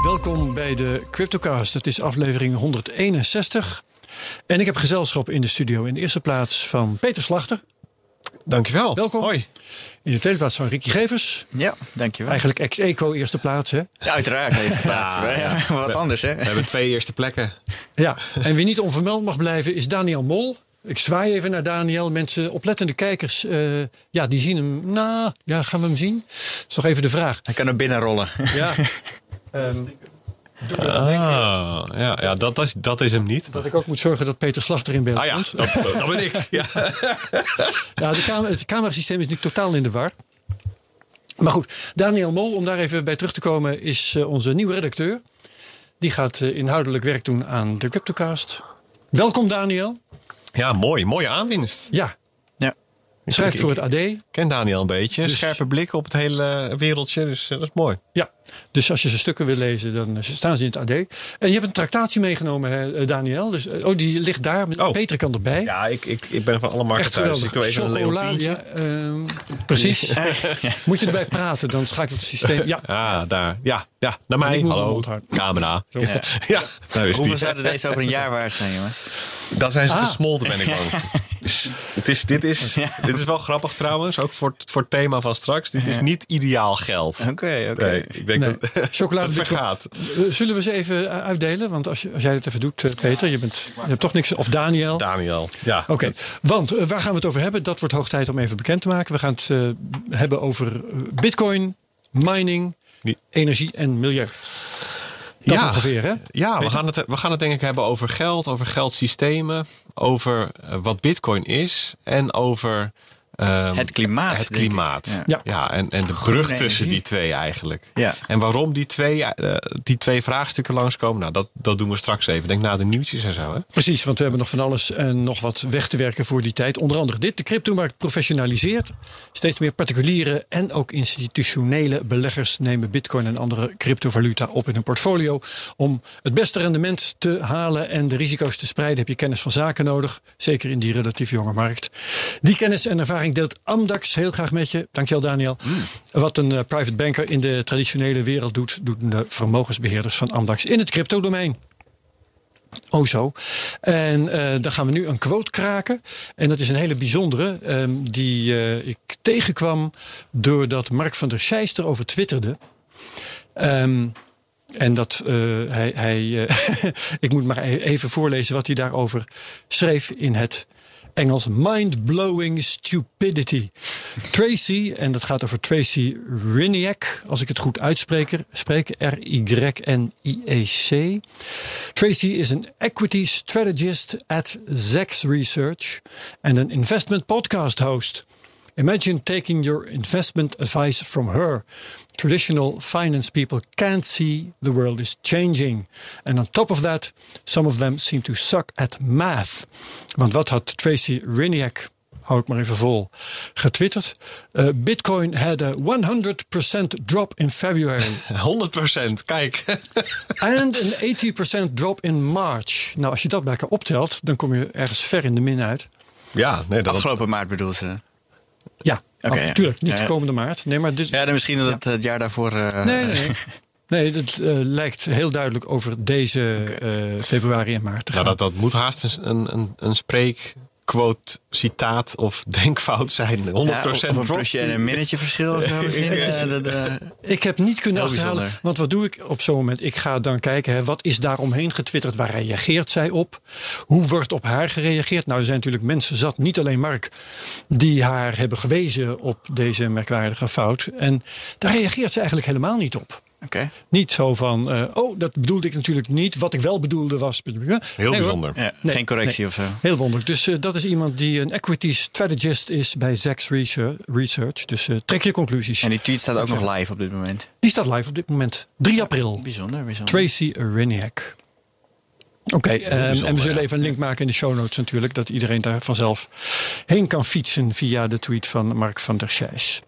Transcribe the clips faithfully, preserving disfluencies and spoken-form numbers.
Welkom bij de CryptoCast. Het is aflevering honderdeenenzestig. En ik heb gezelschap in de studio. In de eerste plaats van Peter Slachter. Dankjewel. Welkom. Hoi. In de tweede plaats van Ricky Gevers. Ja, dankjewel. Eigenlijk ex-eco eerste plaats, hè? Ja, uiteraard eerste plaats. Ja, ja. Wat anders, hè? We hebben twee eerste plekken. Ja, en wie niet onvermeld mag blijven is Daniel Mol. Ik zwaai even naar Daniel. Mensen, oplettende kijkers, uh, ja, die zien hem. Nou, ja, gaan we hem zien? Dat is toch even de vraag. Hij kan naar binnen rollen. Ja. um, Ah, ja, ja dat, is, dat is hem niet. Dat ik ook moet zorgen dat Peter Slachter in beeld ah, ja, komt. Dat, dat ben ik. Ja. Ja, de camera, het camerasysteem is nu totaal in de war. Maar goed, Daniel Mol, om daar even bij terug te komen, is uh, onze nieuwe redacteur. Die gaat uh, inhoudelijk werk doen aan de CryptoCast. Welkom, Daniel. Ja, mooi. Mooie aanwinst. Ja. Ja. Schrijft ik, voor het A D. Ik ken Daniel een beetje. Dus, Scherpe blik op het hele wereldje. Dus uh, dat is mooi. Ja. Dus als je zijn stukken wil lezen, dan staan ze in het A D. En je hebt een tractatie meegenomen, hè, Daniel. Dus, oh, die ligt daar. Oh. Peter kan erbij. Ja, ik, ik, ik ben van alle markten thuis. Dus ik doe even Chocola, een ja, uh, precies. Moet je erbij praten, dan schakelt het systeem. Ja, ah, daar. Ja, ja, naar mij. Hallo, camera. Ja. Ja, nou is Hoeveel die. zouden deze over een jaar waard zijn, jongens? Dan zijn ze ah. gesmolten, ben ik bang. Het is, dit, is, ja. dit is wel grappig trouwens, ook voor, voor het thema van straks. Dit is niet ideaal geld. Oké, okay, oké. Okay. Nee, ik denk nee. dat chocolade het vergaat. Zullen we ze even uitdelen? Want als, je, als jij het even doet, Peter, je, bent, je hebt toch niks... Of Daniel. Daniel, ja. Oké, okay. Want uh, waar gaan we het over hebben? Dat wordt hoog tijd om even bekend te maken. We gaan het uh, hebben over bitcoin, mining, Die. energie en milieu. Dat ja, ongeveer, hè? Ja, we gaan, het, we gaan het denk ik hebben over geld, over geldsystemen, over uh, wat bitcoin is en over... Um, het klimaat. Het klimaat. Ja. Ja. ja, en, en de brug tussen die twee eigenlijk. Ja. En waarom die twee, uh, die twee vraagstukken langskomen, nou, dat, dat doen we straks even. Denk na de nieuwtjes en zo. Hè? Precies, want we hebben nog van alles en nog wat weg te werken voor die tijd. Onder andere dit. De cryptomarkt professionaliseert. Steeds meer particuliere en ook institutionele beleggers nemen bitcoin en andere cryptovaluta op in hun portfolio. Om het beste rendement te halen en de risico's te spreiden heb je kennis van zaken nodig. Zeker in die relatief jonge markt. Die kennis en ervaring deelt Amdax heel graag met je. Dankjewel, Daniel. Mm. Wat een uh, private banker in de traditionele wereld doet, doen de vermogensbeheerders van Amdax in het cryptodomein. Oh zo. En uh, dan gaan we nu een quote kraken. En dat is een hele bijzondere. Um, die uh, ik tegenkwam doordat Mark van der Scheijs erover twitterde. Um, En dat uh, hij... hij uh, ik moet maar even voorlezen wat hij daarover schreef in het Engels. Mind-blowing stupidity. Tracy, en dat gaat over Tracy Riniak, als ik het goed uitspreek, R Y N I E C. Tracy is een equity strategist at Zacks Research en een investment podcast host. Imagine taking your investment advice from her. Traditional finance people can't see the world is changing. And on top of that, some of them seem to suck at math. Want wat had Tracy Riniak, hou ik maar even vol, getwitterd? Uh, Bitcoin had a honderd procent drop in February. honderd procent, kijk. And an eighty percent drop in March. Nou, als je dat bij elkaar optelt, dan kom je ergens ver in de min uit. Ja, nee, dat afgelopen maart bedoel ze. Ja, okay, natuurlijk. Ja. Niet de komende maart. Nee, maar dus, ja, dan misschien dat het ja. het jaar daarvoor... Uh, nee, nee. Nee, dat uh, lijkt heel duidelijk over deze okay. uh, februari en maart te gaan. Nou, dat, dat moet haast een, een, een spreekquote, citaat of denkfout zijn. honderd procent ja, of een plusje en een minnetje verschil. Of zo, misschien. uh, de, de, ik heb niet kunnen achterhalen. Want wat doe ik op zo'n moment? Ik ga dan kijken, hè, wat is daar omheen getwitterd? Waar reageert zij op? Hoe wordt op haar gereageerd? Nou, er zijn natuurlijk mensen zat, niet alleen Mark, die haar hebben gewezen op deze merkwaardige fout. En daar reageert ze eigenlijk helemaal niet op. Okay. Niet zo van, uh, oh, dat bedoelde ik natuurlijk niet. Wat ik wel bedoelde was... Heel nee, bijzonder. Ja, nee, geen correctie nee, of zo. Heel wonderlijk. Dus uh, dat is iemand die een equity strategist is bij Zacks Research. Dus uh, trek je conclusies. En die tweet staat ook nog live op dit moment? Die staat live op dit moment. drie april. Bijzonder, bijzonder. Tracy Riniak. Oké, okay, um, en we zullen even een link maken in de show notes natuurlijk. Dat iedereen daar vanzelf heen kan fietsen via de tweet van Mark van der Scheijs.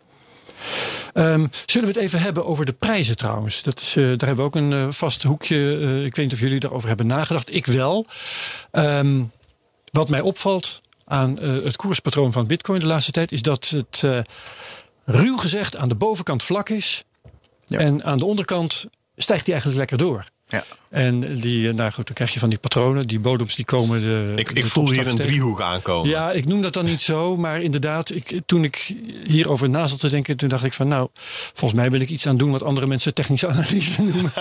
Um, zullen we het even hebben over de prijzen trouwens? Dat is, uh, daar hebben we ook een uh, vast hoekje. Uh, ik weet niet of jullie daarover hebben nagedacht. Ik wel. Um, wat mij opvalt aan uh, het koerspatroon van Bitcoin de laatste tijd is dat het uh, ruw gezegd aan de bovenkant vlak is. Ja. En aan de onderkant stijgt die eigenlijk lekker door. Ja. En die, nou goed, dan krijg je van die patronen. Die bodems die komen de Ik, de ik voel hier top een straks driehoek aankomen. Ja, ik noem dat dan niet zo. Maar inderdaad, ik, toen ik hierover na zat te denken... toen dacht ik van nou, volgens mij ben ik iets aan het doen... wat andere mensen technische analyse noemen.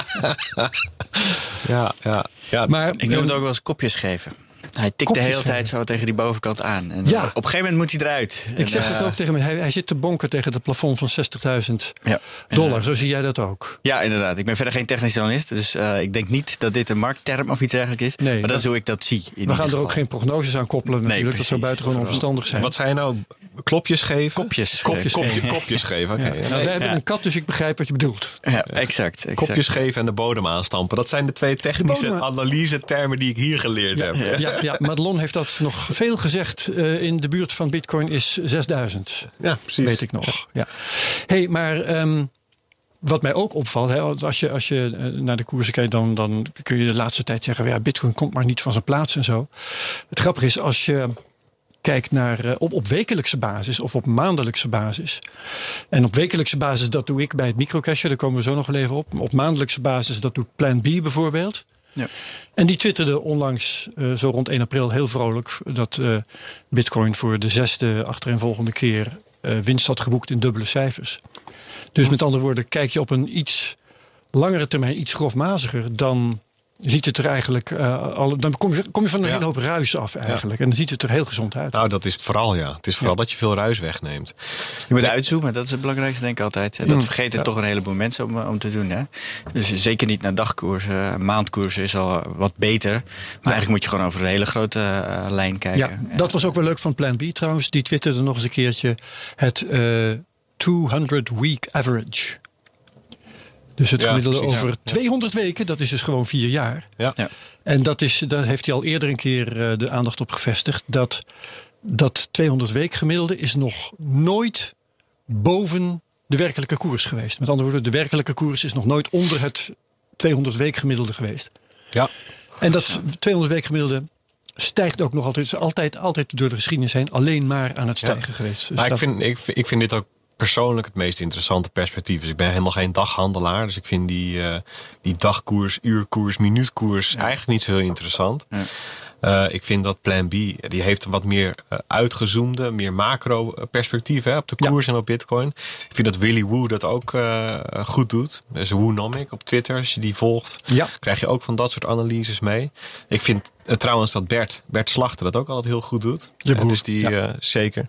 ja, ja, ja. Maar, Ik noem het ook wel eens kopjes geven. Hij tikt Kopjes de hele geven. tijd zo tegen die bovenkant aan. En Ja. op een gegeven moment moet hij eruit. Ik En, zeg uh, het ook tegen hem. Hij, hij zit te bonken tegen het plafond van zestigduizend ja. dollar. Zo zie jij dat ook. Ja, inderdaad. Ik ben verder geen technisch analist. Dus uh, ik denk niet dat dit een marktterm of iets dergelijks is. Nee, maar dat dat- is hoe ik dat zie. In We gaan er ieder ook geval. geen prognoses aan koppelen natuurlijk. Nee, dat zou precies. buitengewoon onverstandig zijn. Wat zei je nou? Klopjes geven? Kopjes. Kopjes geven. Kopje, kopjes geven, oké. Ja. Nee, Nou, wij hebben Ja. een kat, dus ik begrijp wat je bedoelt. Ja, exact. exact. Kopjes geven en de bodem aanstampen. Dat zijn de twee technische bodem- analyse-termen die ik hier geleerd heb. Ja. Ja, ja, Madelon heeft dat nog veel gezegd. Uh, in de buurt van Bitcoin is zesduizend. Ja, precies. Weet ik nog. Ja. Hey, maar um, wat mij ook opvalt, hè, als je, als je uh, naar de koersen kijkt, dan, dan kun je de laatste tijd zeggen: ja, Bitcoin komt maar niet van zijn plaats en zo. Het grappige is, als je kijkt naar uh, op, op wekelijkse basis of op maandelijkse basis. En op wekelijkse basis, dat doe ik bij het microcashje, daar komen we zo nog wel even op. Op maandelijkse basis, dat doet Plan B bijvoorbeeld. Ja. En die twitterde onlangs, uh, zo rond één april, heel vrolijk dat uh, Bitcoin voor de zesde achtereenvolgende keer uh, winst had geboekt in dubbele cijfers. Dus met andere woorden, kijk je op een iets langere termijn, iets grofmaziger, dan ziet het er eigenlijk uh, al. Dan kom je, kom je van een Ja. hele hoop ruis af eigenlijk. En dan ziet het er heel gezond uit. Nou, dat is het vooral, ja. Het is vooral Ja. dat je veel ruis wegneemt. Je moet uitzoomen, dat is het belangrijkste denk ik altijd. En dat Mm. vergeten Ja. toch een heleboel mensen om, om te doen. Hè? Dus zeker niet naar dagkoersen. Maandkoersen is al wat beter. Maar eigenlijk moet je gewoon over een hele grote uh, lijn kijken. Ja, dat was ook wel leuk van Plan B trouwens. Die twitterde nog eens een keertje het uh, tweehonderd week average. Dus het Ja, gemiddelde precies. over Ja. tweehonderd weken, dat is dus gewoon vier jaar. Ja. Ja. En dat is, daar heeft hij al eerder een keer uh, de aandacht op gevestigd. Dat dat tweehonderd week gemiddelde is nog nooit boven de werkelijke koers geweest. Met andere woorden, de werkelijke koers is nog nooit onder het tweehonderd week gemiddelde geweest. Ja. En dat tweehonderd week gemiddelde stijgt ook nog altijd. Het is altijd, altijd door de geschiedenis heen alleen maar aan het stijgen Ja. geweest. Dus Maar ik dat- vind, ik, ik vind dit ook persoonlijk het meest interessante perspectief. Dus ik ben helemaal geen daghandelaar. Dus ik vind die, uh, die dagkoers, uurkoers, minuutkoers Ja. eigenlijk niet zo heel interessant. Ja. Uh, ik vind dat Plan B, die heeft een wat meer uh, uitgezoomde, meer macro perspectief hè, op de koers en op Bitcoin. Ik vind dat Willy Woo dat ook uh, goed doet. Dus Woonomic op Twitter, als je die volgt, Ja. krijg je ook van dat soort analyses mee. Ik vind uh, trouwens dat Bert, Bert Slachter dat ook altijd heel goed doet. De broer, Uh, dus die ja. uh, zeker.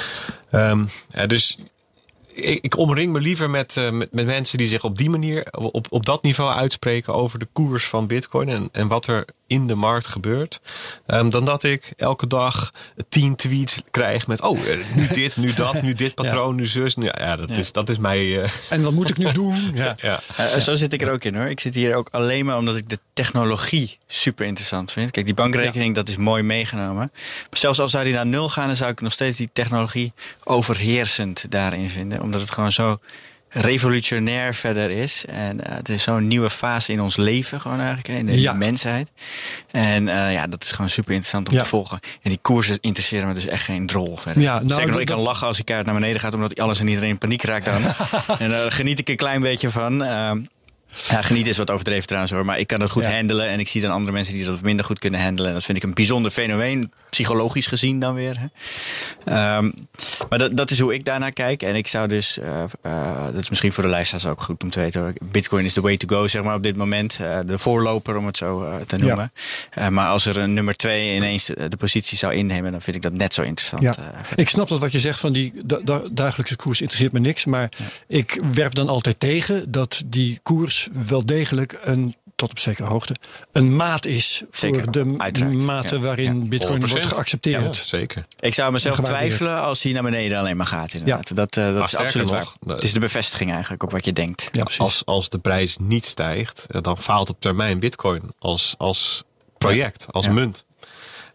Um, uh, dus ik, ik omring me liever met, uh, met, met mensen die zich op die manier, op, op dat niveau uitspreken over de koers van Bitcoin en, en wat er in de markt gebeurt. Um, dan dat ik elke dag tien tweets krijg met oh, nu dit, nu dat, nu dit patroon, nu zus. Nu, ja, ja, dat, Ja. Is, dat is mij. Uh, En wat moet ik nu doen? Ja. ja. Uh, zo zit ik er ook in hoor. Ik zit hier ook alleen maar omdat ik de technologie super interessant vind. Kijk, die bankrekening, dat is mooi meegenomen. Maar zelfs al zou die naar nul gaan, dan zou ik nog steeds die technologie overheersend daarin vinden. Omdat het gewoon zo revolutionair verder is. En uh, het is zo'n nieuwe fase in ons leven gewoon eigenlijk, hè, in de Ja. mensheid. En uh, ja, dat is gewoon super interessant om Ja. te volgen. En die koersen interesseren me dus echt geen drol verder. Ja, nou, Zeker nog, dat- ik kan lachen als die kaart naar beneden gaat, omdat alles en iedereen in paniek raakt dan. En daar geniet ik een klein beetje van. Uh, Ja, genieten is wat overdreven trouwens hoor. Maar ik kan dat goed Ja. handelen. En ik zie dan andere mensen die dat minder goed kunnen handelen. En dat vind ik een bijzonder fenomeen. Psychologisch gezien dan weer. Hè. Um, maar dat, dat is hoe ik daarnaar kijk. En ik zou dus... Uh, uh, dat is misschien voor de luisteraars ook goed om te weten hoor. Bitcoin is the way to go zeg maar op dit moment. Uh, de voorloper om het zo uh, te noemen. Ja. Uh, maar als er een nummer twee ineens de, de positie zou innemen... dan vind ik dat net zo interessant. Ja. Uh, Ik snap dat wat je zegt van die da- da- dagelijkse koers interesseert me niks. Maar Ja. ik werp dan altijd tegen dat die koers wel degelijk een, tot op zekere hoogte, een maat is voor Zeker, de uiteraard. mate Ja. waarin Ja. Bitcoin honderd procent. wordt geaccepteerd. Ja, zeker. Ik zou mezelf Gewaardeerd. twijfelen als hij naar beneden alleen maar gaat inderdaad. Ja. Dat, uh, dat Maar is sterker absoluut nog, waar. de- Het is de bevestiging eigenlijk op wat je denkt. Ja, precies. Als, als de prijs niet stijgt, dan faalt op termijn Bitcoin als, als project, als Ja. munt.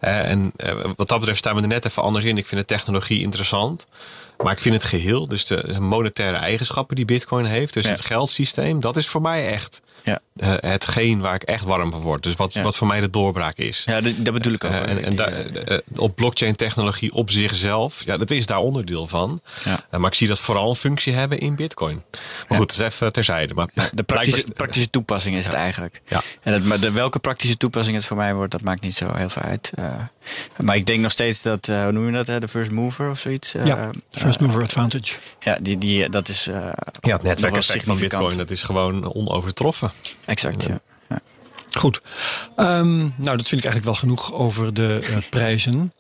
Uh, en uh, wat dat betreft staan we er net even anders in. Ik vind de technologie interessant. Maar ik vind het geheel, dus de, de monetaire eigenschappen die Bitcoin heeft. Dus ja. het geldsysteem, dat is voor mij echt ja. uh, hetgeen waar ik echt warm van word. Dus wat, ja. wat voor mij de doorbraak is. Ja, dat, dat bedoel ik ook. Uh, en, en da, uh, op blockchain technologie op zichzelf, ja, dat is daar onderdeel van. Ja. Uh, maar ik zie dat vooral een functie hebben in Bitcoin. Maar ja. goed, dat is even terzijde. Maar ja, de praktische, praktische toepassing is ja. het eigenlijk. Ja. En het, maar de, welke praktische toepassing het voor mij wordt, dat maakt niet zo heel veel uit. Uh, maar ik denk nog steeds dat, uh, hoe noem je dat, uh, de first mover of zoiets? Uh, ja, first mover uh, advantage. Ja, die, die, dat is uh, ja, het netwerkeffect van Bitcoin, dat is gewoon onovertroffen. Exact, ja. ja. Goed. Um, nou, dat vind ik eigenlijk wel genoeg over de uh, prijzen.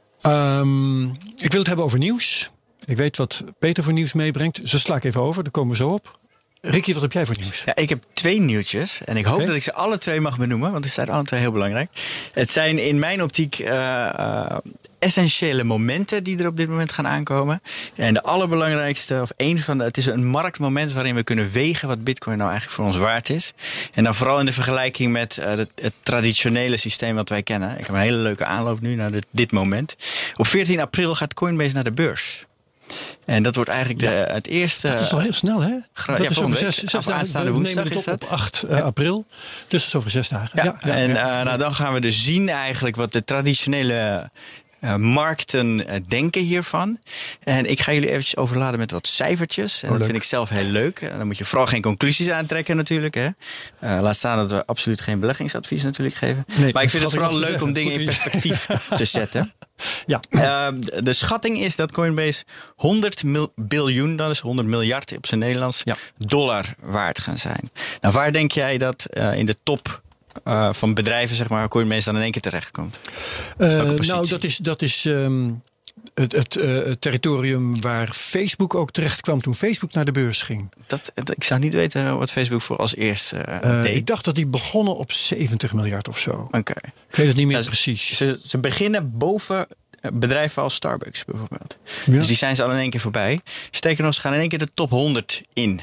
Um, ik wil het hebben over nieuws. Ik weet wat Peter voor nieuws meebrengt. Dus dat sla ik even over, daar komen we zo op. Ricky, wat heb jij voor nieuws? Ja, ik heb twee nieuwtjes. En ik hoop okay. dat ik ze alle twee mag benoemen. Want die zijn alle twee heel belangrijk. Het zijn in mijn optiek uh, uh, essentiële momenten die er op dit moment gaan aankomen. En de allerbelangrijkste, of één van de... Het is een marktmoment waarin we kunnen wegen wat Bitcoin nou eigenlijk voor ons waard is. En dan vooral in de vergelijking met uh, het, het traditionele systeem wat wij kennen. Ik heb een hele leuke aanloop nu naar dit, dit moment. Op veertien april gaat Coinbase naar de beurs. En dat wordt eigenlijk de, ja. het eerste... Dat is al heel snel, hè? Gra- dat ja, is over zes, zes dagen. Aanstaande woensdag is dat. Op acht uh, april. Dus dat is over zes dagen. Ja, ja, ja en ja. Uh, nou, dan gaan we dus zien eigenlijk wat de traditionele uh, markten uh, denken hiervan. En ik ga jullie eventjes overladen met wat cijfertjes. En oh, dat leuk. vind ik zelf heel leuk. En dan moet je vooral geen conclusies aantrekken natuurlijk. Hè. Uh, laat staan dat we absoluut geen beleggingsadvies natuurlijk geven. Nee, maar ik vind het vooral leuk zeggen. om dingen in perspectief te, te zetten. Ja. Uh, de schatting is dat Coinbase honderd mil- biljoen, dat is honderd miljard op zijn Nederlands, ja. dollar waard gaan zijn. Nou, waar denk jij dat uh, in de top uh, van bedrijven, zeg maar, Coinbase dan in één keer terechtkomt? Uh, nou, dat is, dat is um, het, het, uh, het territorium waar Facebook ook terecht kwam toen Facebook naar de beurs ging. Dat, dat, ik zou niet weten wat Facebook voor als eerste uh, uh, deed. Ik dacht dat die begonnen op zeventig miljard of zo. Oké. Okay. Ik weet het niet meer nou, precies. Ze, ze beginnen boven bedrijven als Starbucks bijvoorbeeld. Ja. Dus die zijn ze al in één keer voorbij. Sterker nog, ze gaan in één keer de top honderd in.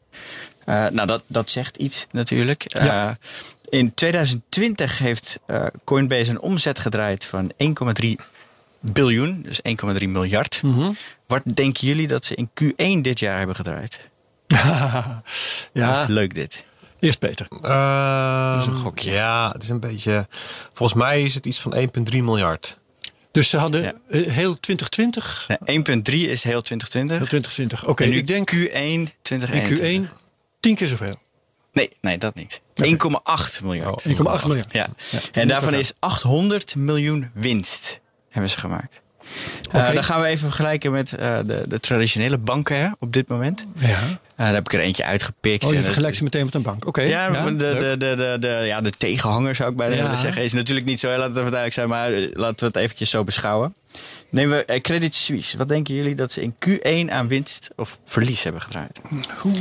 Uh, nou, dat, dat zegt iets natuurlijk. Ja. Uh, in tweeduizend twintig heeft uh, Coinbase een omzet gedraaid van één komma drie biljoen. Dus één komma drie miljard. Mm-hmm. Wat denken jullie dat ze in Q één dit jaar hebben gedraaid? ja. Dat is leuk dit. Eerst Peter. Uh, dat is een gokje. Ja, het is een beetje... Volgens mij is het iets van één komma drie miljard. Dus ze hadden ja. heel twintig twintig? Nee, één komma drie is heel twintig twintig. Heel twintig twintig, oké. Okay, en nu ik denk Q één twintig eenentwintig. Q één tien keer zoveel. Nee, nee, dat niet. Okay. één komma acht miljard. Oh, één komma acht miljard. Ja. ja. En daarvan is achthonderd miljoen winst hebben ze gemaakt. Okay. Uh, dan gaan we even vergelijken met uh, de, de traditionele banken hè, op dit moment. Ja. Uh, daar heb ik er eentje uitgepikt. Oh, je vergelijkt ze meteen met een bank. Oké. Okay. Ja, ja, de, de, de, de, de, ja, de tegenhanger zou ik bijna ja. willen zeggen. Is natuurlijk niet zo, laat het even duidelijk zijn, maar laten we het eventjes zo beschouwen. Nemen we uh, Credit Suisse. Wat denken jullie dat ze in Q één aan winst of verlies hebben gedraaid? Oeh,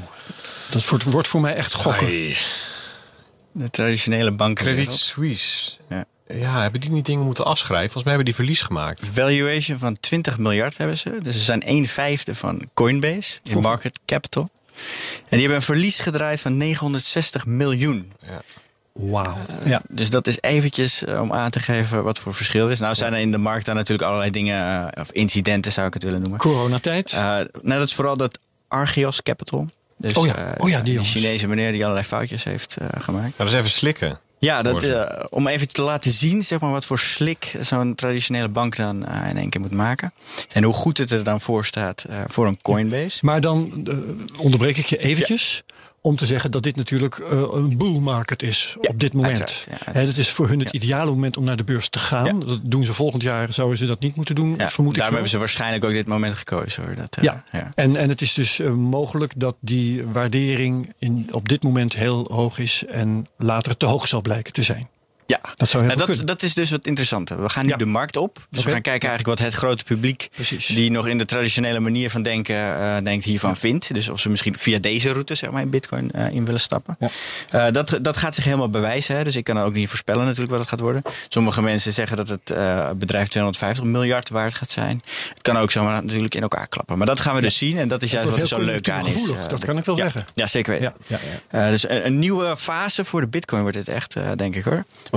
dat wordt, wordt voor mij echt gokken. Ai. De traditionele bank. Credit Suisse. Ja. Ja, hebben die niet dingen moeten afschrijven? Volgens mij hebben die verlies gemaakt. Valuation van twintig miljard hebben ze. Dus ze zijn een vijfde van Coinbase in market capital. En die hebben een verlies gedraaid van negenhonderdzestig miljoen. Ja. Wauw. Uh, ja. Dus dat is eventjes uh, om aan te geven wat voor verschil er is. Nou zijn er in de markt dan natuurlijk allerlei dingen, uh, of incidenten zou ik het willen noemen. Coronatijd? Uh, nou, dat is vooral dat Argios Capital. Dus oh ja, uh, oh ja die, die Chinese meneer die allerlei foutjes heeft uh, gemaakt. Dat is even slikken. Ja, dat, uh, om even te laten zien zeg maar, wat voor slik zo'n traditionele bank dan uh, in één keer moet maken. En hoe goed het er dan voor staat uh, voor een Coinbase. Maar dan uh, onderbreek ik je eventjes. Ja. Om te zeggen dat dit natuurlijk uh, een bull market is ja, op dit moment. Ja, He, dat is voor hun het ja. ideale moment om naar de beurs te gaan. Ja. Dat doen ze volgend jaar, zouden ze dat niet moeten doen, ja, vermoed ik. Daarom hebben ze waarschijnlijk ook dit moment gekozen. Hoor. Dat, uh, ja. ja, en, en het is dus uh, mogelijk dat die waardering in, op dit moment heel hoog is en later te hoog zal blijken te zijn. Ja, dat, zou nou, dat, dat is dus wat interessant. We gaan nu ja. de markt op. Dus okay. we gaan kijken eigenlijk wat het grote publiek... Precies. Die nog in de traditionele manier van denken uh, denkt hiervan ja. vindt. Dus of ze misschien via deze route zeg maar, in Bitcoin uh, in willen stappen. Ja. Uh, dat, dat gaat zich helemaal bewijzen. Hè. Dus ik kan ook niet voorspellen natuurlijk wat het gaat worden. Sommige mensen zeggen dat het uh, bedrijf tweehonderdvijftig miljard waard gaat zijn. Het kan ook zomaar natuurlijk in elkaar klappen. Maar dat gaan we ja. dus zien. En dat is juist wat er zo leuk aan is. Uh, dat kan ik wel ja. zeggen. Ja, zeker weten. Ja. Ja, ja. Uh, dus een, een nieuwe fase voor de Bitcoin wordt dit echt, uh, denk ik hoor. Of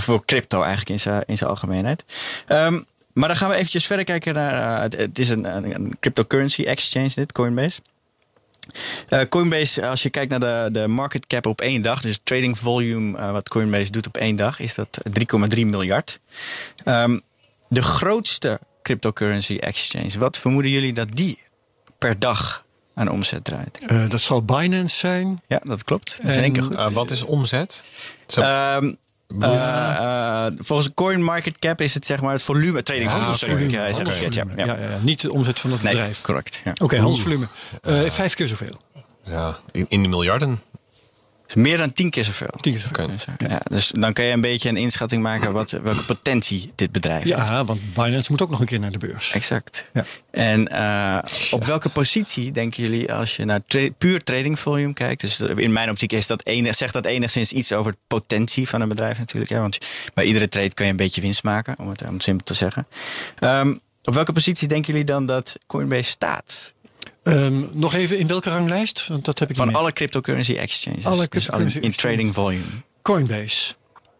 Of voor crypto eigenlijk in zijn, in zijn algemeenheid. Um, maar dan gaan we eventjes verder kijken naar... Uh, het, het is een, een, een cryptocurrency exchange dit, Coinbase. Uh, Coinbase, als je kijkt naar de, de market cap op één dag... dus het trading volume uh, wat Coinbase doet op één dag... is dat drie komma drie miljard. Um, de grootste cryptocurrency exchange... wat vermoeden jullie dat die per dag aan omzet draait? Uh, dat zal Binance zijn. Ja, dat klopt. Dat is in één keer goed. Uh, wat is omzet? Um, Uh, uh, volgens CoinMarketCap is het zeg maar het volume trading ja, volume. sorry, Ja, ja, handelsvolume. ja, ja. Ja, ja, ja. Niet de omzet van het nee, bedrijf. Correct. Ja. Oké, okay, handelsvolume. Uh, vijf keer zoveel. Ja, in, in de miljarden. Dus meer dan tien keer zoveel. Tien keer zoveel. Dus, ja. Ja, dus dan kan je een beetje een inschatting maken wat, welke potentie dit bedrijf ja, heeft. Ja, want Binance moet ook nog een keer naar de beurs. Exact. Ja. En uh, op welke positie denken jullie als je naar tra- puur trading volume kijkt? Dus in mijn optiek is dat enig, zegt dat enigszins iets over de potentie van een bedrijf natuurlijk. Hè? Want bij iedere trade kan je een beetje winst maken, om het, om het simpel te zeggen. Um, op welke positie denken jullie dan dat Coinbase staat? Um, nog even in welke ranglijst? Want dat heb ik van niet alle cryptocurrency exchanges. Alle cryptocurrency dus in trading volume. Coinbase.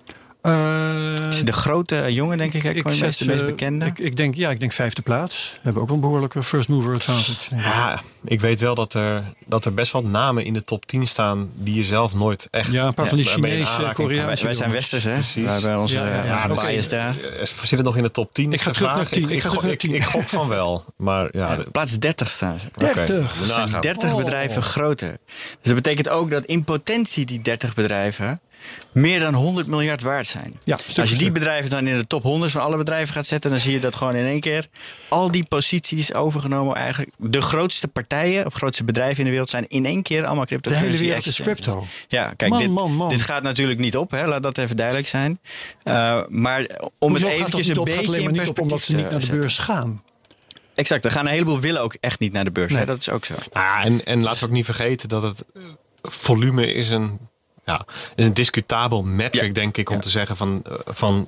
Uh, het is de grote jongen, denk ik, hè? Coinbase, ik zet, de meest bekende. Ik, ik denk, ja, ik denk vijfde plaats. We hebben ook een behoorlijke first mover advantage. Ja, ik weet wel dat er, dat er best wat namen in de top tien staan die je zelf nooit echt... Ja, een paar van die ja, Chinese, Koreaanse. Wij, wij zijn westers, hè? Precies. We hebben onze ja, ja, ja, onze bias okay. daar. Zit het nog in de top tien? Ik ga terug naar tien. Ik, ik, ik, gok, ik, ik gok van wel. Maar ja, ja, plaats dertig staan ze. dertig? Er zijn dertig oh. bedrijven groter. Dus dat betekent ook dat in potentie die dertig bedrijven... meer dan honderd miljard waard zijn. Ja, als je die bedrijven dan in de top honderd van alle bedrijven gaat zetten... dan zie je dat gewoon in één keer al die posities overgenomen. Eigenlijk de grootste partijen of grootste bedrijven in de wereld... zijn in één keer allemaal cryptocurrency. De hele wereld is crypto. Ja, kijk, man, dit, man, man. dit gaat natuurlijk niet op. Hè, laat dat even duidelijk zijn. Uh, maar om Hoezo het eventjes een op, beetje alleen maar in niet op omdat ze niet naar de beurs gaan. Exact, er gaan een heleboel willen ook echt niet naar de beurs. Nee. Hè? Dat is ook zo. Ah, en, en laten we ook niet vergeten dat het uh, volume is een... Ja, is een discutabel metric, ja. denk ik, om ja. te zeggen van, van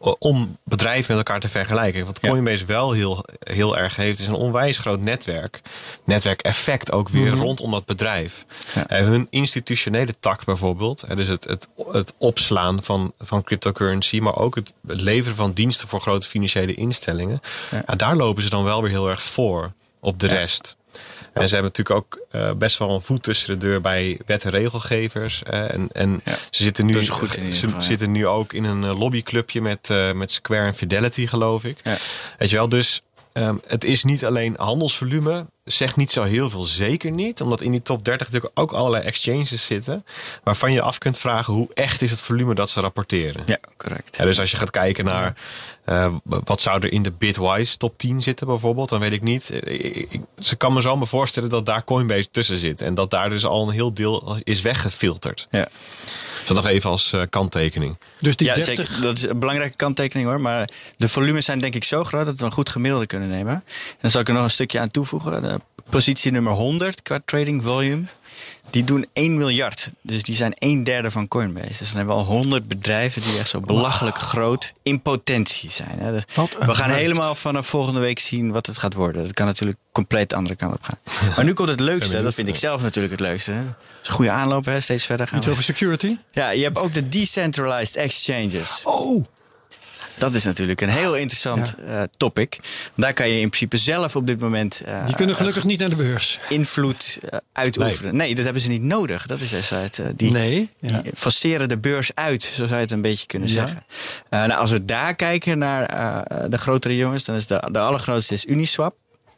om bedrijven met elkaar te vergelijken. Wat Coinbase ja. wel heel, heel erg heeft, is een onwijs groot netwerk. Netwerkeffect ook weer mm-hmm. rondom dat bedrijf. Ja. Uh, hun institutionele tak bijvoorbeeld, uh, dus het, het, het opslaan van, van cryptocurrency, maar ook het, het leveren van diensten voor grote financiële instellingen. Ja. Uh, daar lopen ze dan wel weer heel erg voor op de ja. rest. En ze hebben natuurlijk ook uh, best wel een voet tussen de deur bij wet- en regelgevers. Uh, en en ja, ze, zitten nu, goed ze geval, ja. zitten nu ook in een uh, lobbyclubje met, uh, met Square en Fidelity, geloof ik. Ja. Weet je wel, dus um, het is niet alleen handelsvolume. Zegt niet zo heel veel, zeker niet. Omdat in die top dertig natuurlijk ook allerlei exchanges zitten. Waarvan je af kunt vragen hoe echt is het volume dat ze rapporteren. Ja, correct. Ja, dus als je gaat kijken naar uh, wat zou er in de Bitwise top tien zitten bijvoorbeeld. Dan weet ik niet. Ik, ik, ze kan me zo maar voorstellen dat daar Coinbase tussen zit. En dat daar dus al een heel deel is weggefilterd. Ja. Dat nog even als uh, kanttekening. Dus die ja, dertig... zeker. Dat is een belangrijke kanttekening hoor. Maar de volumes zijn denk ik zo groot dat we een goed gemiddelde kunnen nemen. En dan zal ik er nog een stukje aan toevoegen. De positie nummer honderd qua trading volume. Die doen één miljard. Dus die zijn een derde van Coinbase. Dus dan hebben we al honderd bedrijven die echt zo belachelijk wow. groot in potentie zijn. Hè. Dus we gaan helemaal vanaf volgende week zien wat het gaat worden. Dat kan natuurlijk compleet de andere kant op gaan. Maar nu komt het leukste. Dat vind ik zelf natuurlijk het leukste. Dat is een goede aanloop. Hè. Steeds verder gaan. Iets over security? Ja, je hebt ook de decentralized exchanges. Oh! Dat is natuurlijk een heel interessant ja. uh, topic. Daar kan je in principe zelf op dit moment... Uh, die kunnen gelukkig uh, niet naar de beurs. Invloed uh, uitoefenen. Nee. nee, dat hebben ze niet nodig. Dat is het. Uh, die, nee, ja. die faceren de beurs uit, zo zou je het een beetje kunnen ja. zeggen. Uh, nou, als we daar kijken naar uh, de grotere jongens... dan is de, de allergrootste is Uniswap.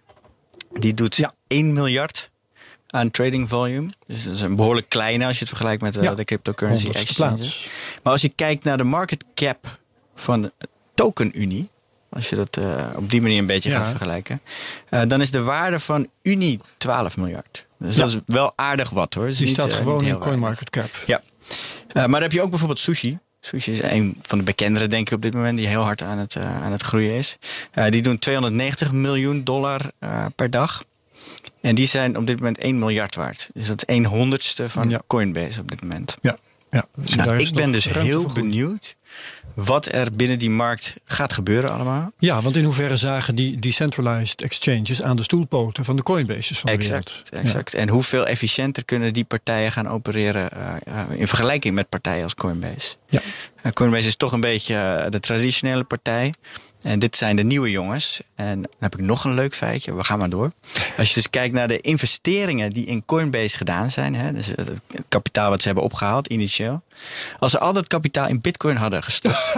Die doet ja. één miljard aan trading volume. Dus dat is een behoorlijk kleine als je het vergelijkt met uh, ja. de cryptocurrency exchanges. Maar als je kijkt naar de market cap... van de tokenunie, als je dat uh, op die manier een beetje ja. gaat vergelijken, uh, dan is de waarde van Unie twaalf miljard. Dus ja. dat is wel aardig wat hoor. Die niet, staat uh, gewoon in CoinMarketCap. Ja, uh, maar dan heb je ook bijvoorbeeld Sushi. Sushi is een van de bekendere denk ik op dit moment, die heel hard aan het, uh, aan het groeien is. Uh, die doen tweehonderdnegentig miljoen dollar uh, per dag. En die zijn op dit moment één miljard waard. Dus dat is een honderdste van ja. Coinbase op dit moment. Ja. Ja, nou, ik ben dus heel benieuwd wat er binnen die markt gaat gebeuren allemaal. Ja, want in hoeverre zagen die decentralized exchanges aan de stoelpoten van de Coinbases van de Exact, wereld? exact. Ja. En hoeveel efficiënter kunnen die partijen gaan opereren uh, uh, in vergelijking met partijen als Coinbase? Ja. Uh, Coinbase is toch een beetje uh, de traditionele partij. En dit zijn de nieuwe jongens. En dan heb ik nog een leuk feitje. We gaan maar door. Als je dus kijkt naar de investeringen die in Coinbase gedaan zijn. Hè, dus het kapitaal wat ze hebben opgehaald initieel. Als ze al dat kapitaal in Bitcoin hadden gestopt.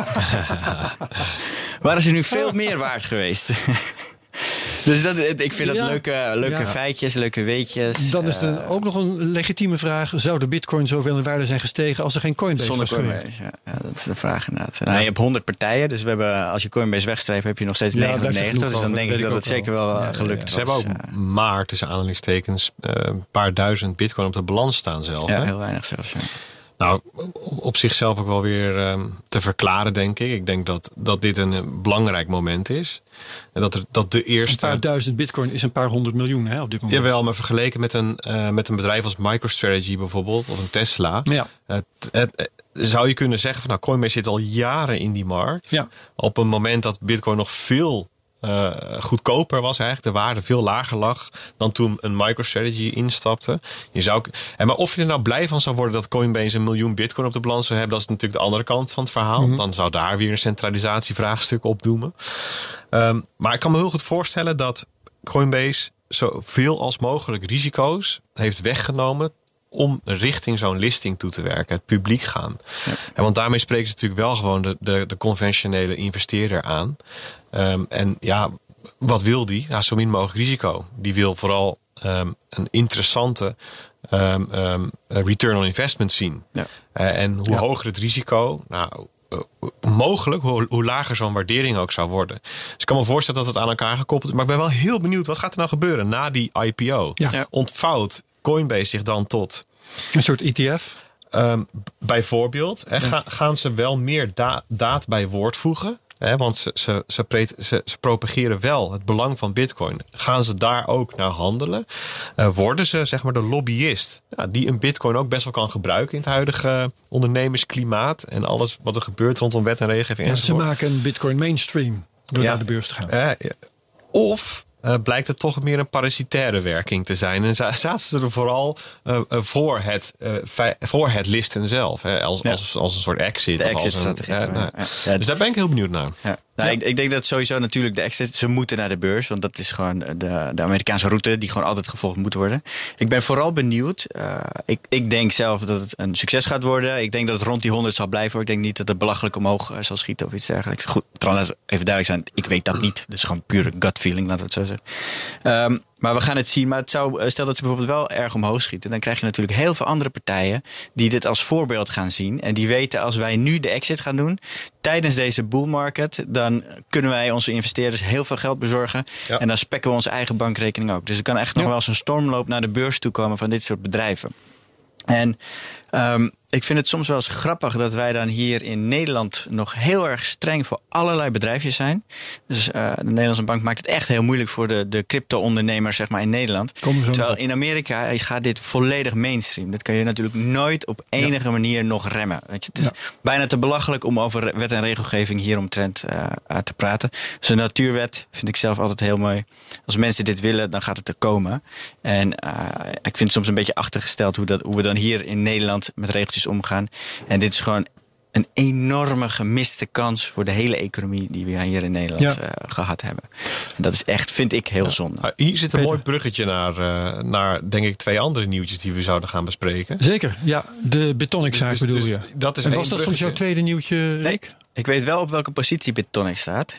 waren ze nu veel meer waard geweest. Dus dat, ik vind dat ja, leuke, leuke ja. feitjes, leuke weetjes. Dan is er uh, ook nog een legitieme vraag. Zou de bitcoin zoveel in waarde zijn gestegen als er geen Coinbase zonder was Coinbase, geweest? Ja, ja, dat is de vraag inderdaad. Nou, je hebt honderd partijen, dus we hebben, als je Coinbase wegstreept heb je nog steeds ja, negenennegentig. Dus dan denk ik dat het zeker wel ja, gelukt is. Ze hebben ook maar, tussen aanhalingstekens, een paar duizend bitcoin op de balans staan zelf. Ja, hè? heel weinig zelfs. Ja. Nou, op zichzelf ook wel weer um, te verklaren, denk ik. Ik denk dat, dat dit een belangrijk moment is. En dat, er, dat de eerste... Een paar duizend bitcoin is een paar honderd miljoen hè, op dit moment. Jawel, maar vergeleken met een, uh, met een bedrijf als MicroStrategy bijvoorbeeld, of een Tesla. Ja. Het, het, het, zou je kunnen zeggen van nou, Coinbase zit al jaren in die markt. Ja. Op een moment dat bitcoin nog veel... Uh, goedkoper was eigenlijk, de waarde veel lager lag dan toen een MicroStrategy instapte. Je zou, en maar of je er nou blij van zou worden dat Coinbase een miljoen bitcoin op de balans zou hebben, dat is natuurlijk de andere kant van het verhaal. Mm-hmm. Dan zou daar weer een centralisatievraagstuk opdoemen. Um, maar ik kan me heel goed voorstellen dat Coinbase zoveel als mogelijk risico's heeft weggenomen om richting zo'n listing toe te werken, het publiek gaan. Ja. En want daarmee spreken ze natuurlijk wel gewoon de, de, de conventionele investeerder aan. Um, en ja, wat wil die? Ja, zo min mogelijk risico. Die wil vooral um, een interessante um, um, return on investment zien. Ja. Uh, en hoe ja. hoger het risico, nou, uh, mogelijk, hoe, hoe lager zo'n waardering ook zou worden. Dus ik kan me voorstellen dat het aan elkaar gekoppeld is. Maar ik ben wel heel benieuwd, wat gaat er nou gebeuren na die I P O? Ja. Ja. Ontvouwt Coinbase zich dan tot een soort E T F? Um, bijvoorbeeld, ja. ga, gaan ze wel meer da- daad bij woord voegen? Hè, want ze, ze, ze, pre- ze, ze propageren wel het belang van bitcoin. Gaan ze daar ook naar handelen? Uh, worden ze zeg maar de lobbyist ja, die een bitcoin ook best wel kan gebruiken in het huidige ondernemersklimaat en alles wat er gebeurt rondom wet en regelgeving. Ja, ze maken een bitcoin mainstream door ja. naar de beurs te gaan. Uh, ja. Of Uh, blijkt het toch meer een parasitaire werking te zijn. En zaten ze er vooral uh, voor, het, uh, fi- voor het listen zelf. Hè, als, ja. als, als een soort exit. De exit-strategie. Ja, nou, ja. Dus daar ben ik heel benieuwd naar. Ja. Nou, ja. ik, ik denk dat sowieso natuurlijk de exit, ze moeten naar de beurs. Want dat is gewoon de, de Amerikaanse route die gewoon altijd gevolgd moet worden. Ik ben vooral benieuwd. Uh, ik, ik denk zelf dat het een succes gaat worden. Ik denk dat het rond die honderd zal blijven. Ik denk niet dat het belachelijk omhoog uh, zal schieten of iets dergelijks. Goed, trouwens even duidelijk zijn. Ik weet dat niet. Dus gewoon pure gut feeling, laten we het zo zeggen. Um, Maar we gaan het zien. Maar het zou, stel dat ze bijvoorbeeld wel erg omhoog schieten, dan krijg je natuurlijk heel veel andere partijen die dit als voorbeeld gaan zien. En die weten, als wij nu de exit gaan doen tijdens deze bull market, dan kunnen wij onze investeerders heel veel geld bezorgen. Ja. En dan spekken we onze eigen bankrekening ook. Dus er kan echt nog ja. wel zo'n stormloop naar de beurs toe komen van dit soort bedrijven. En um, ik vind het soms wel eens grappig dat wij dan hier in Nederland nog heel erg streng voor allerlei bedrijfjes zijn. Dus uh, de Nederlandse bank maakt het echt heel moeilijk voor de, de crypto-ondernemers zeg maar, in Nederland. Terwijl in Amerika gaat dit volledig mainstream. Dat kan je natuurlijk nooit op enige ja. manier nog remmen. Weet je, het is ja. bijna te belachelijk om over wet en regelgeving hieromtrent uh, te praten. Dus een natuurwet vind ik zelf altijd heel mooi. Als mensen dit willen, dan gaat het er komen. En uh, ik vind het soms een beetje achtergesteld hoe, dat, hoe we dan hier in Nederland met regeltjes omgaan. En dit is gewoon een enorme gemiste kans voor de hele economie die we hier in Nederland ja. uh, gehad hebben. En dat is echt, vind ik, heel ja. zonde. Hier zit een Peter. mooi bruggetje naar, uh, naar, denk ik, twee andere nieuwtjes die we zouden gaan bespreken. Zeker, ja. De Bitonic-zaak dus, dus, bedoel je. Dat is en was dat soms jouw tweede nieuwtje, Rick? Nee. Ik weet wel op welke positie Bitonic staat.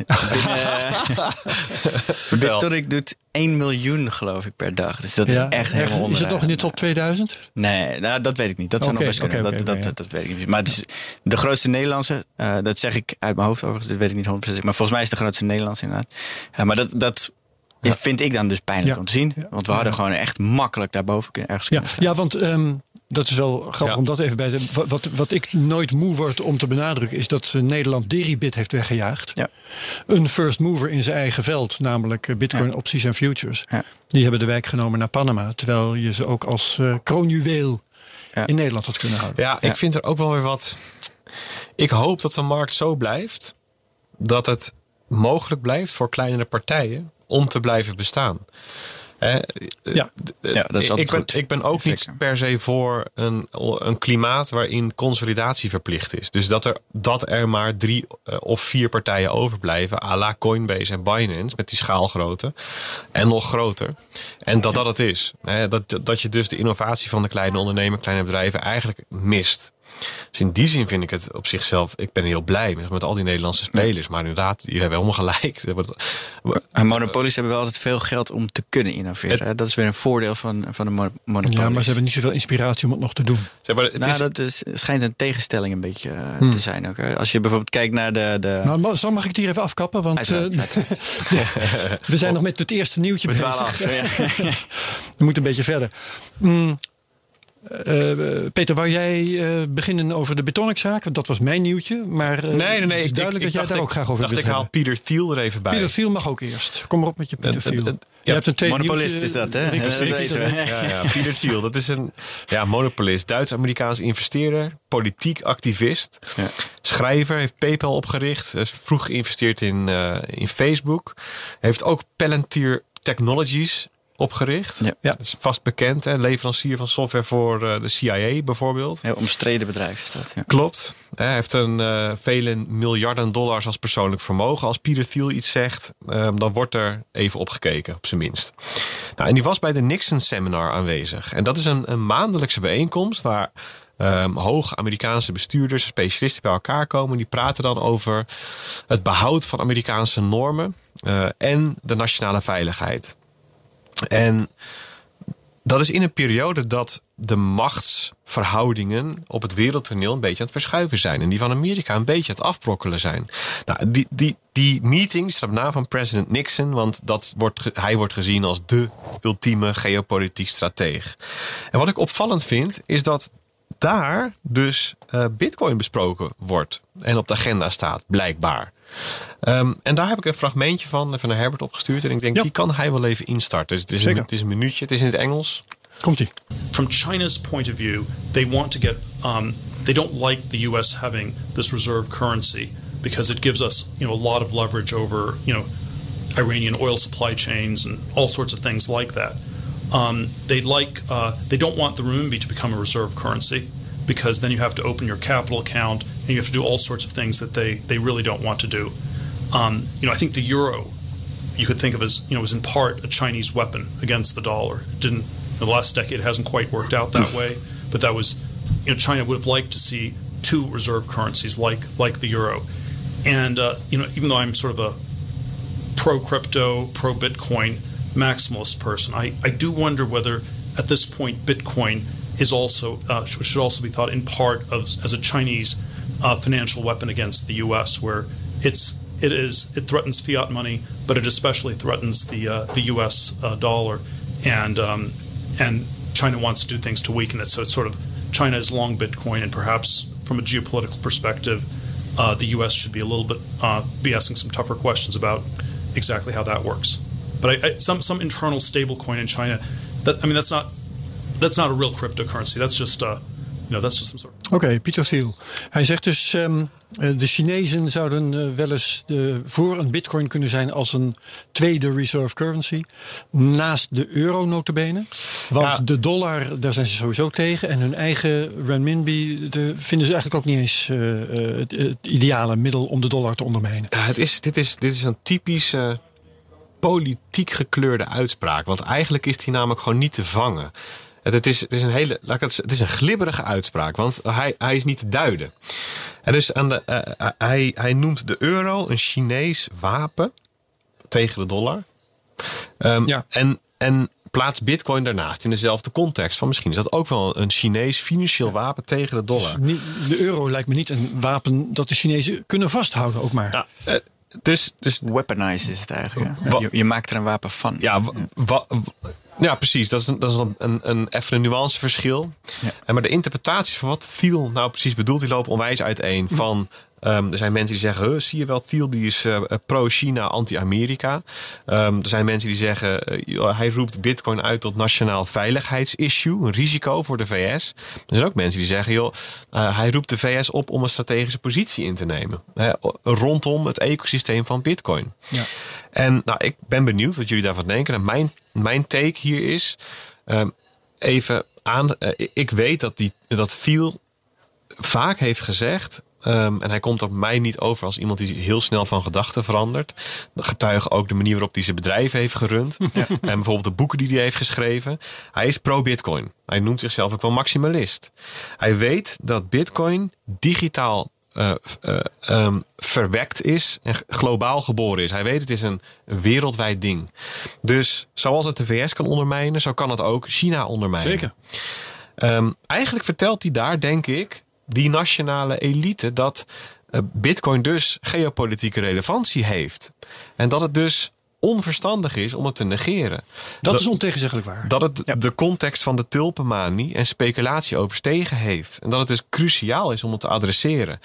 Binnen, Bitonic doet één miljoen, geloof ik, per dag. Dus dat is ja, echt helemaal onder. Is het nog in de top tweeduizend? Nee, nou, dat weet ik niet. Dat zou okay, nog best kunnen. Okay, okay, dat, okay, dat, ja. dat, dat weet ik niet. Maar het is de grootste Nederlandse, uh, dat zeg ik uit mijn hoofd overigens, dat weet ik niet honderd procent. Maar volgens mij is het de grootste Nederlandse inderdaad. Uh, maar dat, dat ja. vind ik dan dus pijnlijk ja. om te zien. Want we hadden ja. gewoon echt makkelijk daarboven ergens ja. kunnen staan. Ja, want Um, dat is wel grappig ja. om dat even bij te... Wat, wat ik nooit moe word om te benadrukken is dat Nederland Deribit heeft weggejaagd. Ja. Een first mover in zijn eigen veld, namelijk Bitcoin ja. opties en futures. Ja. Die hebben de wijk genomen naar Panama. Terwijl je ze ook als uh, kroonjuweel ja. in Nederland had kunnen houden. Ja, ik ja. vind er ook wel weer wat... Ik hoop dat de markt zo blijft dat het mogelijk blijft voor kleinere partijen om te blijven bestaan. He, ja. ja, dat is altijd ik, ben, goed. ik ben ook Zeker. niet per se voor een, een klimaat waarin consolidatie verplicht is. Dus dat er, dat er maar drie uh, of vier partijen overblijven, à la Coinbase en Binance, met die schaalgrootte en nog groter. En dat dat het is. He, dat, dat je dus de innovatie van de kleine ondernemer, kleine bedrijven eigenlijk mist. Dus in die zin vind ik het op zichzelf... Ik ben heel blij met, met al die Nederlandse spelers. Maar inderdaad, jullie hebben helemaal gelijk. En monopolies hebben wel altijd veel geld om te kunnen innoveren. Het, dat is weer een voordeel van, van de monopolies. Ja, maar ze hebben niet zoveel inspiratie om het nog te doen. Zeg maar, het nou, is, dat is, schijnt een tegenstelling een beetje uh, hmm. te zijn ook. Hè. Als je bijvoorbeeld kijkt naar de... de... Nou, zo mag ik het hier even afkappen. Want Uiteraard, uh, uiteraard. we zijn nog met het eerste nieuwtje bezig. af. Ja. We moeten een beetje verder. Mm. Uh, Peter, wou jij uh, beginnen over de Bitonic-zaak? Want dat was mijn nieuwtje. Maar uh, nee, nee, nee. het is ik, duidelijk ik, dat jij ik daar ik, ook graag over dacht, wilt ik haal hebben. Peter Thiel er even bij. Peter Thiel mag ook eerst. Kom maar op met je Peter Thiel. Je ja, hebt een tweede monopolist nieuwtje, is dat, hè? Rick, Ja, dat weten we. Ja, ja, Peter Thiel, dat is een ja, monopolist. Duits-Amerikaans investeerder, politiek activist, ja. schrijver, heeft PayPal opgericht, is vroeg geïnvesteerd in, uh, in Facebook. Heeft ook Palantir Technologies opgericht. Ja. Ja. Dat is vast bekend, hè? Leverancier van software voor uh, de C I A bijvoorbeeld. Heel omstreden bedrijf is dat. Ja. Klopt. Hij heeft een uh, vele miljarden dollars als persoonlijk vermogen. Als Peter Thiel iets zegt, um, dan wordt er even opgekeken, op zijn minst. Nou, en die was bij de Nixon Seminar aanwezig. En dat is een, een maandelijkse bijeenkomst waar um, hoge Amerikaanse bestuurders, specialisten bij elkaar komen. Die praten dan over het behoud van Amerikaanse normen uh, en de nationale veiligheid. En dat is in een periode dat de machtsverhoudingen op het wereldtoneel een beetje aan het verschuiven zijn. En die van Amerika een beetje aan het afbrokkelen zijn. Nou, die, die, die meeting die staat op naam van president Nixon. Want dat wordt, hij wordt gezien als de ultieme geopolitiek strateeg. En wat ik opvallend vind is dat daar dus uh, Bitcoin besproken wordt. En op de agenda staat, blijkbaar. Um, en daar heb ik een fragmentje van even naar Herbert opgestuurd. En ik denk, ja. die kan hij wel even instarten. Dus het is, een, het is een minuutje, het is in het Engels. Komt-ie. From China's point of view, they want to get, um, they don't like the U S having this reserve currency because it gives us, you know, a lot of leverage over, you know, Iranian oil supply chains and all sorts of things like that. Um, they'd like, uh, they don't want the renminbi to become a reserve currency because then you have to open your capital account and you have to do all sorts of things that they, they really don't want to do. Um, you know, I think the euro, you could think of as, you know, was in part a Chinese weapon against the dollar. It didn't, in the last decade, it hasn't quite worked out that way, but that was, you know, China would have liked to see two reserve currencies like like the euro. And, uh, you know, even though I'm sort of a pro-crypto, pro-Bitcoin maximalist person, I, I do wonder whether at this point Bitcoin is also uh, should also be thought in part of as a Chinese uh, financial weapon against the U S, where it's it is it threatens fiat money, but it especially threatens the uh, the U S uh, dollar, and um, and China wants to do things to weaken it. So it's sort of China is long Bitcoin, and perhaps from a geopolitical perspective, uh, the U S should be a little bit uh, be asking some tougher questions about exactly how that works. But I, I, some some internal stablecoin in China, that I mean that's not that's not a real cryptocurrency. That's just uh, you know that's just some sort of... Oké, okay, Peter Thiel. Hij zegt dus um, de Chinezen zouden uh, wel eens de, voor een bitcoin kunnen zijn als een tweede reserve currency. Naast de euro notabene. Want ja. de dollar, daar zijn ze sowieso tegen. En hun eigen renminbi de, vinden ze eigenlijk ook niet eens uh, uh, het, het ideale middel om de dollar te ondermijnen. Ja, het is, dit, is, dit is een typische politiek gekleurde uitspraak. Want eigenlijk is die namelijk gewoon niet te vangen. Het is, het is een hele, het is een glibberige uitspraak, want hij, hij is niet te duiden. En dus aan de, uh, hij, hij noemt de euro een Chinees wapen tegen de dollar. Um, ja. en, en plaatst Bitcoin daarnaast in dezelfde context. Van misschien is dat ook wel een Chinees financieel wapen tegen de dollar. De euro lijkt me niet een wapen dat de Chinezen kunnen vasthouden, ook maar. Ja, uh, Dus, dus, Weaponize is het eigenlijk. Ja. Je, je maakt er een wapen van. Ja, wa, wa, ja precies. Dat is, een, dat is een, een, een, even een nuanceverschil. Ja. En maar de interpretaties van wat Thiel nou precies bedoelt, die lopen onwijs uiteen. Van Um, er zijn mensen die zeggen, huh, zie je wel, Thiel die is uh, pro-China, anti-Amerika. Um, er zijn mensen die zeggen, uh, hij roept Bitcoin uit tot nationaal veiligheidsissue, een risico voor de V S. Er zijn ook mensen die zeggen, joh, uh, hij roept de V S op om een strategische positie in te nemen. Hè, rondom het ecosysteem van Bitcoin. Ja. En nou, ik ben benieuwd wat jullie daarvan denken. En mijn, mijn take hier is, um, even aan, uh, ik weet dat, die, dat Thiel vaak heeft gezegd, Um, en hij komt op mij niet over als iemand die heel snel van gedachten verandert. Dat getuigen ook de manier waarop hij zijn bedrijf heeft gerund. Ja. En bijvoorbeeld de boeken die hij heeft geschreven. Hij is pro-Bitcoin. Hij noemt zichzelf ook wel maximalist. Hij weet dat Bitcoin digitaal uh, uh, um, verwekt is en globaal geboren is. Hij weet het is een wereldwijd ding. Dus zoals het de V S kan ondermijnen, zo kan het ook China ondermijnen. Zeker. Um, eigenlijk vertelt hij daar, denk ik, die nationale elite dat uh, Bitcoin dus geopolitieke relevantie heeft. En dat het dus onverstandig is om het te negeren. Dat, dat is ontegenzeggelijk waar. Dat het ja. de context van de tulpenmanie en speculatie overstegen heeft. En dat het dus cruciaal is om het te adresseren.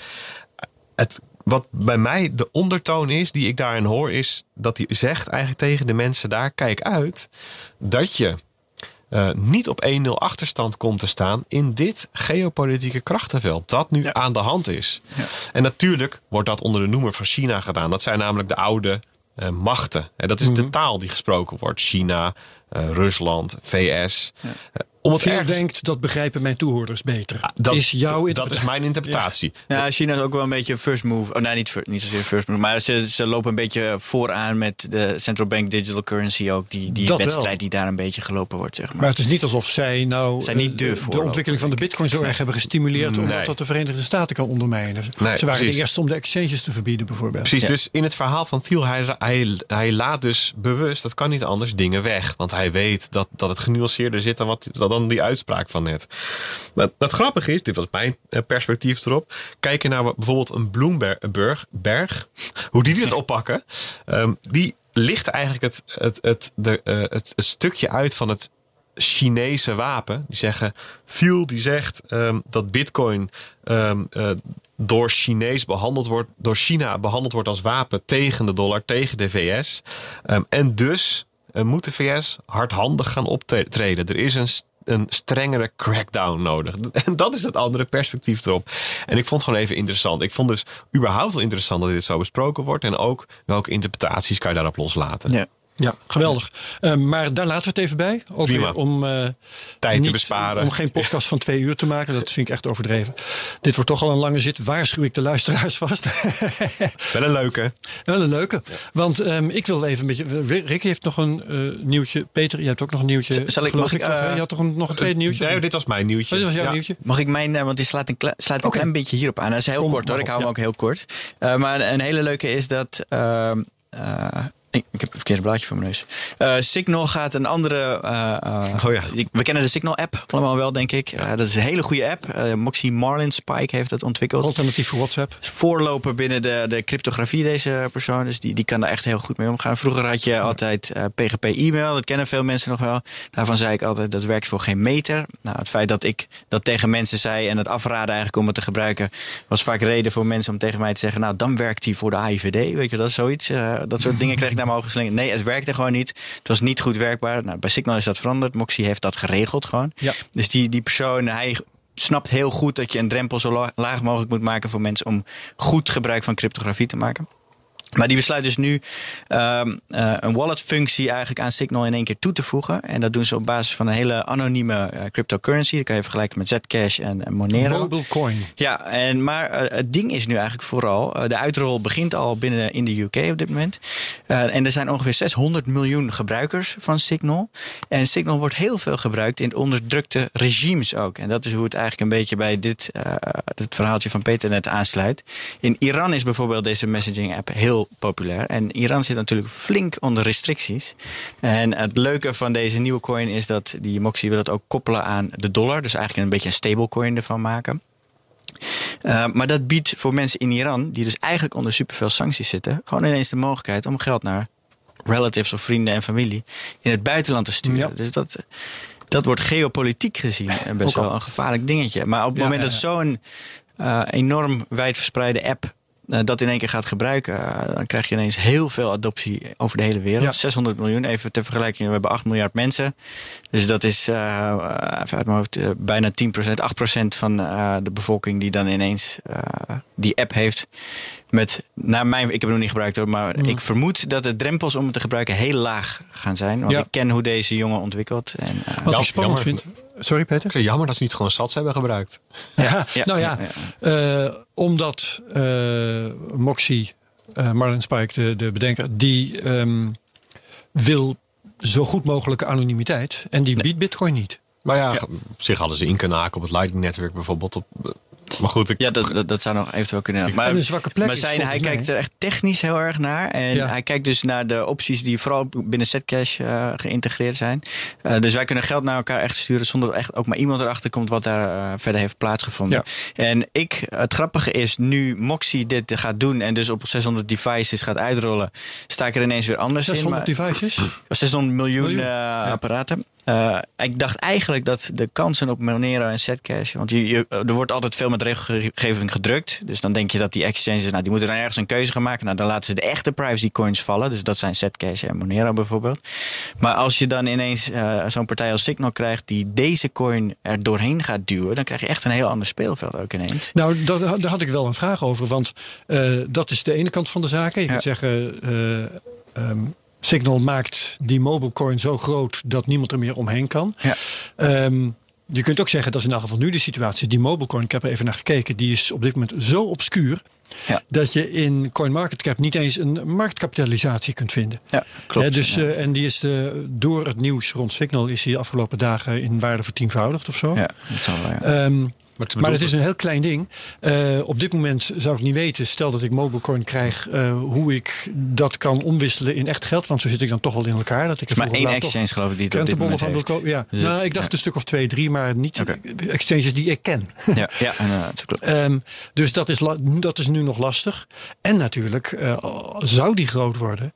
Het, wat bij mij de ondertoon is die ik daarin hoor, is dat hij zegt eigenlijk tegen de mensen daar, kijk uit dat je Uh, niet op één nul achterstand komt te staan in dit geopolitieke krachtenveld dat nu ja. aan de hand is. Ja. En natuurlijk wordt dat onder de noemer van China gedaan. Dat zijn namelijk de oude uh, machten. En dat is mm-hmm. de taal die gesproken wordt. China, uh, Rusland, V S. Ja. Uh, om het Veel ergens... denkt, dat begrijpen mijn toehoorders beter. Ah, dat, is jouw dat is mijn interpretatie. Ja, ja, China is ook wel een beetje first move. Oh, nee, niet, niet zozeer first move. Maar ze, ze lopen een beetje vooraan met de central bank digital currency ook. Die, die wedstrijd wel. Die daar een beetje gelopen wordt, zeg maar. Maar het is niet alsof zij nou zijn niet de, de, de ontwikkeling van de bitcoin zo erg hebben gestimuleerd. Nee. Omdat dat de Verenigde Staten kan ondermijnen. Nee, ze waren precies. de eerste om de exchanges te verbieden bijvoorbeeld. Precies, ja. dus in het verhaal van Thiel, hij, hij, hij laat dus bewust, dat kan niet anders, dingen weg. Want hij weet dat, dat het genuanceerder zit dan, wat, dan die uitspraak van net. Maar het grappige is, dit was mijn perspectief erop. Kijk je naar bijvoorbeeld een Bloomberg, Berg, hoe die dit oppakken. Um, die licht eigenlijk het, het, het, de, uh, het, het stukje uit van het Chinese wapen. Die zeggen, Thiel die zegt um, dat Bitcoin um, uh, door Chinees behandeld wordt, door China behandeld wordt als wapen tegen de dollar, tegen de V S. Um, en dus uh, moet de V S hardhandig gaan optreden. Er is een een strengere crackdown nodig. En dat is het andere perspectief erop. En ik vond het gewoon even interessant. Ik vond dus überhaupt wel interessant dat dit zo besproken wordt. En ook welke interpretaties kan je daarop loslaten. Ja. Ja, geweldig. Uh, maar daar laten we het even bij. Ook weer om uh, tijd niet, te besparen. Om geen podcast van twee uur te maken. Dat vind ik echt overdreven. Dit wordt toch al een lange zit. Waarschuw ik de luisteraars vast. Wel een leuke. Wel een leuke. Want um, ik wil even een beetje... Ricky heeft nog een uh, nieuwtje. Peter, je hebt ook nog een nieuwtje. Zal ik, mag ik, ik toch, uh, je had toch een, nog een tweede nieuwtje? Nee, dit was mijn nieuwtje. Oh, dit was jouw ja. nieuwtje? Mag ik mijn... Uh, want die slaat een, kle- slaat een okay. klein beetje hierop aan. Dat is heel Kom, kort hoor. Ik hou ja. hem ook heel kort. Uh, maar een hele leuke is dat... Uh, uh, Ik heb een verkeerde blaadje voor mijn neus. Uh, Signal gaat een andere... Uh, uh, oh ja. We kennen de Signal-app allemaal wel, denk ik. Uh, dat is een hele goede app. Uh, Moxie Marlin Spike heeft dat ontwikkeld. Alternatief voor WhatsApp. Voorloper binnen de, de cryptografie, deze persoon. Dus die, die kan daar echt heel goed mee omgaan. Vroeger had je altijd uh, P G P-e-mail. Dat kennen veel mensen nog wel. Daarvan zei ik altijd, dat werkt voor geen meter. Nou, het feit dat ik dat tegen mensen zei en het afraden eigenlijk om het te gebruiken, was vaak reden voor mensen om tegen mij te zeggen, nou, dan werkt die voor de A I V D. Weet je, dat is zoiets. Uh, dat soort dingen kreeg ik naar mijn hoofd geslingerd. Nee, het werkte gewoon niet. Het was niet goed werkbaar. Nou, bij Signal is dat veranderd. Moxie heeft dat geregeld gewoon. Ja. Dus die, die persoon, hij snapt heel goed dat je een drempel zo la- laag mogelijk moet maken voor mensen om goed gebruik van cryptografie te maken. Maar die besluit dus nu um, uh, een wallet-functie eigenlijk aan Signal in één keer toe te voegen. En dat doen ze op basis van een hele anonieme uh, cryptocurrency. Dat kan je vergelijken met Zcash en, en Monero. Mobile coin. Ja, en, maar uh, het ding is nu eigenlijk vooral, uh, de uitrol begint al binnen in de U K op dit moment. Uh, en er zijn ongeveer zeshonderd miljoen gebruikers van Signal. En Signal wordt heel veel gebruikt in onderdrukte regimes ook. En dat is hoe het eigenlijk een beetje bij dit, uh, dit verhaaltje van Peter net aansluit. In Iran is bijvoorbeeld deze messaging app heel populair. En Iran zit natuurlijk flink onder restricties. En het leuke van deze nieuwe coin is dat die Moxie wil het ook koppelen aan de dollar. Dus eigenlijk een beetje een stablecoin ervan maken. Uh, maar dat biedt voor mensen in Iran, die dus eigenlijk onder superveel sancties zitten, gewoon ineens de mogelijkheid om geld naar relatives of vrienden en familie in het buitenland te sturen. Ja. Dus dat, dat wordt geopolitiek gezien best wel een gevaarlijk dingetje. Maar op het ja, moment ja, ja. dat zo'n uh, enorm wijdverspreide app uh, dat in één keer gaat gebruiken, uh, dan krijg je ineens heel veel adoptie over de hele wereld. Ja. zeshonderd miljoen, even ter vergelijking, we hebben acht miljard mensen. Dus dat is uh, uit mijn hoofd uh, bijna tien procent, acht procent van uh, de bevolking die dan ineens uh, die app heeft. Met, naar mijn, ik heb het nog niet gebruikt hoor, maar mm. ik vermoed dat de drempels om het te gebruiken heel laag gaan zijn. Want ja. ik ken hoe deze jongen ontwikkelt. En, uh, Wat ik spannend vind. Sorry Peter? Jammer dat ze niet gewoon Sats hebben gebruikt. Ja, ja, nou ja, ja, ja. Uh, omdat uh, Moxie, uh, Marlin Spike, de, de bedenker, die um, wil zo goed mogelijke anonimiteit. En die nee. biedt Bitcoin niet. Maar ja, ja, op zich hadden ze in kunnen haken op het Lightning-netwerk bijvoorbeeld. Op, maar goed, ik... Ja, dat, dat, dat zou nog eventueel kunnen. Maar, een zwakke plek maar zijn, hij mij. kijkt er echt technisch heel erg naar. En ja. hij kijkt dus naar de opties die vooral binnen Zcash uh, geïntegreerd zijn. Uh, dus wij kunnen geld naar elkaar echt sturen zonder dat echt ook maar iemand erachter komt wat daar uh, verder heeft plaatsgevonden. Ja. En ik, het grappige is, nu Moxie dit gaat doen en dus op zeshonderd devices gaat uitrollen, sta ik er ineens weer anders zeshonderd in. zeshonderd devices? zeshonderd miljoen, miljoen. Uh, ja. apparaten. Uh, ik dacht eigenlijk dat de kansen op Monero en Zcash, want je, je, er wordt altijd veel met regelgeving gedrukt. Dus dan denk je dat die exchanges, nou, die moeten dan ergens een keuze gaan maken. Nou, dan laten ze de echte privacy coins vallen. Dus dat zijn Zcash en Monero bijvoorbeeld. Maar als je dan ineens uh, zo'n partij als Signal krijgt die deze coin er doorheen gaat duwen, dan krijg je echt een heel ander speelveld ook ineens. Nou, dat, daar had ik wel een vraag over. Want uh, dat is de ene kant van de zaken. Je ja. kunt zeggen, Uh, um, Signal maakt die mobile coin zo groot dat niemand er meer omheen kan. Ja. Um, je kunt ook zeggen, dat is in elk geval nu de situatie. Die mobile coin, ik heb er even naar gekeken, die is op dit moment zo obscuur. Ja. Dat je in CoinMarketCap niet eens een marktkapitalisatie kunt vinden. Ja, klopt. He, dus, uh, en die is de, door het nieuws rond Signal is die de afgelopen dagen in waarde vertienvoudigd of zo. Ja, dat zal wel. Ja. Um, Maar, maar het is een heel klein ding. Uh, op dit moment zou ik niet weten, stel dat ik mobilecoin krijg, uh, hoe ik dat kan omwisselen in echt geld. Want zo zit ik dan toch wel in elkaar. Dat ik er maar één exchange geloof ik die het op dit moment heeft. Wil ja. Dus nou, het, ik dacht ja. een stuk of twee, drie, maar niet okay. exchanges die ik ken. Ja, ja dat klopt. um, dus dat is, dat is nu nog lastig. En natuurlijk, uh, zou die groot worden,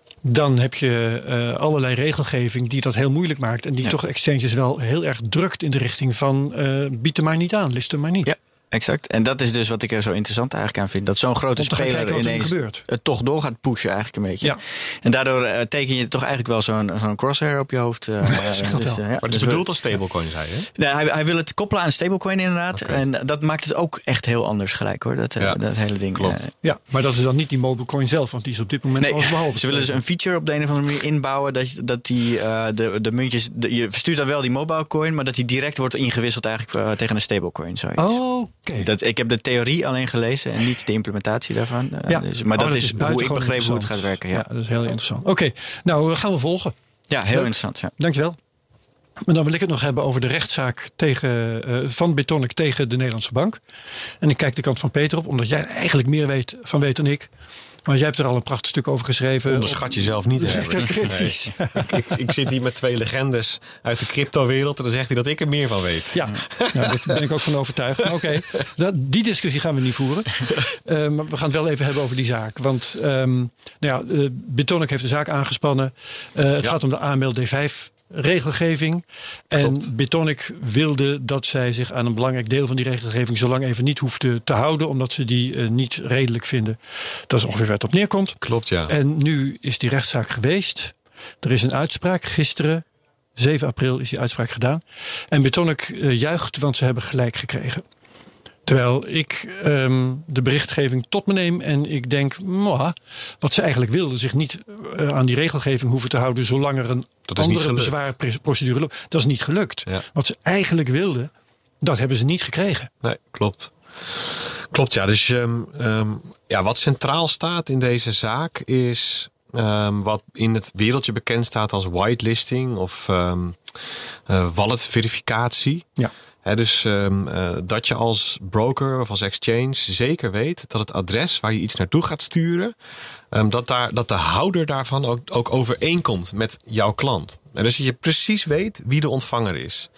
dan heb je uh, allerlei regelgeving die dat heel moeilijk maakt. En die ja. toch exchanges wel heel erg drukt in de richting van uh, bied er maar niet aan, list er maar niet. Ja, exact. En dat is dus wat ik er zo interessant eigenlijk aan vind. Dat zo'n grote speler ineens het toch door gaat pushen eigenlijk een beetje. Ja. En daardoor uh, teken je toch eigenlijk wel zo'n, zo'n crosshair op je hoofd. Uh, ja, zeg dat dus, wel. Uh, ja, maar het is dus bedoeld als stablecoin, zei je? Ja, hij, hij wil het koppelen aan een stablecoin inderdaad. Okay. En dat maakt het ook echt heel anders gelijk hoor. Dat, uh, ja. dat hele ding. Klopt. Uh, ja, maar dat is dan niet die mobilecoin zelf. Want die is op dit moment nee, alles behalve. Ze willen dus een feature op de een of andere manier inbouwen. Dat, dat die uh, de, de muntjes. De, je verstuurt dan wel die mobile coin. Maar dat die direct wordt ingewisseld eigenlijk uh, tegen een stablecoin. Zoiets. Oh, oké. Okay. Dat, ik heb de theorie alleen gelezen en niet de implementatie daarvan. Uh, ja. dus, maar oh, dat, dat is, is hoe ik begreep hoe het gaat werken. Ja, ja dat is heel interessant. Oké, okay. nou gaan we volgen. Ja, heel Leuk. interessant. Ja. Dankjewel. Maar dan wil ik het nog hebben over de rechtszaak tegen, uh, van Bitonic tegen de Nederlandse Bank. En ik kijk de kant van Peter op, omdat jij er eigenlijk meer weet van weet dan ik. Maar jij hebt er al een prachtig stuk over geschreven. Onderschat jezelf niet. Cryptisch. Nee. ik, ik zit hier met twee legendes uit de cryptowereld. En dan zegt hij dat ik er meer van weet. Ja, nou, daar ben ik ook van overtuigd. Oké, okay, die discussie gaan we niet voeren. Uh, maar we gaan het wel even hebben over die zaak. Want um, nou ja, uh, Bitonic heeft de zaak aangespannen. Uh, het ja. gaat om de A M L D vijf regelgeving. En Klopt. Bitonic wilde dat zij zich aan een belangrijk deel van die regelgeving zo lang even niet hoefde te houden, omdat ze die uh, niet redelijk vinden. Dat is ongeveer waar het op neerkomt. Klopt, ja. En nu is die rechtszaak geweest. Er is een uitspraak. Gisteren, zeven april, is die uitspraak gedaan. En Bitonic uh, juicht, want ze hebben gelijk gekregen. Terwijl ik um, de berichtgeving tot me neem en ik denk, mwah, wat ze eigenlijk wilden, zich niet uh, aan die regelgeving hoeven te houden zolang er een andere bezwaarprocedure loopt. Dat is niet gelukt. Ja. Wat ze eigenlijk wilden, dat hebben ze niet gekregen. Nee, klopt. Klopt, ja. Dus um, um, ja, wat centraal staat in deze zaak is um, wat in het wereldje bekend staat als whitelisting of um, uh, wallet-verificatie. Ja. He, dus um, uh, dat je als broker of als exchange zeker weet dat het adres waar je iets naartoe gaat sturen, um, dat, daar, dat de houder daarvan ook, ook overeenkomt met jouw klant. En dus dat je precies weet wie de ontvanger is.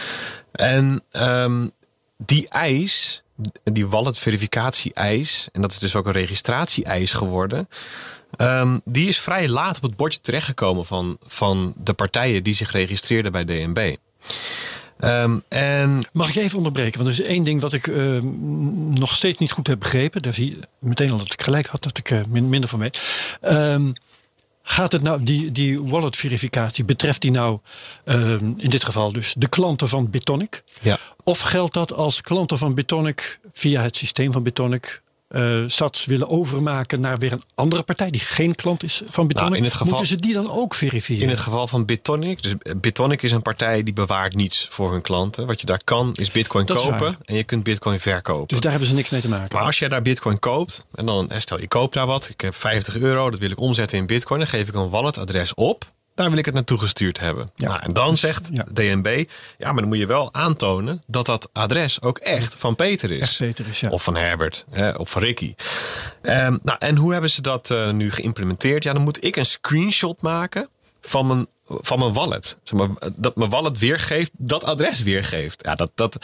En um, die eis, die wallet verificatie eis, en dat is dus ook een registratie eis geworden, um, die is vrij laat op het bordje terechtgekomen van, van de partijen die zich registreerden bij D N B. Um, en Mag ik je even onderbreken? Want er is één ding wat ik uh, nog steeds niet goed heb begrepen. Daar zie je meteen al dat ik gelijk had, dat ik uh, minder van weet. Um, Gaat het nou, die, die wallet verificatie, betreft die nou uh, in dit geval dus de klanten van Bitonic? Ja. Of geldt dat als klanten van Bitonic via het systeem van Bitonic uh, sats willen overmaken naar weer een andere partij die geen klant is van Bitonic? Nou, in het geval, moeten ze die dan ook verifiëren? In het geval van Bitonic, dus Bitonic is een partij die bewaart niets voor hun klanten. Wat je daar kan is Bitcoin dat kopen is en je kunt Bitcoin verkopen. Dus daar hebben ze niks mee te maken. Maar als jij daar Bitcoin koopt en dan stel je koopt daar wat, ik heb vijftig euro, dat wil ik omzetten in Bitcoin, dan geef ik een walletadres op. Daar wil ik het naartoe gestuurd hebben. Ja. Nou, en dan dus, zegt ja. D N B, ja, maar dan moet je wel aantonen dat dat adres ook echt van Peter is. Echt Peter is, ja. Of van Herbert, hè, of van Ricky. Um, nou, en hoe hebben ze dat uh, nu geïmplementeerd? Ja, dan moet ik een screenshot maken van mijn, van mijn wallet. Zeg maar, dat mijn wallet weergeeft, dat adres weergeeft. Ja, dat... dat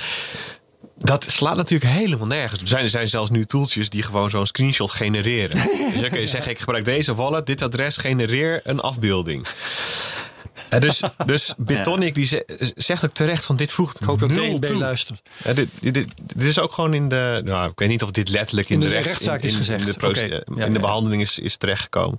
Dat slaat natuurlijk helemaal nergens. Er zijn, er zijn zelfs nu tooltjes die gewoon zo'n screenshot genereren. Dus dan kun je zeggen, ik gebruik deze wallet, dit adres, genereer een afbeelding. En dus, dus Bitonic die zegt ook terecht van dit voegt Ik hoop dat nul D N B toe. luistert. Ja, dit, dit, dit is ook gewoon in de... Nou, ik weet niet of dit letterlijk in, In de de, rechts, rechtszaak in, is in, gezegd. in de, proce- Okay. in Ja, de ja. behandeling is, is terechtgekomen.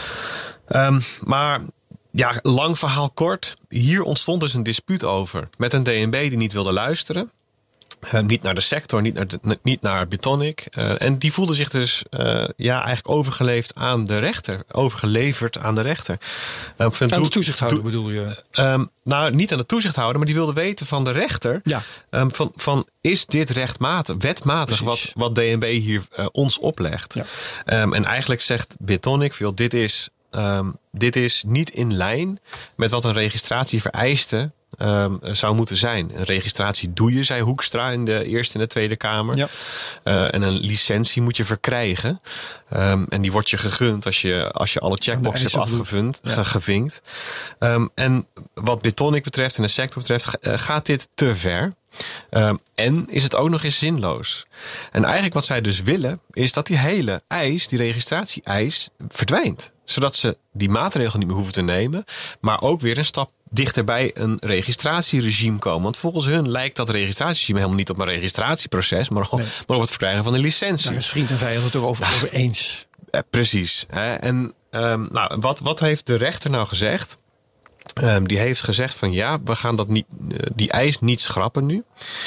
Um, maar... Ja, lang verhaal kort. Hier ontstond dus een dispuut over. Met een D N B die niet wilde luisteren. Uh, niet naar de sector, niet naar, de, niet naar Bitonic. Uh, en die voelde zich dus uh, ja, eigenlijk overgeleefd aan de rechter. Overgeleverd aan de rechter. Uh, Aan de doe, toezichthouder doe, bedoel je? Um, nou, niet aan de toezichthouder, maar die wilde weten van de rechter. Ja. Um, van, van is dit rechtmatig, wetmatig wat, wat D N B hier uh, ons oplegt? Ja. Um, en eigenlijk zegt Bitonic, joh, dit is... Um, dit is niet in lijn met wat een registratie vereiste um, zou moeten zijn. Een registratie doe je, zei Hoekstra in de Eerste en de Tweede Kamer. Ja. Uh, en een licentie moet je verkrijgen. Um, en die wordt je gegund als je, als je alle checkboxes hebt afgevinkt. Ja. gevinkt. Um, en wat Bitonic betreft en de sector betreft uh, gaat dit te ver. Um, en is het ook nog eens zinloos. En eigenlijk wat zij dus willen is dat die hele eis, die registratie-eis, verdwijnt. Zodat ze die maatregel niet meer hoeven te nemen, maar ook weer een stap dichter bij een registratieregime komen. Want volgens hun lijkt dat registratieregime helemaal niet op een registratieproces, maar, nee. maar op het verkrijgen van een licentie. Daar is vriend en vijand het ook over, nou, over eens. Eh, precies. Hè? En um, nou, wat, wat heeft de rechter nou gezegd? Um, die heeft gezegd van ja, we gaan dat niet, uh, die eis niet schrappen nu.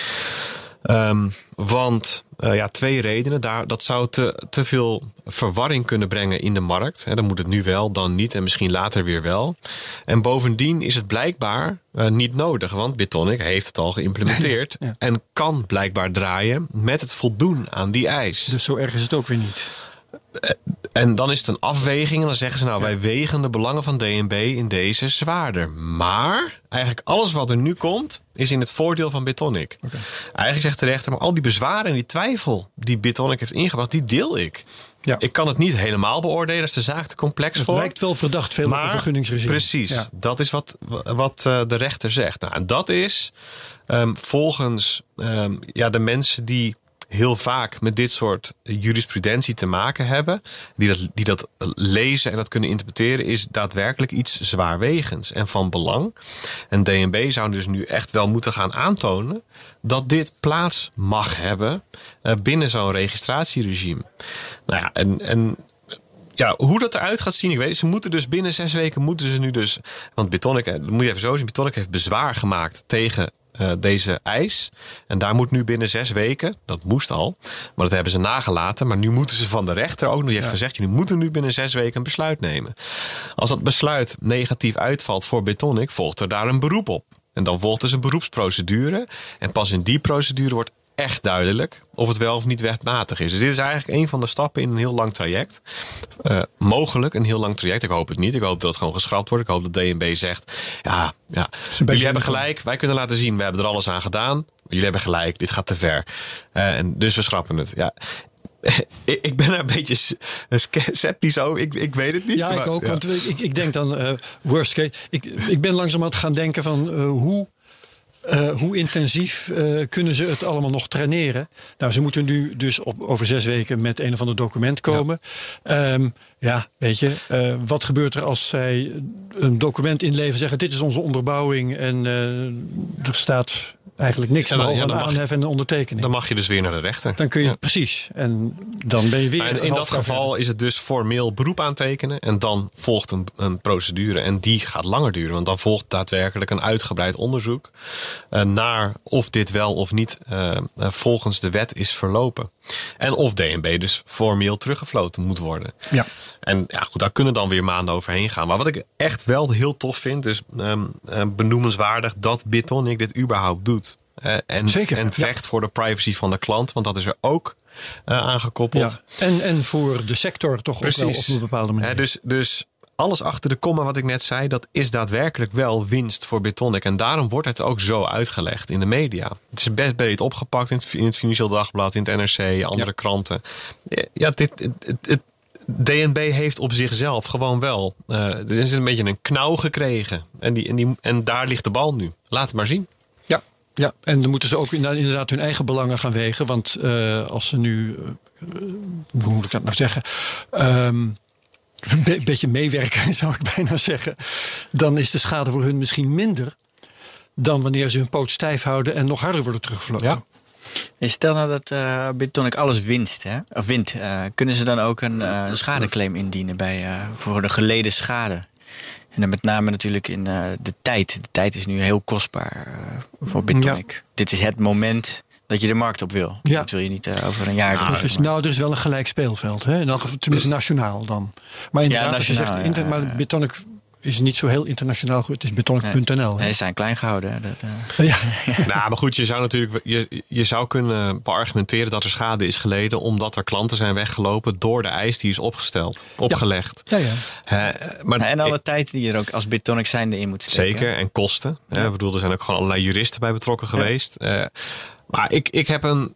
Um, want uh, ja, twee redenen. Daar, dat zou te, te veel verwarring kunnen brengen in de markt. He, dan moet het nu wel, dan niet en misschien later weer wel. En bovendien is het blijkbaar uh, niet nodig. Want Bitonic heeft het al geïmplementeerd. Ja. En kan blijkbaar draaien met het voldoen aan die eis. Dus zo erg is het ook weer niet. En dan is het een afweging. En dan zeggen ze nou, ja. wij wegen de belangen van D N B in deze zwaarder. Maar eigenlijk alles wat er nu komt, is in het voordeel van Bitonic. Okay. Eigenlijk zegt de rechter, maar al die bezwaren en die twijfel die Bitonic heeft ingebracht, die deel ik. Ja. Ik kan het niet helemaal beoordelen, als de zaak te complex het voor. Het lijkt wel verdacht veel maar, op een vergunningsregime. Precies, ja. Dat is wat, wat uh, de rechter zegt. Nou, en dat is um, volgens um, ja, de mensen die heel vaak met dit soort jurisprudentie te maken hebben, die dat, die dat lezen en dat kunnen interpreteren, is daadwerkelijk iets zwaarwegends en van belang. En D N B zou dus nu echt wel moeten gaan aantonen dat dit plaats mag hebben uh, binnen zo'n registratieregime. Nou ja, en, en ja, hoe dat eruit gaat zien, ik weet. Ze moeten dus binnen zes weken moeten ze nu dus, want Bitonic, dat moet je even zo zien, Bitonic heeft bezwaar gemaakt tegen Uh, deze eis. En daar moet nu binnen zes weken, dat moest al, maar dat hebben ze nagelaten. Maar nu moeten ze van de rechter ook nog, die heeft ja. gezegd, jullie moeten nu binnen zes weken een besluit nemen. Als dat besluit negatief uitvalt voor Bitonic, volgt er daar een beroep op. En dan volgt dus een beroepsprocedure. En pas in die procedure wordt echt duidelijk of het wel of niet wetmatig is. Dus dit is eigenlijk een van de stappen in een heel lang traject. Uh, mogelijk een heel lang traject. Ik hoop het niet. Ik hoop dat het gewoon geschrapt wordt. Ik hoop dat D N B zegt, ja, ja jullie hebben gelijk. Wij kunnen laten zien, we hebben er alles aan gedaan. Jullie hebben gelijk, dit gaat te ver. Uh, en dus we schrappen het. Ja. Ik ben er een beetje sceptisch over. Ik, ik weet het niet. Ja, maar, ik ook. Ja. Want ik, ik denk dan, uh, worst case. Ik, ik ben langzaam aan het gaan denken van uh, hoe Uh, hoe intensief uh, kunnen ze het allemaal nog traineren? Nou, ze moeten nu dus op, over zes weken met een of ander document komen. Ja, um, ja weet je, uh, wat gebeurt er als zij een document inleveren, zeggen dit is onze onderbouwing en uh, er staat eigenlijk niks ja, dan, behalve ja, een aanhef en een ondertekening. Dan mag je dus weer naar de rechter. Dan kun je, ja. precies. En dan ben je weer... En in dat geval verder. Is het dus formeel beroep aantekenen. En dan volgt een, een procedure. En die gaat langer duren. Want dan volgt daadwerkelijk een uitgebreid onderzoek uh, naar of dit wel of niet uh, uh, volgens de wet is verlopen. En of D N B dus formeel teruggefloten moet worden. Ja. En ja, goed, daar kunnen dan weer maanden overheen gaan. Maar wat ik echt wel heel tof vind, dus um, uh, benoemenswaardig dat BitTonic dit überhaupt doet. Uh, en, Zeker, en vecht ja. voor de privacy van de klant, want dat is er ook uh, aangekoppeld. Ja. En, en voor de sector toch Precies. ook wel op een bepaalde manier. Ja, dus, dus alles achter de komma wat ik net zei, dat is daadwerkelijk wel winst voor BitTonic. En daarom wordt het ook zo uitgelegd in de media. Het is best breed opgepakt in het, in het Financieel Dagblad, in het N R C, andere ja. kranten. Ja, dit, het, het, het D N B heeft op zichzelf gewoon wel uh, er is een beetje een knauw gekregen. En, die, en, die, en daar ligt de bal nu. Laat het maar zien. Ja, ja. En dan moeten ze ook inderdaad hun eigen belangen gaan wegen. Want uh, als ze nu, uh, hoe moet ik dat nou zeggen, um, een be- beetje meewerken zou ik bijna zeggen, dan is de schade voor hun misschien minder dan wanneer ze hun poot stijf houden en nog harder worden teruggevloten. Ja. En stel nou dat uh, BitTonic alles winst, hè? Of wint, uh, kunnen ze dan ook een uh, schadeclaim indienen bij, uh, voor de geleden schade? En dan met name natuurlijk in uh, de tijd. De tijd is nu heel kostbaar uh, voor BitTonic. Ja. Dit is het moment dat je de markt op wil. Ja. Dat wil je niet uh, over een jaar doen. Nou, dus, nou, er is wel een gelijk speelveld. Hè? In elk geval, tenminste nationaal dan. Maar inderdaad, ja, nationaal, als je zegt, inter- ja, ja, ja. maar BitTonic is niet zo heel internationaal. Het is BitTonic punt n l. Nee, ze zijn klein gehouden. Dat, uh... ja. Nou, maar goed, je zou natuurlijk je, je zou kunnen beargumenteren dat er schade is geleden omdat er klanten zijn weggelopen door de eis die is opgesteld, opgelegd. Ja, ja. ja. Uh, maar ja, en alle ik, tijd die je er ook als BitTonic zijnde in moet steken. Zeker, en kosten. Ja. Uh, ik bedoel, er zijn ook gewoon allerlei juristen bij betrokken ja. geweest. Uh, maar ik, ik heb een...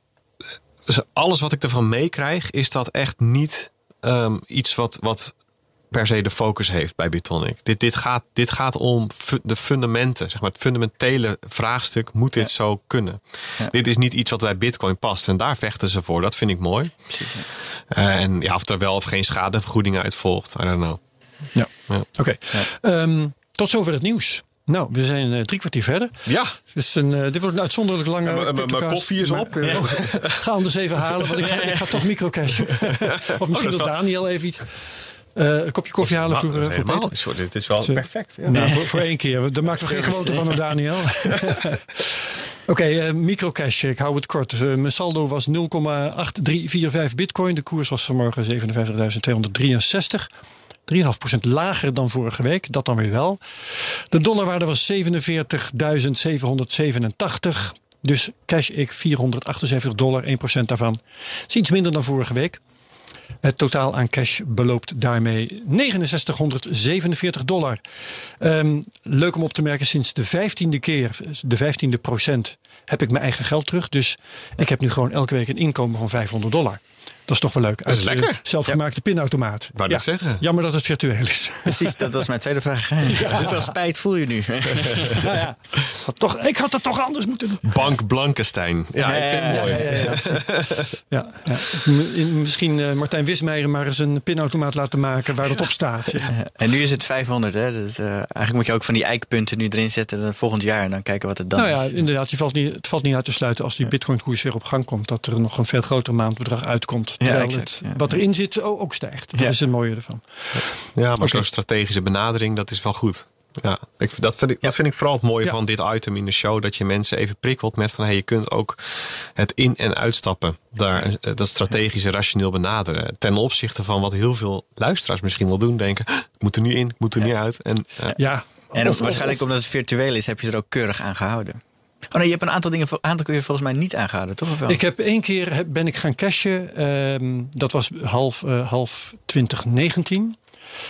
Alles wat ik ervan meekrijg is dat echt niet um, iets wat... wat per se de focus heeft bij BitTonic. Dit, dit, gaat, dit gaat om fu- de fundamenten, zeg maar het fundamentele vraagstuk. Moet dit ja. zo kunnen? Ja. Dit is niet iets wat bij Bitcoin past. En daar vechten ze voor. Dat vind ik mooi. Precies. Ja. Uh, en ja, of er wel of geen schadevergoeding uit volgt. I don't know. Ja, ja. oké. Okay. Ja. Um, tot zover het nieuws. Nou, we zijn uh, drie kwartier verder. Ja. Dus een, uh, dit wordt een uitzonderlijk lange ja, Mijn koffie is op. Ja. Ga anders even halen, want ik ga, ik ga toch microcashen. Of misschien oh, wil Daniel even iets... Uh, een kopje koffie halen voor, uh, voor Peter. Sorry, dit is wel uh, perfect. Ja. Nou, voor, voor één keer. Daar maakt nog geen gewoonte van, Daniel. Oké, okay, uh, microcash. Ik hou het kort. Uh, mijn saldo was nul komma acht drie vier vijf bitcoin. De koers was vanmorgen zevenenvijftigduizend tweehonderddrieënzestig. drie komma vijf procent lager dan vorige week. Dat dan weer wel. De dollarwaarde was zevenenveertigduizend zevenhonderdzevenentachtig. Dus cash ik vierhonderdachtenzeventig dollar, één procent daarvan. Dat is iets minder dan vorige week. Het totaal aan cash beloopt daarmee negenenzestighonderdzevenenveertig dollar. Um, leuk om op te merken, sinds de vijftiende keer, de vijftiende procent, heb ik mijn eigen geld terug. Dus ik heb nu gewoon elke week een inkomen van vijfhonderd dollar. Dat is toch wel leuk. Dat is uit lekker. Uh, zelfgemaakte ja. pinautomaat. Wou ja. dat zeggen? Jammer dat het virtueel is. Precies, dat was mijn tweede vraag. Ja. Hoeveel spijt voel je nu? Nou ja, had toch, ik had het toch anders moeten doen. Bank Blankenstein. Ja, ja, ik vind het mooi. Ja, ja, ja, ja, ja. Misschien uh, Martijn Wismeijer maar eens een pinautomaat laten maken waar dat op staat. Ja. En nu is het vijfhonderd. Hè? Dus, uh, eigenlijk moet je ook van die eikpunten nu erin zetten volgend jaar en dan kijken wat het dan nou ja, is. Inderdaad, je valt niet, het valt niet uit te sluiten als die Bitcoin-koers weer op gang komt. Dat er nog een veel groter maandbedrag uitkomt. Terwijl ja, exact, het, ja. wat erin zit ook, ook stijgt. Dat ja. is het mooie ervan. Ja, maar okay. zo'n strategische benadering, dat is wel goed. Ja, ik, dat, vind ik, ja. dat vind ik vooral het mooie ja. van dit item in de show. Dat je mensen even prikkelt met van hey, je kunt ook het in- en uitstappen. Daar, dat strategische rationeel benaderen. Ten opzichte van wat heel veel luisteraars misschien wel doen. Denken, ik moet er nu in, ik moet er ja. nu uit. En, uh, ja. en of, waarschijnlijk of, omdat het virtueel is, heb je er ook keurig aan gehouden. Oh nee, je hebt een aantal dingen, een aantal kun je volgens mij niet aangehouden, toch? Of wel? Ik heb één keer ben ik gaan cashen. Um, dat was half, uh, half twintig negentien.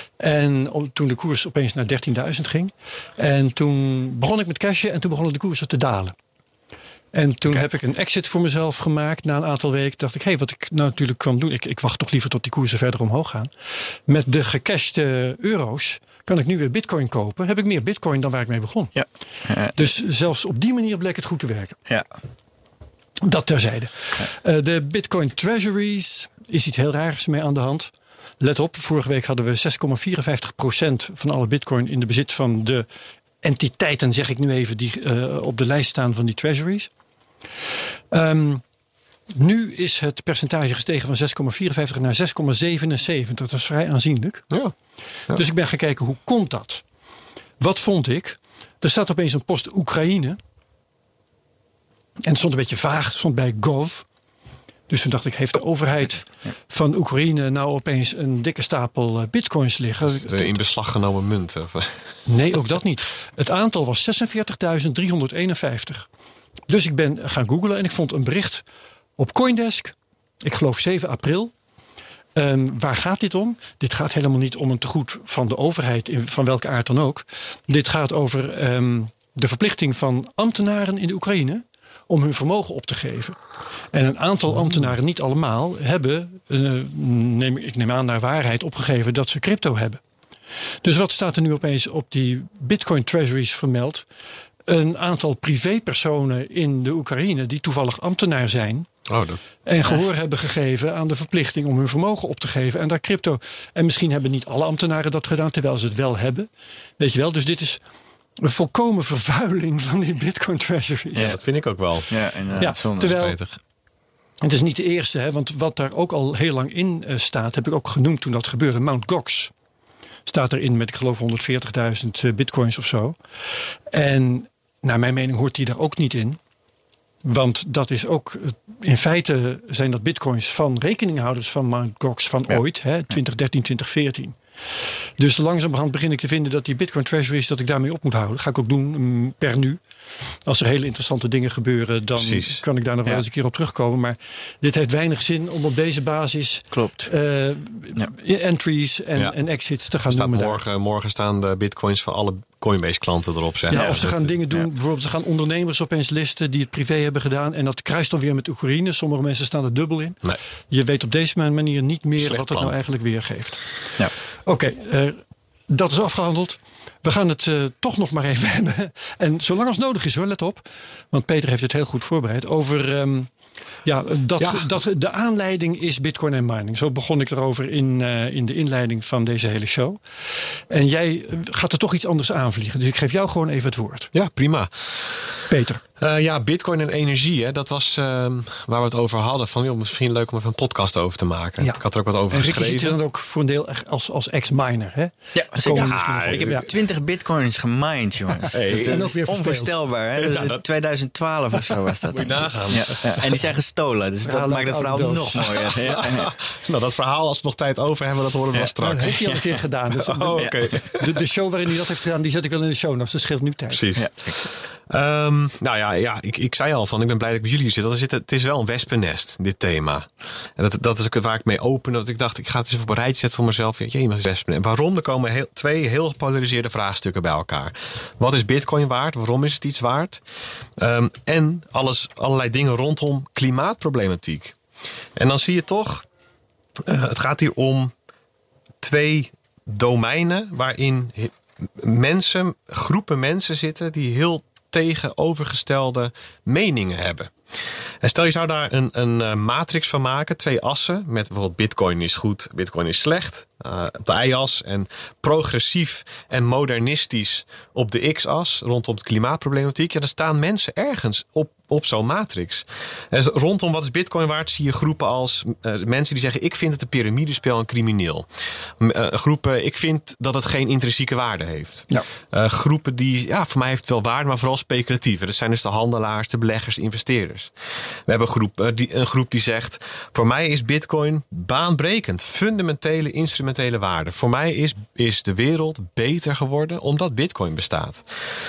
En toen de koers opeens naar dertienduizend ging. En toen begon ik met cashen en toen begonnen de koersen te dalen. En toen okay. heb ik een exit voor mezelf gemaakt. Na een aantal weken dacht ik, hé, hey, wat ik nou natuurlijk kan doen. Ik, ik wacht toch liever tot die koersen verder omhoog gaan. Met de gecashte euro's kan ik nu weer bitcoin kopen. Heb ik meer bitcoin dan waar ik mee begon. Ja. Uh, dus zelfs op die manier bleek het goed te werken. Ja. Dat terzijde. Ja. Uh, de bitcoin treasuries is iets heel raars mee aan de hand. Let op, vorige week hadden we zes komma vierenvijftig procent van alle bitcoin in de bezit van de entiteiten, zeg ik nu even, die uh, op de lijst staan van die treasuries. Um, nu is het percentage gestegen van zes komma vierenvijftig naar zes komma zevenenzeventig. Dat is vrij aanzienlijk. Ja. Ja. Dus ik ben gaan kijken, hoe komt dat? Wat vond ik? Er staat opeens een post Oekraïne. En het stond een beetje vaag. Het stond bij Gov. Dus toen dacht ik, heeft de overheid van Oekraïne nou opeens een dikke stapel bitcoins liggen? De in beslag genomen munten? Nee, ook dat niet. Het aantal was zesenveertigduizend driehonderdeenenvijftig. Dus ik ben gaan googlen en ik vond een bericht op Coindesk. Ik geloof zeven april. Um, waar gaat dit om? Dit gaat helemaal niet om een tegoed van de overheid, van welke aard dan ook. Dit gaat over um, de verplichting van ambtenaren in de Oekraïne om hun vermogen op te geven. En een aantal ambtenaren, niet allemaal, hebben, uh, neem, ik neem aan naar waarheid, opgegeven dat ze crypto hebben. Dus wat staat er nu opeens op die Bitcoin treasuries vermeld? Een aantal privépersonen in de Oekraïne die toevallig ambtenaar zijn. Oh, dat... En gehoor hebben gegeven aan de verplichting om hun vermogen op te geven. En daar crypto. En misschien hebben niet alle ambtenaren dat gedaan, terwijl ze het wel hebben. Weet je wel, dus dit is een volkomen vervuiling van die Bitcoin treasuries. Ja, dat vind ik ook wel. Ja, inderdaad. Ja, terwijl, het is niet de eerste, hè, want wat daar ook al heel lang in uh, staat, heb ik ook genoemd toen dat gebeurde. Mount Gox staat erin met, ik geloof, honderdveertigduizend uh, bitcoins of zo. En naar mijn mening hoort die daar ook niet in. Want dat is ook, in feite zijn dat bitcoins van rekeninghouders van Mount Gox van ja. ooit, hè, twintig dertien, twintig veertien. Dus langzamerhand begin ik te vinden dat die Bitcoin treasuries, dat ik daarmee op moet houden. Dat ga ik ook doen per nu. Als er hele interessante dingen gebeuren, dan Precies. kan ik daar nog wel ja. eens een keer op terugkomen. Maar dit heeft weinig zin om op deze basis Klopt. Uh, ja. entries en, ja. en exits te gaan staat noemen. Morgen, morgen staan de bitcoins van alle Coinbase klanten erop. Zeg. Ja, Ja, of ze gaan het, dingen doen, ja. bijvoorbeeld ze gaan ondernemers opeens listen die het privé hebben gedaan. En dat kruist dan weer met Oekraïne. Sommige mensen staan er dubbel in. Nee. Je weet op deze manier niet meer Slecht wat het plan. nou eigenlijk weergeeft. Ja. Oké, okay, uh, dat is afgehandeld. We gaan het uh, toch nog maar even hebben. En zolang als nodig is hoor, let op. Want Peter heeft het heel goed voorbereid. Over um, ja, dat, ja. dat de aanleiding is Bitcoin en mining. Zo begon ik erover in, uh, in de inleiding van deze hele show. En jij gaat er toch iets anders aanvliegen. Dus ik geef jou gewoon even het woord. Ja, prima. Peter. Uh, ja, Bitcoin en energie. Hè, dat was uh, waar we het over hadden. Van, joh, misschien leuk om even een podcast over te maken. Ja. Ik had er ook wat over en geschreven. En zit dan ook voor een deel als, als ex-miner. Hè? Ja, ja ik heb ja. twintig bitcoins gemined, jongens. Hey, dat en is ook weer onvoorstelbaar. Hè? Ja, dat... tweeduizend twaalf of zo was dat. Moet je nagaan. Ja, ja. En die zijn gestolen. Dus ja, dat maakt het verhaal doos. nog mooier. Ja. Ja. Nou, dat verhaal, als we nog tijd over hebben, dat horen we ja. wel straks. Dat heeft hij al een keer gedaan. Dus oh, okay. de, de show waarin hij dat heeft gedaan, die zet ik wel in de show notes. Dat scheelt nu tijd. Precies. Ja. Um, nou ja, ja ik, ik zei al van, ik ben blij dat ik bij jullie zit. Dat is het, het is wel een wespennest, dit thema. En dat, dat is ook waar ik mee open. Dat ik dacht, ik ga het eens even op een rijtje zetten voor mezelf. Jee, maar wespennest. Waarom? Er komen heel, twee heel gepolariseerde vraagstukken bij elkaar. Wat is Bitcoin waard? Waarom is het iets waard? Um, en alles, allerlei dingen rondom klimaatproblematiek. En dan zie je toch, uh, het gaat hier om twee domeinen waarin mensen, groepen mensen zitten die heel tegenovergestelde meningen hebben. En stel je zou daar een, een matrix van maken, twee assen, met bijvoorbeeld Bitcoin is goed, Bitcoin is slecht, uh, op de y-as, en progressief en modernistisch op de x-as, rondom de klimaatproblematiek. Ja, dan staan mensen ergens op, op zo'n matrix. En rondom wat is Bitcoin waard, zie je groepen als uh, mensen die zeggen, ik vind het een piramidespel en crimineel. Uh, groepen, ik vind dat het geen intrinsieke waarde heeft. Ja. Uh, groepen die, ja, voor mij heeft het wel waarde, maar vooral speculatief. Dat zijn dus de handelaars, de beleggers, de investeerders. We hebben een groep, uh, die, een groep die zegt, voor mij is Bitcoin baanbrekend, fundamentele, instrumentele waarde. Voor mij is, is de wereld beter geworden omdat Bitcoin bestaat.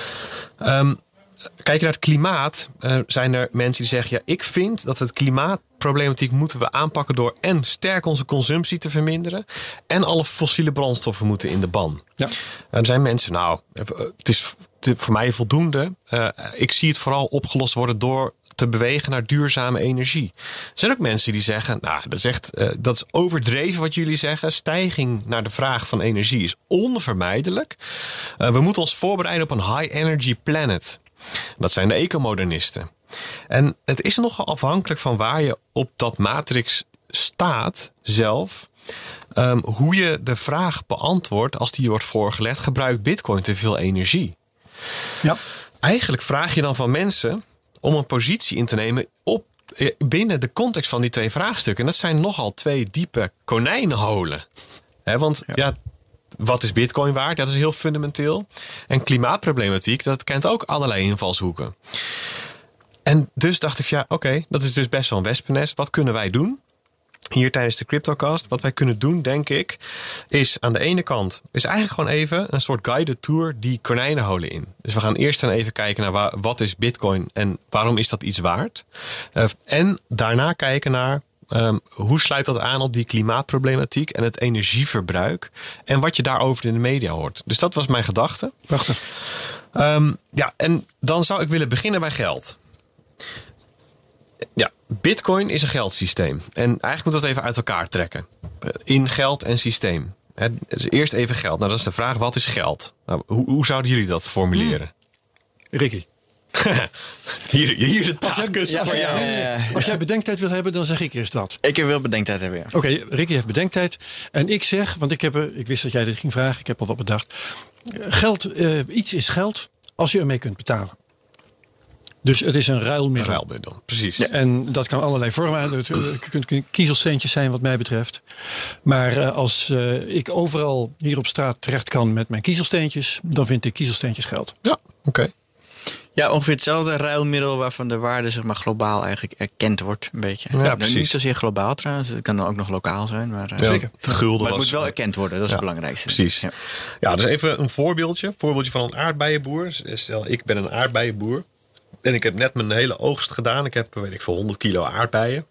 Um, Kijk je naar het klimaat, uh, zijn er mensen die zeggen, ja, ik vind dat we het klimaatproblematiek moeten we aanpakken door en sterk onze consumptie te verminderen en alle fossiele brandstoffen moeten in de ban. Ja. Uh, er zijn mensen, nou, het is voor mij voldoende. Uh, ik zie het vooral opgelost worden door te bewegen naar duurzame energie. Er zijn ook mensen die zeggen, nou, dat is echt, uh, dat is overdreven wat jullie zeggen. Stijging naar de vraag van energie is onvermijdelijk. Uh, we moeten ons voorbereiden op een high energy planet. Dat zijn de ecomodernisten. En het is nogal afhankelijk van waar je op dat matrix staat zelf. Um, hoe je de vraag beantwoordt als die wordt voorgelegd. Gebruikt Bitcoin te veel energie? Ja. Eigenlijk vraag je dan van mensen om een positie in te nemen op, binnen de context van die twee vraagstukken. En dat zijn nogal twee diepe konijnenholen. He, want ja. ja, wat is Bitcoin waard? Dat is heel fundamenteel. En klimaatproblematiek, dat kent ook allerlei invalshoeken. En dus dacht ik, ja, oké, okay, dat is dus best wel een wespennest. Wat kunnen wij doen? Hier tijdens de CryptoCast. Wat wij kunnen doen, denk ik, is aan de ene kant is eigenlijk gewoon even een soort guided tour die konijnenholen in. Dus we gaan eerst dan even kijken naar waar, wat is Bitcoin en waarom is dat iets waard. Uh, en daarna kijken naar um, hoe sluit dat aan op die klimaatproblematiek en het energieverbruik. En wat je daarover in de media hoort. Dus dat was mijn gedachte. Prachtig. Um, ja, en dan zou ik willen beginnen bij geld. Ja, Bitcoin is een geldsysteem. En eigenlijk moet dat even uit elkaar trekken. In geld en systeem. He, dus eerst even geld. Nou, dat is de vraag, wat is geld? Nou, hoe, hoe zouden jullie dat formuleren? Ricky. hier, hier is het paaskussen ja, voor jou. Ja, ja, ja. Als jij bedenktijd wil hebben, dan zeg ik eerst dat. Ik wil bedenktijd hebben, ja. Oké, okay, Ricky heeft bedenktijd. En ik zeg, want ik, heb, ik wist dat jij dit ging vragen. Ik heb al wat bedacht. Geld, uh, iets is geld als je ermee kunt betalen. Dus het is een ruilmiddel. Een ruilmiddel, precies. Ja, en dat kan allerlei vormen aan. Het kunnen kiezelsteentjes zijn wat mij betreft. Maar uh, als uh, ik overal hier op straat terecht kan met mijn kiezelsteentjes, dan vind ik kiezelsteentjes geld. Ja, oké. Okay. Ja, ongeveer hetzelfde ruilmiddel waarvan de waarde zeg maar globaal eigenlijk erkend wordt. Een beetje. Ja, ja, precies. Niet zozeer globaal trouwens. Het kan dan ook nog lokaal zijn. Maar, uh, ja, zeker. De gulden maar het was, moet wel erkend worden. Dat is ja, het belangrijkste. Precies. Ja. ja, dus even een voorbeeldje. Een voorbeeldje van een aardbeienboer. Stel, ik ben een aardbeienboer. En ik heb net mijn hele oogst gedaan. Ik heb, weet ik veel, honderd kilo aardbeien.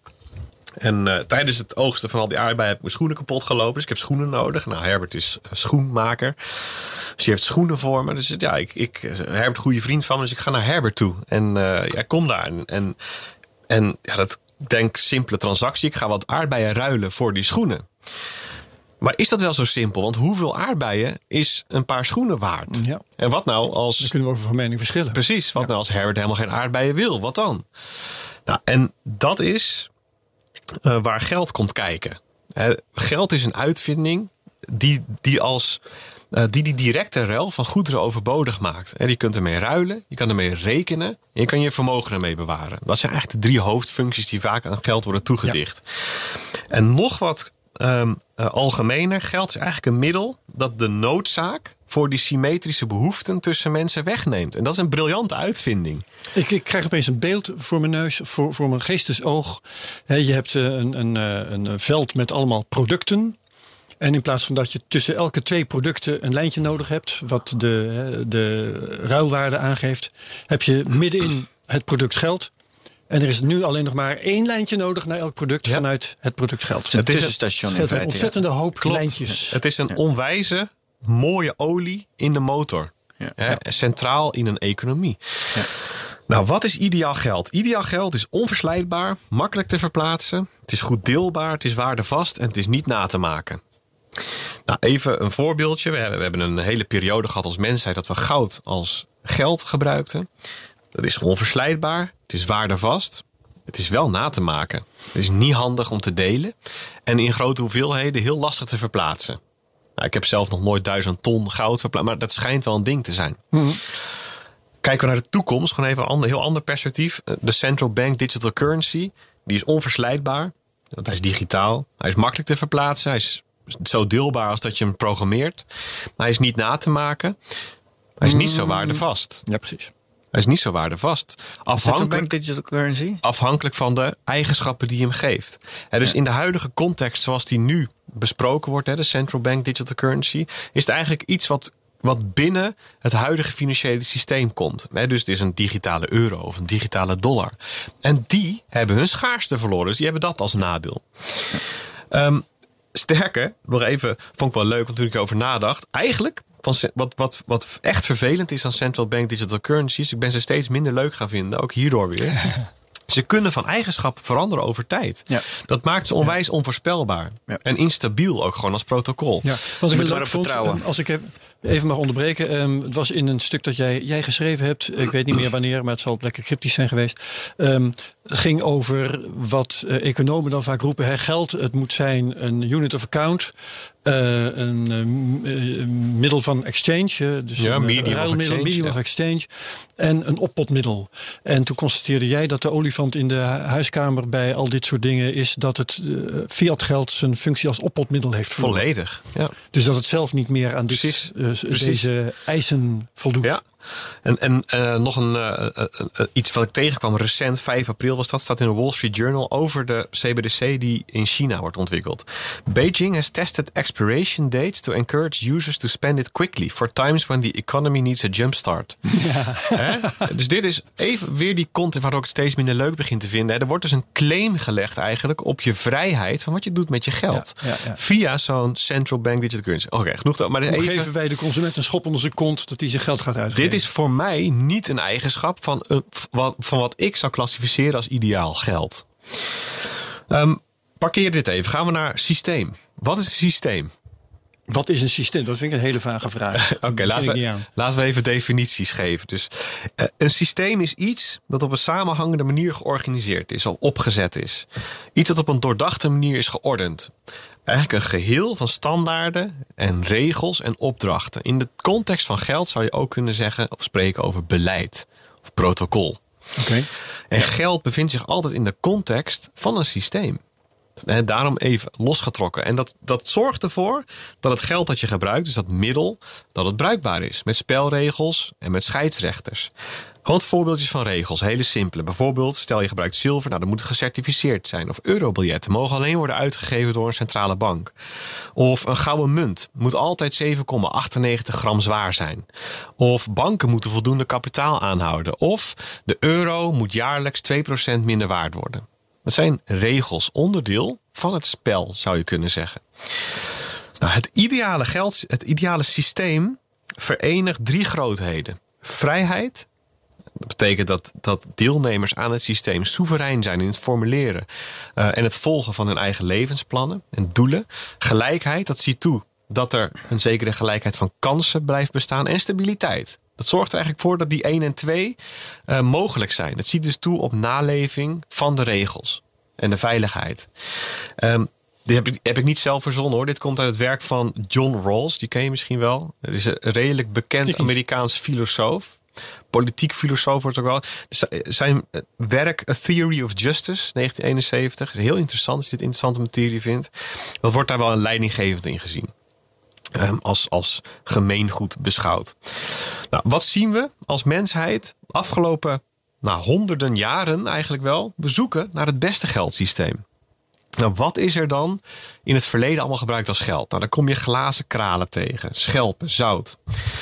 En uh, tijdens het oogsten van al die aardbeien heb ik mijn schoenen kapot gelopen. Dus ik heb schoenen nodig. Nou, Herbert is schoenmaker. Dus die heeft schoenen voor me. Dus ja, ik, ik, Herbert een goede vriend van me. Dus ik ga naar Herbert toe. En uh, ja, ik kom daar. En, en, en ja, dat denk simpele transactie. Ik ga wat aardbeien ruilen voor die schoenen. Maar is dat wel zo simpel? Want hoeveel aardbeien is een paar schoenen waard? Ja. En wat nou als... Daar kunnen we over van mening verschillen. Precies. Wat ja. nou als Herbert helemaal geen aardbeien wil? Wat dan? Nou, en dat is uh, waar geld komt kijken. Uh, geld is een uitvinding die die als... Uh, die die directe ruil van goederen overbodig maakt. Uh, je kunt ermee ruilen, je kan ermee rekenen... en je kan je vermogen ermee bewaren. Dat zijn eigenlijk de drie hoofdfuncties die vaak aan geld worden toegedicht. Ja. En nog wat... Um, uh, algemener, geld is eigenlijk een middel dat de noodzaak voor die symmetrische behoeften tussen mensen wegneemt. En dat is een briljante uitvinding. Ik, ik krijg opeens een beeld voor mijn neus, voor, voor mijn geestesoog. He, je hebt uh, een, een, een veld met allemaal producten. En in plaats van dat je tussen elke twee producten een lijntje nodig hebt, wat de, de ruilwaarde aangeeft, heb je middenin het product geld. En er is nu alleen nog maar één lijntje nodig naar elk product ja. vanuit het product geld. Het is een tussenstation in feite. Een ontzettende ja. hoop Klopt. lijntjes. Het is een onwijze, mooie olie in de motor. Ja. Hè, centraal in een economie. Ja. Nou, wat is ideaal geld? Ideaal geld is onverslijtbaar, makkelijk te verplaatsen. Het is goed deelbaar, het is waardevast en het is niet na te maken. Nou, even een voorbeeldje. We hebben, we hebben een hele periode gehad als mensheid dat we goud als geld gebruikten. Dat is onverslijtbaar, het is waardevast. Het is wel na te maken. Het is niet handig om te delen. En in grote hoeveelheden heel lastig te verplaatsen. Nou, ik heb zelf nog nooit duizend ton goud verplaatst. Maar dat schijnt wel een ding te zijn. Mm-hmm. Kijken we naar de toekomst. Gewoon even een ander, heel ander perspectief. De central bank digital currency. Die is onverslijtbaar. Want hij is digitaal. Hij is makkelijk te verplaatsen. Hij is zo deelbaar als dat je hem programmeert. Maar hij is niet na te maken. Hij is niet zo waardevast. Ja, precies. Hij is niet zo waardevast. Afhankelijk, digital currency? afhankelijk van de eigenschappen die je hem geeft. He, dus ja. in de huidige context zoals die nu besproken wordt, he, de central bank digital currency, is het eigenlijk iets wat, wat binnen het huidige financiële systeem komt. He, dus het is een digitale euro of een digitale dollar. En die hebben hun schaarste verloren. Dus die hebben dat als nadeel. Um, sterker, nog even, vond ik wel leuk, want toen ik erover nadacht. Eigenlijk, van, wat, wat, wat echt vervelend is aan central bank digital currencies, ik ben ze steeds minder leuk gaan vinden, ook hierdoor weer. Ze kunnen van eigenschappen veranderen over tijd. Ja. Dat maakt ze onwijs ja. onvoorspelbaar. Ja. En instabiel ook gewoon als protocol. Ja, wat ik leuk vond, vertrouwen. Als ik even mag onderbreken. Um, het was in een stuk dat jij, jij geschreven hebt. Ik weet niet meer wanneer, maar het zal lekker cryptisch zijn geweest. Um, het ging over wat uh, economen dan vaak roepen. Hè, geld, het moet zijn een unit of account. Uh, een uh, middel van exchange. Uh, dus ja, een medium, ruilmiddel, of exchange, medium ja. of exchange. En een oppotmiddel. En toen constateerde jij dat de olifant in de huiskamer bij al dit soort dingen is dat het uh, fiatgeld zijn functie als oppotmiddel heeft verloren. Volledig. Ja. Dus dat het zelf niet meer aan dit, Precies. uh, Precies. deze eisen voldoet. Ja. En, en uh, nog een, uh, uh, uh, iets wat ik tegenkwam recent, vijf april was dat, staat in de Wall Street Journal over de C B D C die in China wordt ontwikkeld. Beijing has tested expiration dates to encourage users to spend it quickly for times when the economy needs a jumpstart. Ja. Dus dit is even weer die content waar ook het steeds minder leuk begint te vinden. Hè. Er wordt dus een claim gelegd eigenlijk op je vrijheid van wat je doet met je geld. Ja, ja, ja. Via zo'n central bank digital currency. Oké, okay, genoeg. Maar Hoe even... geven wij de consument een schop onder zijn kont dat hij zijn geld gaat uitgeven? Dit is voor mij niet een eigenschap van, uh, van, van wat ik zou klassificeren als ideaal geld. Um, parkeer dit even. Gaan we naar systeem. Wat is een systeem? Wat is een systeem? Dat vind ik een hele vage vraag. Oké, okay, laten, we, laten we even definities geven. Dus, uh, een systeem is iets dat op een samenhangende manier georganiseerd is, of opgezet is. Iets dat op een doordachte manier is geordend. Eigenlijk een geheel van standaarden en regels en opdrachten. In de context van geld zou je ook kunnen zeggen of spreken over beleid of protocol. Okay. En geld bevindt zich altijd in de context van een systeem. En daarom even losgetrokken. En dat, dat zorgt ervoor dat het geld dat je gebruikt, dus dat middel, dat het bruikbaar is. Met spelregels en met scheidsrechters. Gewoon voorbeeldjes van regels, hele simpele. Bijvoorbeeld, stel je gebruikt zilver, nou dan moet het gecertificeerd zijn. Of eurobiljetten mogen alleen worden uitgegeven door een centrale bank. Of een gouden munt moet altijd zeven komma achtennegentig gram zwaar zijn. Of banken moeten voldoende kapitaal aanhouden. Of de euro moet jaarlijks twee procent minder waard worden. Dat zijn regels, onderdeel van het spel, zou je kunnen zeggen. Nou, het ideale geld, het ideale systeem verenigt drie grootheden. Vrijheid. Dat betekent dat, dat deelnemers aan het systeem soeverein zijn in het formuleren uh, en het volgen van hun eigen levensplannen en doelen. Gelijkheid, dat ziet toe dat er een zekere gelijkheid van kansen blijft bestaan. En stabiliteit. Dat zorgt er eigenlijk voor dat die één en twee uh, mogelijk zijn. Het ziet dus toe op naleving van de regels en de veiligheid. Um, Die heb ik, heb ik niet zelf verzonnen hoor. Dit komt uit het werk van John Rawls. Die ken je misschien wel. Het is een redelijk bekend Amerikaans filosoof. Politiek filosoof wordt ook wel. Zijn werk A Theory of Justice, negentien eenenzeventig. Is heel interessant als je dit interessante materie vindt. Dat wordt daar wel een leidinggevend in gezien. Um, als, als gemeengoed beschouwd. Nou, wat zien we als mensheid afgelopen nou, honderden jaren eigenlijk wel? We zoeken naar het beste geldsysteem. Nou, wat is er dan in het verleden allemaal gebruikt als geld? Nou, dan kom je glazen kralen tegen, schelpen, zout.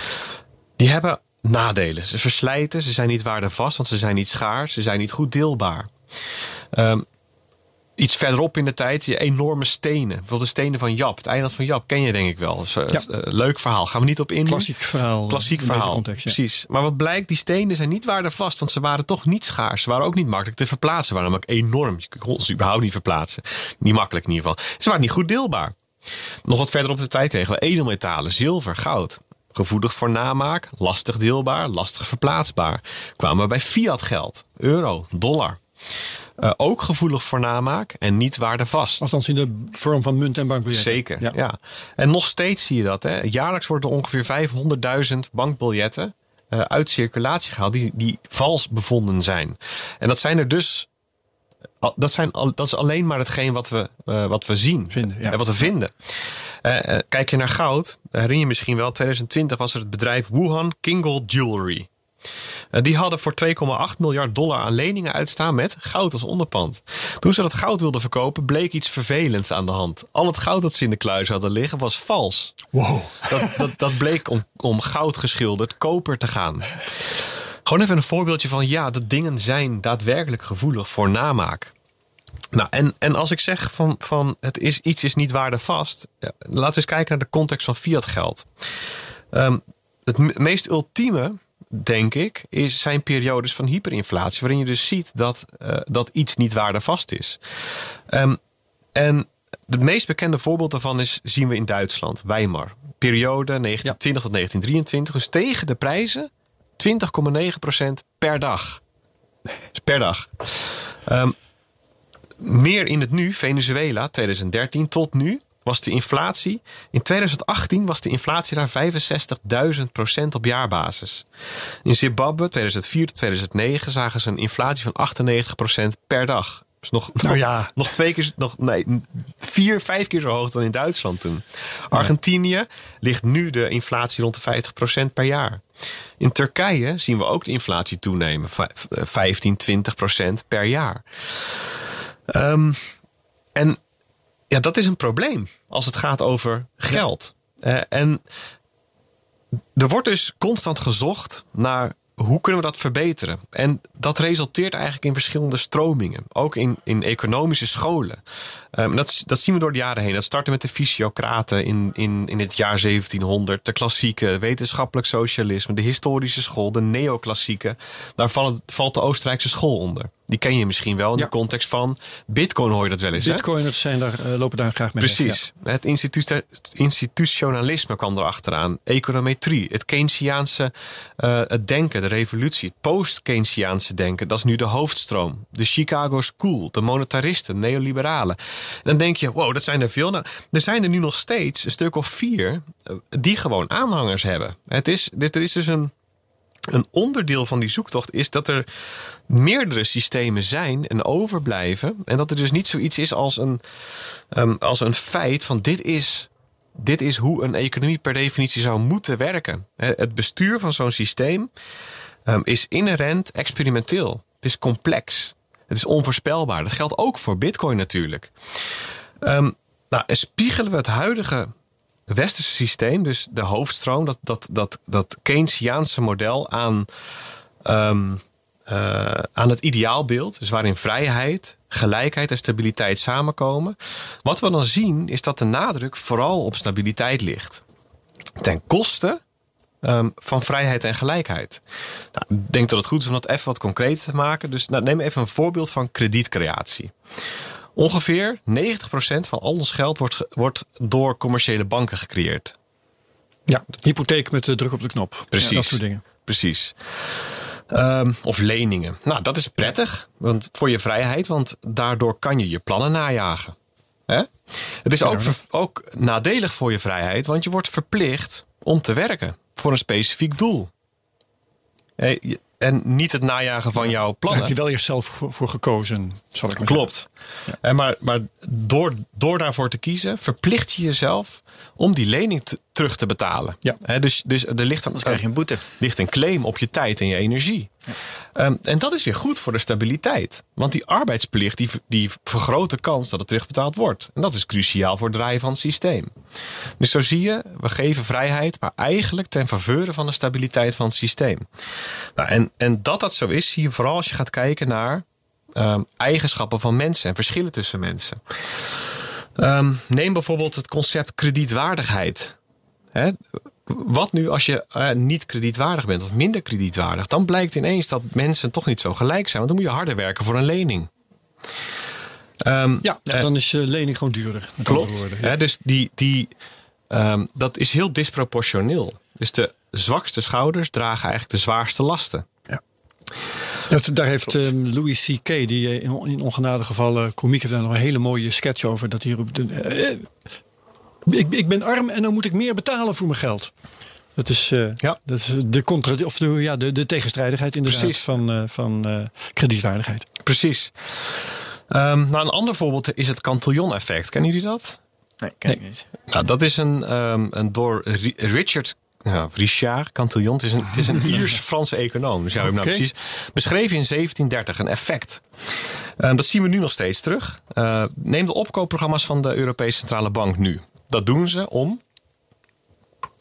Die hebben nadelen. Ze verslijten, ze zijn niet waardevast, want ze zijn niet schaars, ze zijn niet goed deelbaar. Um, Iets verderop in de tijd, je enorme stenen. Bijvoorbeeld de stenen van Jap. Het eiland van Jap ken je denk ik wel. Dat is een ja. leuk verhaal. Gaan we niet op in. Klassiek verhaal. Klassiek verhaal, context, ja. Precies. Maar wat blijkt, die stenen zijn niet waardevast. Want ze waren toch niet schaars. Ze waren ook niet makkelijk te verplaatsen. Ze waren namelijk enorm. Je kon ze überhaupt niet verplaatsen. Niet makkelijk in ieder geval. Ze waren niet goed deelbaar. Nog wat verder op de tijd kregen we edelmetalen. Zilver, goud. Gevoelig voor namaak. Lastig deelbaar. Lastig verplaatsbaar. Kwamen we bij fiat geld. Euro, dollar. Uh, ook gevoelig voor namaak en niet waardevast. Althans in de vorm van munt en bankbiljetten. Zeker, ja. ja. En nog steeds zie je dat. Hè. Jaarlijks worden ongeveer vijfhonderdduizend bankbiljetten uh, uit circulatie gehaald die, die vals bevonden zijn. En dat zijn er dus... Dat, zijn, dat is alleen maar hetgeen wat we, uh, wat we zien. Vinden, ja. En wat we vinden. Uh, uh, kijk je naar goud. Herinner je misschien wel. twintig twintig was er het bedrijf Wuhan Kingle Jewelry. Uh, die hadden voor twee komma acht miljard dollar aan leningen uitstaan met goud als onderpand. Toen ze dat goud wilden verkopen, bleek iets vervelends aan de hand. Al het goud dat ze in de kluis hadden liggen was vals. Wow. Dat, dat, dat bleek om, om goud geschilderd koper te gaan. Gewoon even een voorbeeldje van ja, de dingen zijn daadwerkelijk gevoelig voor namaak. Nou, en, en als ik zeg van, van het is, iets is niet waardevast, ja, laten we eens kijken naar de context van fiat geld. Um, het me- meest ultieme denk ik, is, zijn periodes van hyperinflatie. Waarin je dus ziet dat, uh, dat iets niet waardevast is. Um, en het meest bekende voorbeeld daarvan is, zien we in Duitsland. Weimar. Periode negentien twintig ja. tot negentien drieëntwintig. Dus tegen de prijzen twintig komma negen procent per dag. Dus per dag. Um, meer in het nu, Venezuela, twintig dertien tot nu, was de inflatie. In twintig achttien was de inflatie daar vijfenzestigduizend procent op jaarbasis. In Zimbabwe, tweeduizend vier tot tweeduizend negen, zagen ze een inflatie van achtennegentig procent per dag. Dus nog, nou ja. nog, nog twee keer, nog, nee, vier, vijf keer zo hoog dan in Duitsland toen. Argentinië ligt nu de inflatie rond de vijftig procent per jaar. In Turkije zien we ook de inflatie toenemen. vijftien, twintig procent per jaar. Um, en ja, dat is een probleem als het gaat over geld. Ja. Uh, en er wordt dus constant gezocht naar hoe kunnen we dat verbeteren. En dat resulteert eigenlijk in verschillende stromingen. Ook in, in economische scholen. Um, dat, dat zien we door de jaren heen. Dat startte met de fysiocraten in, in, in het jaar zeventienhonderd. De klassieke wetenschappelijk socialisme. De historische school. De neoclassieke. Daar valt, valt de Oostenrijkse school onder. Die ken je misschien wel in ja. de context van Bitcoin, hoor je dat wel eens. Bitcoiners zijn daar, uh, lopen daar graag mee. Precies. Weg, ja. Het, institu- het institutionalisme kwam erachteraan. Econometrie, het Keynesiaanse uh, het denken, de revolutie. Het post-Keynesiaanse denken, dat is nu de hoofdstroom. De Chicago School, de monetaristen, de neoliberalen. En dan denk je, wow, dat zijn er veel. Nou, er zijn er nu nog steeds een stuk of vier uh, die gewoon aanhangers hebben. Het is, dit is dus een... Een onderdeel van die zoektocht is dat er meerdere systemen zijn en overblijven. En dat er dus niet zoiets is als een, um, als een feit van dit is, dit is hoe een economie per definitie zou moeten werken. Het bestuur van zo'n systeem um, is inherent experimenteel. Het is complex. Het is onvoorspelbaar. Dat geldt ook voor Bitcoin natuurlijk. Um, nou, spiegelen we het huidige westerse systeem, dus de hoofdstroom, dat, dat, dat, dat Keynesiaanse model aan, um, uh, aan het ideaalbeeld, dus waarin vrijheid, gelijkheid en stabiliteit samenkomen. Wat we dan zien is dat de nadruk vooral op stabiliteit ligt. Ten koste um, van vrijheid en gelijkheid. Nou, ik denk dat het goed is om dat even wat concreter te maken. Dus nou, neem even een voorbeeld van kredietcreatie. Ongeveer negentig procent van al ons geld wordt, wordt door commerciële banken gecreëerd. Ja, hypotheek met de druk op de knop. Precies. Ja, dat soort dingen. Precies. Um, of leningen. Nou, dat is prettig want, voor je vrijheid, want daardoor kan je je plannen najagen. Hè? Het is ook, ver, ook nadelig voor je vrijheid, want je wordt verplicht om te werken voor een specifiek doel. Hey, je, En niet het najagen van jouw plannen. Daar heb je wel jezelf voor, voor gekozen, zal ik maar Klopt. Ja. En maar maar door, door daarvoor te kiezen, verplicht je jezelf om die lening te, terug te betalen. Ja. He, dus, dus er ligt een, Anders krijg je een boete. ligt een claim op je tijd en je energie. Ja. Um, en dat is weer goed voor de stabiliteit. Want die arbeidsplicht die, die vergroot de kans dat het terugbetaald wordt. En dat is cruciaal voor het draaien van het systeem. Dus zo zie je, we geven vrijheid, maar eigenlijk ten faveur van de stabiliteit van het systeem. Nou, en, en dat dat zo is, zie je vooral als je gaat kijken naar um, eigenschappen van mensen en verschillen tussen mensen. Um, neem bijvoorbeeld het concept kredietwaardigheid. Hè? Wat nu als je uh, niet kredietwaardig bent of minder kredietwaardig? Dan blijkt ineens dat mensen toch niet zo gelijk zijn. Want dan moet je harder werken voor een lening. Um, ja, uh, dan is uh, lening gewoon duurder. Met klopt. woorden, ja. Hè, dus die, die, um, dat is heel disproportioneel. Dus de zwakste schouders dragen eigenlijk de zwaarste lasten. Ja. Dat, daar heeft um, Louis C K, die in, in ongenadige gevallen komiek, heeft daar nog een hele mooie sketch over. Dat hier op de, uh, ik, ik ben arm en dan moet ik meer betalen voor mijn geld. Dat is, uh, ja. dat is de, contra- of de, ja, de, de tegenstrijdigheid inderdaad. Precies. van, uh, van uh, kredietwaardigheid. Precies. Um, nou, een ander voorbeeld is het Cantillon-effect. Kennen jullie dat? Nee, ken ik nee. niet. Nou, dat is een, um, een door Richard ja, Richard Cantillon. Het is een, het is een Iers-Franse econoom. Dus ja, okay. nou precies beschreven in zeventien dertig een effect. Um, dat zien we nu nog steeds terug. Uh, neem de opkoopprogramma's van de Europese Centrale Bank nu. Dat doen ze om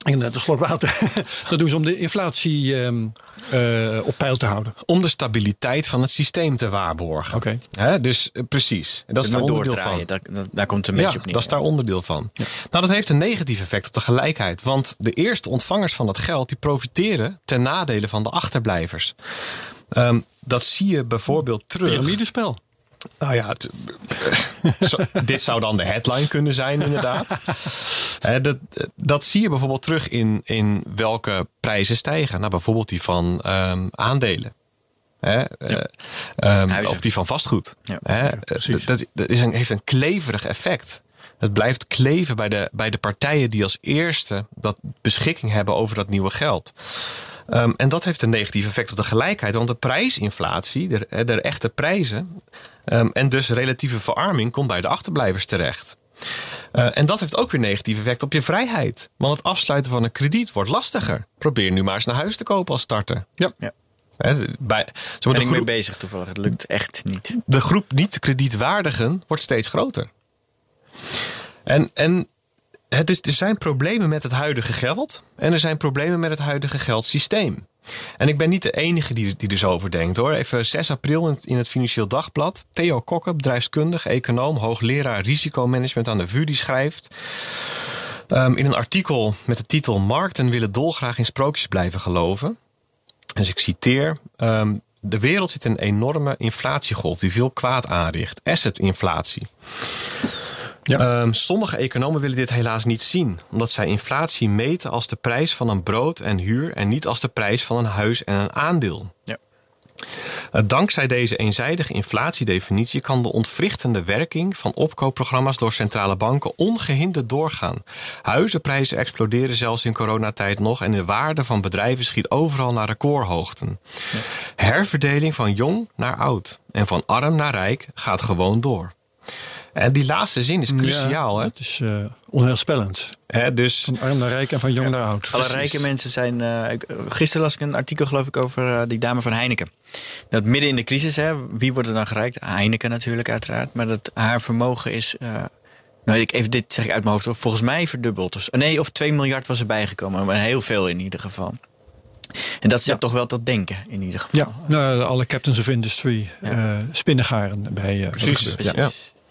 En net een slok water. Dat doen ze om de inflatie um, uh, op peil te houden. Om de stabiliteit van het systeem te waarborgen. Okay. Hè, dus uh, precies. Dat is daar onderdeel van. Daar, daar komt het een beetje ja, op neer. Dat is daar onderdeel van. Ja. Nou, dat heeft een negatief effect op de gelijkheid. Want de eerste ontvangers van dat geld die profiteren ten nadele van de achterblijvers. Um, dat zie je bijvoorbeeld terug. Piramidespel. Nou ja, het, zo, dit zou dan de headline kunnen zijn, inderdaad. He, dat, dat zie je bijvoorbeeld terug in, in welke prijzen stijgen. Nou, bijvoorbeeld die van um, aandelen. He, ja. uh, um, of die van vastgoed. Ja, He, ja, dat dat is een, heeft een kleverig effect. Het blijft kleven bij de, bij de partijen die als eerste dat beschikking hebben over dat nieuwe geld. Um, en dat heeft een negatief effect op de gelijkheid. Want de prijsinflatie, de, de echte prijzen... Um, en dus relatieve verarming komt bij de achterblijvers terecht. Uh, en dat heeft ook weer negatief effect op je vrijheid. Want het afsluiten van een krediet wordt lastiger. Probeer nu maar eens een huis te kopen als starter. Ja. ja. He, bij, zo ben ik mee bezig toevallig. Het lukt echt niet. De groep niet-kredietwaardigen wordt steeds groter. En... en Het is, er zijn problemen met het huidige geld en er zijn problemen met het huidige geldsysteem. En ik ben niet de enige die, die er zo over denkt hoor. Even zes april in, in het Financieel Dagblad. Theo Kokke, bedrijfskundige, econoom, hoogleraar risicomanagement aan de V U, die schrijft um, in een artikel met de titel Markten willen dolgraag in sprookjes blijven geloven. Dus ik citeer... Um, de wereld zit in een enorme inflatiegolf die veel kwaad aanricht. Assetinflatie. Ja. Um, sommige economen willen dit helaas niet zien, omdat zij inflatie meten als de prijs van een brood en huur en niet als de prijs van een huis en een aandeel. Ja. Uh, dankzij deze eenzijdige inflatiedefinitie kan de ontwrichtende werking van opkoopprogramma's door centrale banken ongehinderd doorgaan. Huizenprijzen exploderen zelfs in coronatijd nog en de waarde van bedrijven schiet overal naar recordhoogten. Ja. Herverdeling van jong naar oud en van arm naar rijk gaat gewoon door. En die laatste zin is cruciaal. Ja, hè? Het is uh, onheilspellend. Hè, dus, van arm naar rijk en van jong ja, naar oud. Alle Precies. rijke mensen zijn... Uh, gisteren las ik een artikel geloof ik over uh, die dame van Heineken. Dat midden in de crisis, hè, wie wordt er dan gereikt? Heineken natuurlijk uiteraard. Maar dat haar vermogen is... Uh, nou, ik even dit zeg ik uit mijn hoofd. Volgens mij verdubbeld. Of, nee, of twee miljard was er bijgekomen. Maar heel veel in ieder geval. En dat zet ja. toch wel tot denken in ieder geval. Ja, nou, alle captains of industry ja. uh, spinnengaren bij... Uh, Precies, precies. Ja.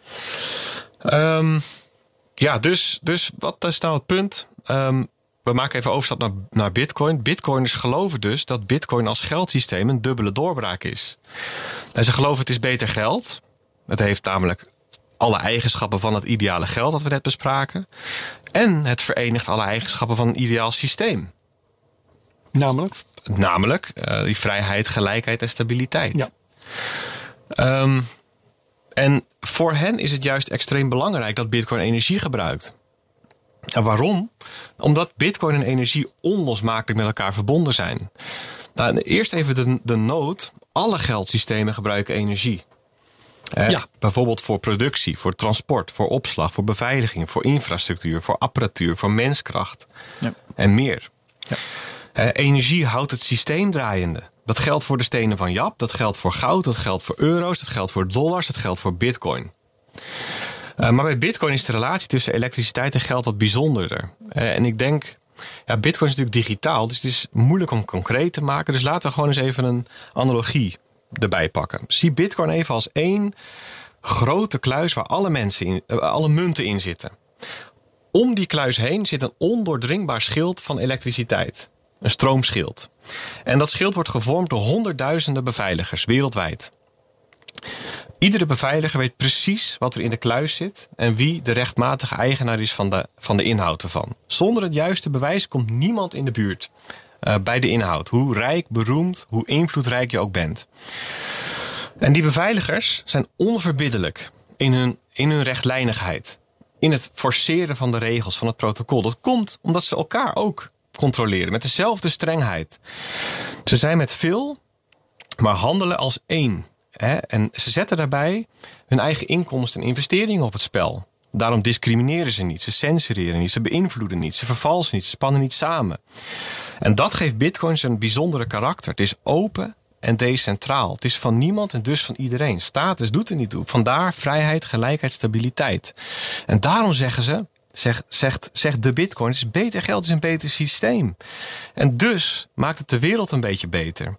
Ja. Um, ja, dus, dus wat is nou het punt? Um, we maken even overstap naar, naar Bitcoin. Bitcoiners geloven dus dat Bitcoin als geldsysteem een dubbele doorbraak is. En ze geloven het is beter geld. Het heeft namelijk alle eigenschappen van het ideale geld dat we net bespraken. En het verenigt alle eigenschappen van een ideaal systeem. Namelijk? Namelijk uh, die vrijheid, gelijkheid en stabiliteit. Ja. Um, En voor hen is het juist extreem belangrijk dat Bitcoin energie gebruikt. En waarom? Omdat Bitcoin en energie onlosmakelijk met elkaar verbonden zijn. Nou, eerst even de, de noot. Alle geldsystemen gebruiken energie. Eh, ja. Bijvoorbeeld voor productie, voor transport, voor opslag, voor beveiliging, voor infrastructuur, voor apparatuur, voor menskracht ja. en meer. Ja. Eh, energie houdt het systeem draaiende. Dat geldt voor de stenen van Jap, dat geldt voor goud, dat geldt voor euro's, dat geldt voor dollars, dat geldt voor bitcoin. Uh, maar bij bitcoin is de relatie tussen elektriciteit en geld wat bijzonderder. Uh, en ik denk, ja, bitcoin is natuurlijk digitaal, dus het is moeilijk om concreet te maken. Dus laten we gewoon eens even een analogie erbij pakken. Zie bitcoin even als één grote kluis waar alle, mensen in, uh, alle munten in zitten. Om die kluis heen zit een ondoordringbaar schild van elektriciteit. Een stroomschild. En dat schild wordt gevormd door honderdduizenden beveiligers wereldwijd. Iedere beveiliger weet precies wat er in de kluis zit en wie de rechtmatige eigenaar is van de, van de inhoud ervan. Zonder het juiste bewijs komt niemand in de buurt uh, bij de inhoud. Hoe rijk, beroemd, hoe invloedrijk je ook bent. En die beveiligers zijn onverbiddelijk in hun, in hun rechtlijnigheid. In het forceren van de regels, van het protocol. Dat komt omdat ze elkaar ook controleren met dezelfde strengheid. Ze zijn met veel, maar handelen als één. Hè? En ze zetten daarbij hun eigen inkomsten en investeringen op het spel. Daarom discrimineren ze niet, ze censureren niet, ze beïnvloeden niet, ze vervalsen niet, ze spannen niet samen. En dat geeft Bitcoin zijn bijzondere karakter. Het is open en decentraal. Het is van niemand en dus van iedereen. Status doet er niet toe. Vandaar vrijheid, gelijkheid, stabiliteit. En daarom zeggen ze, zegt, zegt, zegt de Bitcoin, is beter geld is een beter systeem. En dus maakt het de wereld een beetje beter.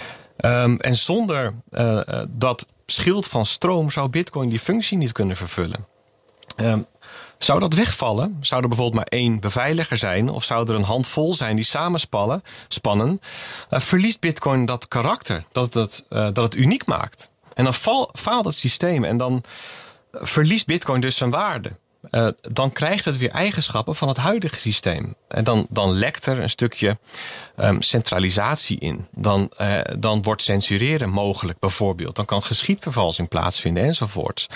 Um, en zonder uh, dat schild van stroom zou Bitcoin die functie niet kunnen vervullen. Um, zou dat wegvallen? Zou er bijvoorbeeld maar één beveiliger zijn? Of zou er een handvol zijn die samenspannen? Spannen, uh, verliest Bitcoin dat karakter, dat het, uh, dat het uniek maakt. En dan val, faalt het systeem en dan verliest Bitcoin dus zijn waarde. Uh, dan krijgt het weer eigenschappen van het huidige systeem. En dan, dan lekt er een stukje um, centralisatie in. Dan, uh, dan wordt censureren mogelijk bijvoorbeeld. Dan kan geschiedvervalsing plaatsvinden enzovoorts.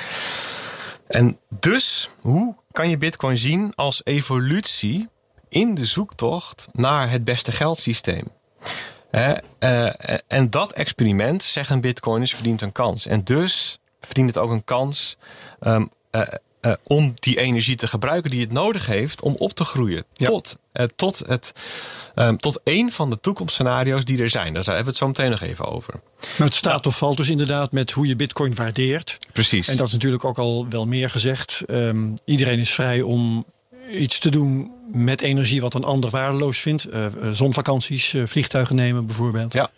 En dus, hoe kan je Bitcoin zien als evolutie in de zoektocht naar het beste geldsysteem? Uh, uh, en dat experiment, zeggen Bitcoiners, verdient een kans. En dus verdient het ook een kans um, uh, uh, om die energie te gebruiken die het nodig heeft om op te groeien. Ja. Tot, uh, tot, het, um, tot één van de toekomstscenario's die er zijn. Daar hebben we het zo meteen nog even over. Maar het staat of valt dus inderdaad met hoe je Bitcoin waardeert. Precies. En dat is natuurlijk ook al wel meer gezegd. Um, iedereen is vrij om iets te doen met energie wat een ander waardeloos vindt. Uh, zonvakanties, uh, vliegtuigen nemen bijvoorbeeld. Ja.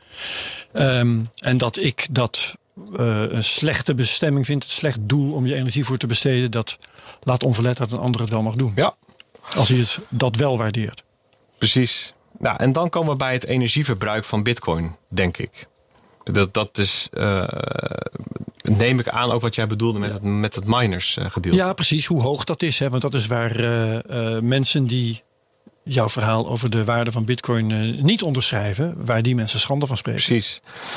Um, en dat ik dat uh, een slechte bestemming vind, een slecht doel om je energie voor te besteden, dat laat onverlet dat een ander het wel mag doen. Ja. Als hij het dat wel waardeert. Precies. Nou, en dan komen we bij het energieverbruik van Bitcoin, denk ik. Dat, dat is, uh, neem ik aan, ook wat jij bedoelde met het, met het miners uh, gedeelte. Ja, precies. Hoe hoog dat is. Hè? Want dat is waar uh, uh, mensen die jouw verhaal over de waarde van Bitcoin uh, niet onderschrijven, waar die mensen schande van spreken. Precies.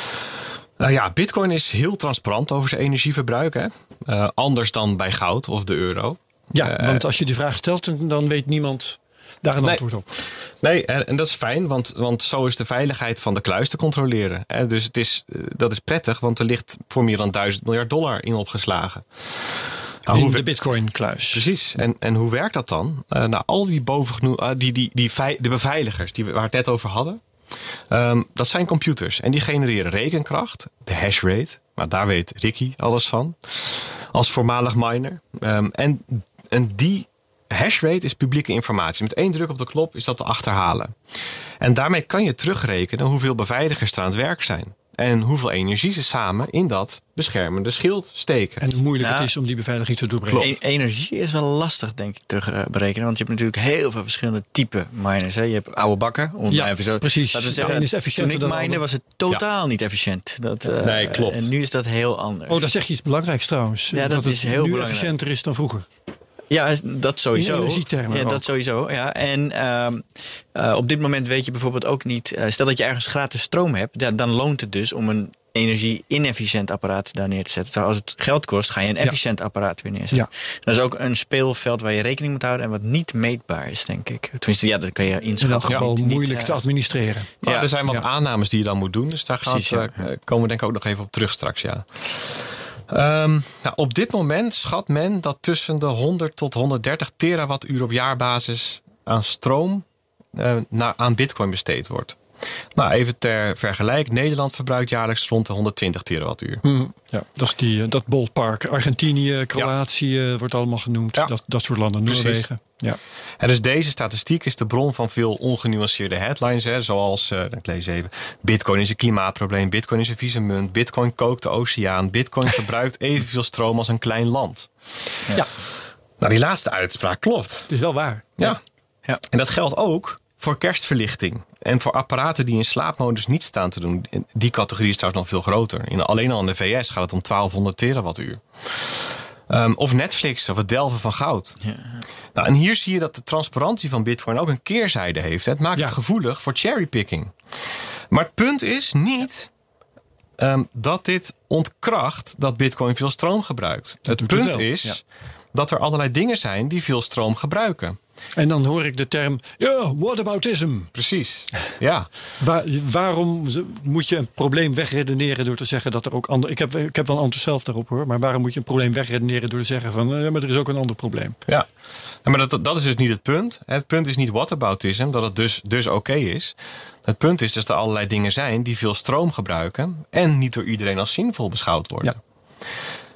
Nou ja, Bitcoin is heel transparant over zijn energieverbruik. Hè? Uh, anders dan bij goud of de euro. Ja, uh, want als je die vraag stelt, dan weet niemand daar een nee. antwoord op. Nee, en dat is fijn, want, want zo is de veiligheid van de kluis te controleren. Dus het is, dat is prettig, want er ligt voor meer dan duizend miljard dollar in opgeslagen. Nou, in hoe de Bitcoin-kluis. Precies. En, en hoe werkt dat dan? Uh, nou, al die bovengenoemde, uh, die, die, die vei, de beveiligers die we, waar we het net over hadden, um, dat zijn computers. En die genereren rekenkracht, de hash rate. Nou, daar weet Ricky alles van, als voormalig miner. Um, en, en die hashrate is publieke informatie. Met één druk op de knop is dat te achterhalen. En daarmee kan je terugrekenen hoeveel beveiligers er aan het werk zijn. En hoeveel energie ze samen in dat beschermende schild steken. En hoe moeilijk ja. het is om die beveiliging te doorbreken. E- energie is wel lastig, denk ik, te uh, berekenen. Want je hebt natuurlijk heel veel verschillende typen miners. Hè. Je hebt oude bakken. Om ja, even zo, precies. Laten we zeggen, is efficiënter toen ik dan minde was het totaal ja. niet efficiënt. Dat, uh, nee, klopt. En nu is dat heel anders. Oh, daar zeg je iets belangrijks trouwens. Ja, dat, dat is het heel nu belangrijk. efficiënter is dan vroeger. Ja, dat sowieso. In energietermen ja, ook. dat sowieso. Ja. En uh, uh, op dit moment weet je bijvoorbeeld ook niet. Uh, stel dat je ergens gratis stroom hebt, ja, dan loont het dus om een energie-inefficiënt apparaat daar neer te zetten. Terwijl als het geld kost, ga je een efficiënt ja. apparaat weer neerzetten. Ja. Dat is ook een speelveld waar je rekening moet houden en wat niet meetbaar is, denk ik. Tenminste, ja, dat kan je inschatten. In dat geval niet, moeilijk niet, te administreren. Maar ja. er zijn wat ja. aannames die je dan moet doen. Dus daar Precies, gaat, ja. uh, komen we denk ik ook nog even op terug straks. Ja. Um, nou, op dit moment schat men dat tussen de honderd tot honderddertig terawattuur op jaarbasis aan stroom uh, naar, aan Bitcoin besteed wordt. Nou, even ter vergelijk. Nederland verbruikt jaarlijks rond de honderdtwintig terawattuur. Mm, ja, dat is die, dat ballpark. Argentinië, Kroatië ja. wordt allemaal genoemd. Ja. Dat, dat soort landen. Precies. Noorwegen. Ja. En dus deze statistiek is de bron van veel ongenuanceerde headlines. Hè, zoals, uh, ik lees even. Bitcoin is een klimaatprobleem. Bitcoin is een vieze munt. Bitcoin kookt de oceaan. Bitcoin verbruikt evenveel stroom als een klein land. Ja. ja. Nou, die laatste uitspraak klopt. Het is wel waar. Ja. ja. En dat geldt ook voor kerstverlichting. En voor apparaten die in slaapmodus niet staan te doen. Die categorie is trouwens nog veel groter. In, alleen al in de V S gaat het om twaalfhonderd terawattuur. Um, of Netflix of het delven van goud. Ja. Nou, en hier zie je dat de transparantie van Bitcoin ook een keerzijde heeft. Het maakt ja. het gevoelig voor cherrypicking. Maar het punt is niet um, dat dit ontkracht dat Bitcoin veel stroom gebruikt. Dat het punt het is ja. dat er allerlei dingen zijn die veel stroom gebruiken. En dan hoor ik de term, ja, yeah, whataboutism. Precies, ja. Waar, waarom moet je een probleem wegredeneren door te zeggen dat er ook andere... Ik heb, ik heb wel een antwoord zelf daarop hoor. Maar waarom moet je een probleem wegredeneren door te zeggen van... Ja, maar er is ook een ander probleem. Ja, ja maar dat, dat is dus niet het punt. Het punt is niet whataboutism, dat het dus, dus oké okay is. Het punt is dat er allerlei dingen zijn die veel stroom gebruiken... en niet door iedereen als zinvol beschouwd worden. Ja.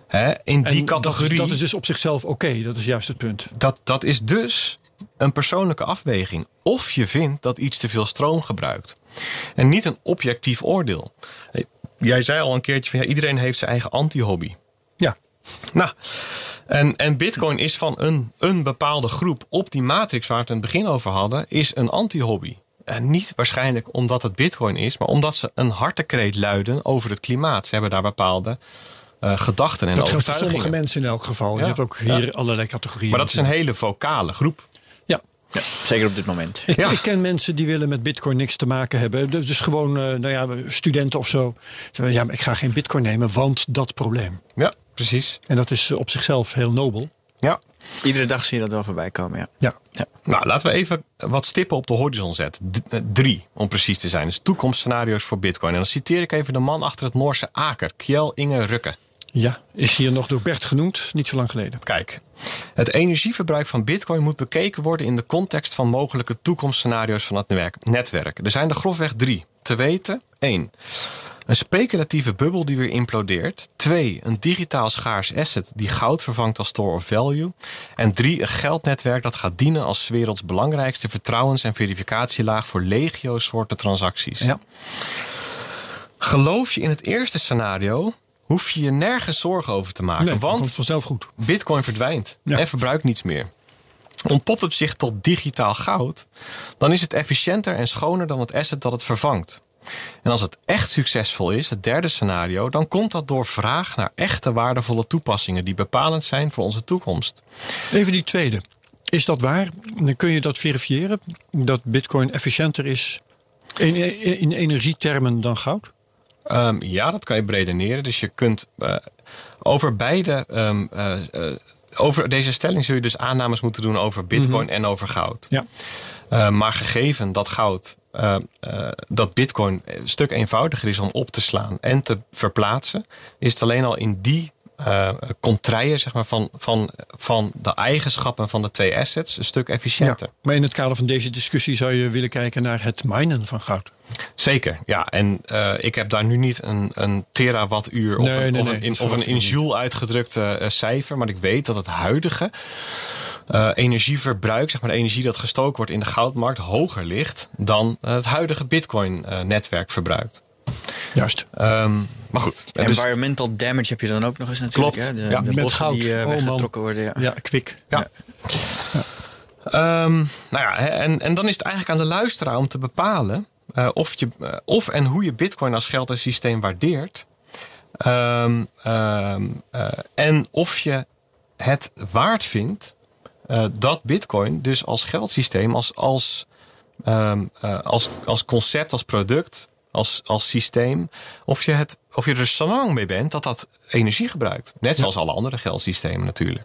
Hè, in die en categorie. Dat, dat is dus op zichzelf oké. Okay. Dat is juist het punt. Dat, dat is dus een persoonlijke afweging. Of je vindt dat iets te veel stroom gebruikt. En niet een objectief oordeel. Jij zei al een keertje van ja, iedereen heeft zijn eigen anti-hobby. Ja. Nou, en, en Bitcoin is van een, een bepaalde groep op die matrix waar we het in het begin over hadden, is een anti-hobby. En niet waarschijnlijk omdat het Bitcoin is, maar omdat ze een hartekreet luiden over het klimaat. Ze hebben daar bepaalde uh, gedachten en dat overtuigingen. Dat voor sommige mensen in elk geval. Ja. Je hebt ook hier ja. allerlei categorieën. Maar dat is een hele vocale groep. Ja. Ja, zeker op dit moment. Ik, Ja. ik ken mensen die willen met Bitcoin niks te maken hebben. Dus gewoon uh, nou ja, studenten of zo. Ja, maar ik ga geen Bitcoin nemen, want dat probleem. Ja, precies. En dat is op zichzelf heel nobel. Ja. Iedere dag zie je dat wel voorbij komen, ja. Ja. ja. Nou, laten we even wat stippen op de horizon zetten. D- drie, om precies te zijn. Dus toekomstscenario's voor Bitcoin. En dan citeer ik even de man achter het Noorse Aker, Kjell Inge Rukke. Ja, is hier nog door Bert genoemd, niet zo lang geleden. Kijk, het energieverbruik van Bitcoin moet bekeken worden in de context van mogelijke toekomstscenario's van het netwerk. Er zijn er grofweg drie. Te weten, één. Een speculatieve bubbel die weer implodeert. Twee, een digitaal schaars asset die goud vervangt als store of value. En drie, een geldnetwerk dat gaat dienen als 's werelds belangrijkste vertrouwens- en verificatielaag voor legio soorten transacties. Ja. Geloof je in het eerste scenario, hoef je je nergens zorgen over te maken. Nee, dat want komt vanzelf goed. Bitcoin verdwijnt Ja. en verbruikt niets meer. Ontpopt het zich tot digitaal goud, dan is het efficiënter en schoner dan het asset dat het vervangt. En als het echt succesvol is, het derde scenario, dan komt dat door vraag naar echte waardevolle toepassingen die bepalend zijn voor onze toekomst. Even die tweede. Is dat waar? Dan kun je dat verifiëren? Dat Bitcoin efficiënter is in, in energietermen dan goud? Um, ja, dat kan je bredeneren. Dus je kunt uh, over beide... Um, uh, uh, over deze stelling zul je dus aannames moeten doen over Bitcoin mm-hmm. en over goud. Ja. Uh, maar gegeven dat goud, uh, uh, dat Bitcoin een stuk eenvoudiger is om op te slaan en te verplaatsen, is het alleen al in die uh, contraien, zeg maar, van, van, van de eigenschappen van de twee assets een stuk efficiënter. Ja, maar in het kader van deze discussie zou je willen kijken naar het minen van goud. Zeker, ja. En uh, ik heb daar nu niet een, een terawattuur of, nee, een, nee, of, nee, een, in, of een in joule uitgedrukte uh, cijfer. Maar ik weet dat het huidige uh, energieverbruik, zeg maar de energie dat gestoken wordt in de goudmarkt, hoger ligt dan uh, het huidige Bitcoin-netwerk uh, verbruikt. Juist. Um, maar goed. Ja, dus, environmental damage heb je dan ook nog eens natuurlijk. Klopt. Hè? De, Ja. de Met bossen goud. die uh, Oh, weggetrokken worden. Ja, ja kwik. Ja. ja. Um, nou ja, en, en dan is het eigenlijk aan de luisteraar om te bepalen uh, of, je, uh, of en hoe je Bitcoin als geld en systeem waardeert. Um, um, uh, en of je het waard vindt uh, dat Bitcoin dus als geldsysteem, als, als, um, uh, als, als concept, als product, als, als systeem, of je, het, of je er zo lang mee bent dat dat energie gebruikt. Net zoals ja. alle andere geldsystemen natuurlijk.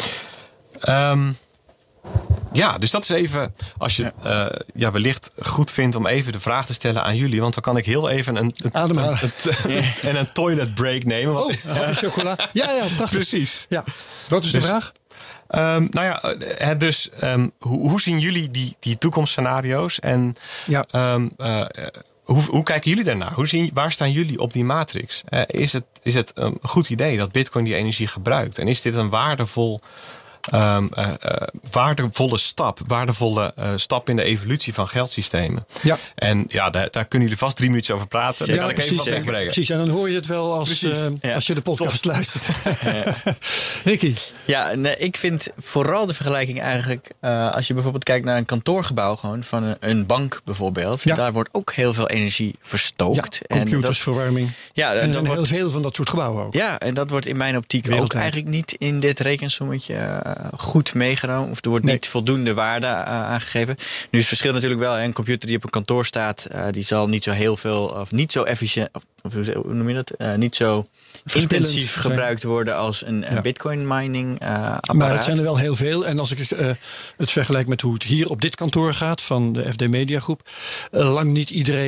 Um, ja, dus dat is even, als je ja. Uh, ja, wellicht goed vindt om even de vraag te stellen aan jullie. Want dan kan ik heel even een, een, Ademhalen. een, een, en een toilet break nemen. Oh, hapje chocola. Ja, ja, prachtig. Precies. Ja. Wat is de dus, vraag? Um, nou ja, uh, dus um, hoe, hoe zien jullie die, die toekomstscenario's? En ja. um, uh, Hoe, hoe kijken jullie daarnaar? Hoe zien, waar staan jullie op die matrix? Uh, is het, is het een goed idee dat Bitcoin die energie gebruikt? En is dit een waardevol, um, uh, uh, waardevolle stap? Waardevolle uh, stap in de evolutie van geldsystemen? Ja. En ja, daar, daar kunnen jullie vast drie minuutjes over praten. Daar ja, kan ik precies, even wat wegbrengen. Precies, en dan hoor je het wel als, uh, ja. als je de podcast Top. luistert. Ja. Ricky? Ja, nee, ik vind vooral de vergelijking eigenlijk, uh, als je bijvoorbeeld kijkt naar een kantoorgebouw gewoon, van een, een bank bijvoorbeeld. Ja. Daar wordt ook heel veel energie verstookt. Ja, computers, en dat, verwarming. Ja, en, dat en wordt, heel veel van dat soort gebouwen ook. Ja, en dat wordt in mijn optiek Wereldwijd. ook eigenlijk niet in dit rekensommetje uh, goed meegenomen. Of er wordt nee. niet voldoende waarde uh, aangegeven. Nu is het verschil natuurlijk wel, een computer die op een kantoor staat, uh, die zal niet zo heel veel, of niet zo efficiënt, of, of hoe noem je dat? Uh, niet zo intensief gebruikt worden als een, een ja. bitcoin mining uh, apparaat. Maar het zijn er wel heel veel. En als ik uh, het vergelijk met hoe het hier op dit kantoor gaat van de F D Media Groep, uh, lang niet iedereen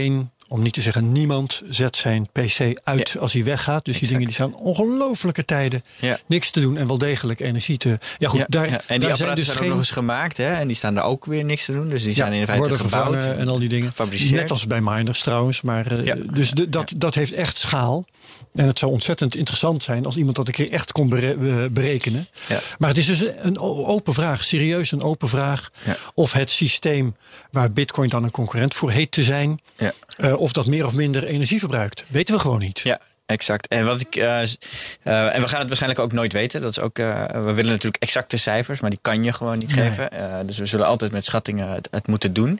om niet te zeggen niemand, zet zijn P C uit Ja. als hij weggaat. Dus Exact. die dingen die staan ongelofelijke tijden Ja. niks te doen en wel degelijk energie te... Ja goed, Ja, daar, ja. En die daar apparaten zijn zijn, dus ook geen... nog eens gemaakt. Hè? En die staan daar ook weer niks te doen. Dus die Ja, zijn in feite worden gebouwd. vervangen en al die dingen. gefabriceerd. Net als bij miners trouwens. Maar, uh, Ja. Dus de, dat, dat heeft echt schaal. En het zou ontzettend interessant zijn als iemand dat een keer echt kon bere- uh, berekenen. Ja. Maar het is dus een o- open vraag, serieus een open vraag. Ja. Of het systeem waar Bitcoin dan een concurrent voor heet te zijn, Ja. uh, of dat meer of minder energie verbruikt. Weten we gewoon niet. Ja, exact. En, wat ik, uh, uh, en we gaan het waarschijnlijk ook nooit weten. Dat is ook, uh, we willen natuurlijk exacte cijfers, maar die kan je gewoon niet Nee. geven. Uh, dus we zullen altijd met schattingen het, het moeten doen.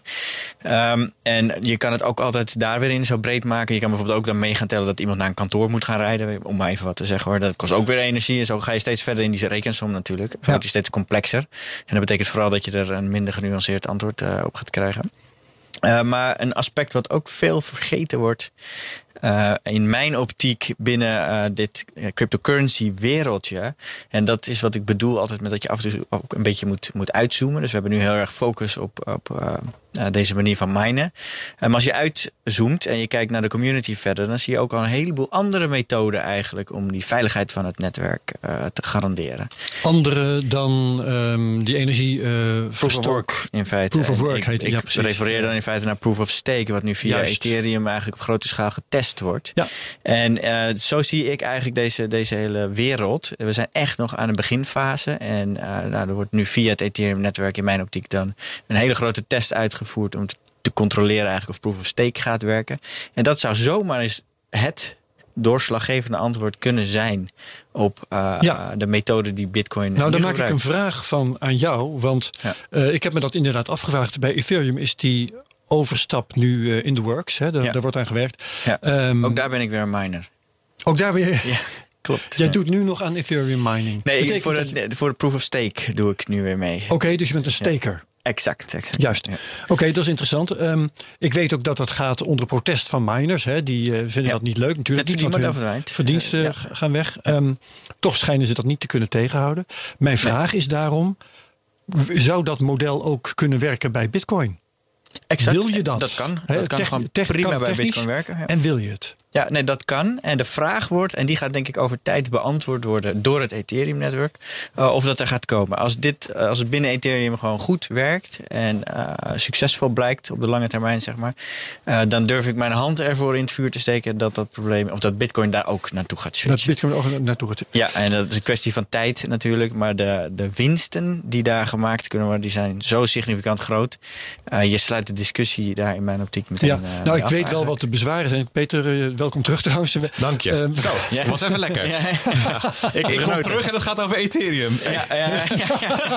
Um, en je kan het ook altijd daar weer in zo breed maken. Je kan bijvoorbeeld ook dan mee gaan tellen dat iemand naar een kantoor moet gaan rijden. Om maar even wat te zeggen hoor. Dat kost ook weer energie. En zo ga je steeds verder in die rekensom natuurlijk. Dan wordt die steeds complexer. En dat betekent vooral dat je er een minder genuanceerd antwoord uh, op gaat krijgen. Uh, maar een aspect wat ook veel vergeten wordt, uh, in mijn optiek binnen uh, dit uh, cryptocurrency wereldje. En dat is wat ik bedoel altijd met dat je af en toe ook een beetje moet, moet uitzoomen. Dus we hebben nu heel erg focus op, op uh, uh, deze manier van minen. Uh, maar als je uitzoomt en je kijkt naar de community verder, dan zie je ook al een heleboel andere methoden eigenlijk om die veiligheid van het netwerk uh, te garanderen. Andere dan um, die energie uh, Proof of work in feite. Proof of En work ik, heet het, ik ja, precies. refereer dan in feite naar proof of stake, wat nu via Juist. Ethereum eigenlijk op grote schaal getest wordt. Ja. En uh, zo zie ik eigenlijk deze, deze hele wereld. We zijn echt nog aan de beginfase. En uh, nou, er wordt nu via het Ethereum-netwerk in mijn optiek dan een hele grote test uitgevoerd om te, te controleren eigenlijk of proof of stake gaat werken. En dat zou zomaar eens het doorslaggevende antwoord kunnen zijn op uh, Ja. de methode die Bitcoin Nou, nu dan maak ik gebruikt. een vraag van aan jou. Want Ja. uh, ik heb me dat inderdaad afgevraagd. Bij Ethereum is die overstap nu uh, in the works. Hè? Daar, Ja. daar wordt aan gewerkt. Ja. Um, Ook daar ben ik weer een miner. ook daar weer. Ja, klopt. Jij Ja. doet nu nog aan Ethereum mining. Nee, Betekent voor dat de, je- voor de proof of stake doe ik nu weer mee. Oké, dus je bent een staker. Exact, exact. Juist. Ja. Oké, dat is interessant. Um, ik weet ook dat dat gaat onder protest van miners. Hè. Die uh, vinden Ja. dat niet leuk natuurlijk. Het niet, want verdienmodel hun verdwijnt. verdiensten Uh, ja. g- gaan weg. Um, toch schijnen ze dat niet te kunnen tegenhouden. Mijn vraag is daarom, w- zou dat model ook kunnen werken bij Bitcoin? Exact. Wil je dat? Dat kan. Hè, Dat kan tech- gewoon tech- prima kan bij technisch? Bitcoin werken. Ja. En wil je het? Ja, nee, dat kan. En de vraag wordt, en die gaat denk ik over tijd beantwoord worden door het Ethereum-netwerk, uh, of dat er gaat komen. Als, dit, uh, als het binnen Ethereum gewoon goed werkt en uh, succesvol blijkt op de lange termijn, zeg maar, uh, dan durf ik mijn hand ervoor in het vuur te steken dat dat probleem, of dat Bitcoin daar ook naartoe gaat switchen. Dat Bitcoin ook naartoe gaat. Ja, en dat is een kwestie van tijd natuurlijk. Maar de, de winsten die daar gemaakt kunnen worden, die zijn zo significant groot. Uh, je sluit de discussie daar in mijn optiek meteen Ja, uh, nou, mee ik af, weet wel eigenlijk. wat de bezwaren zijn. Peter, uh, welkom terug trouwens. Dank je. Um, Zo, Ja. was even lekker. Ja, Ik, ik kom Genoten. terug en het gaat over Ethereum. ja, ja, ja, ja.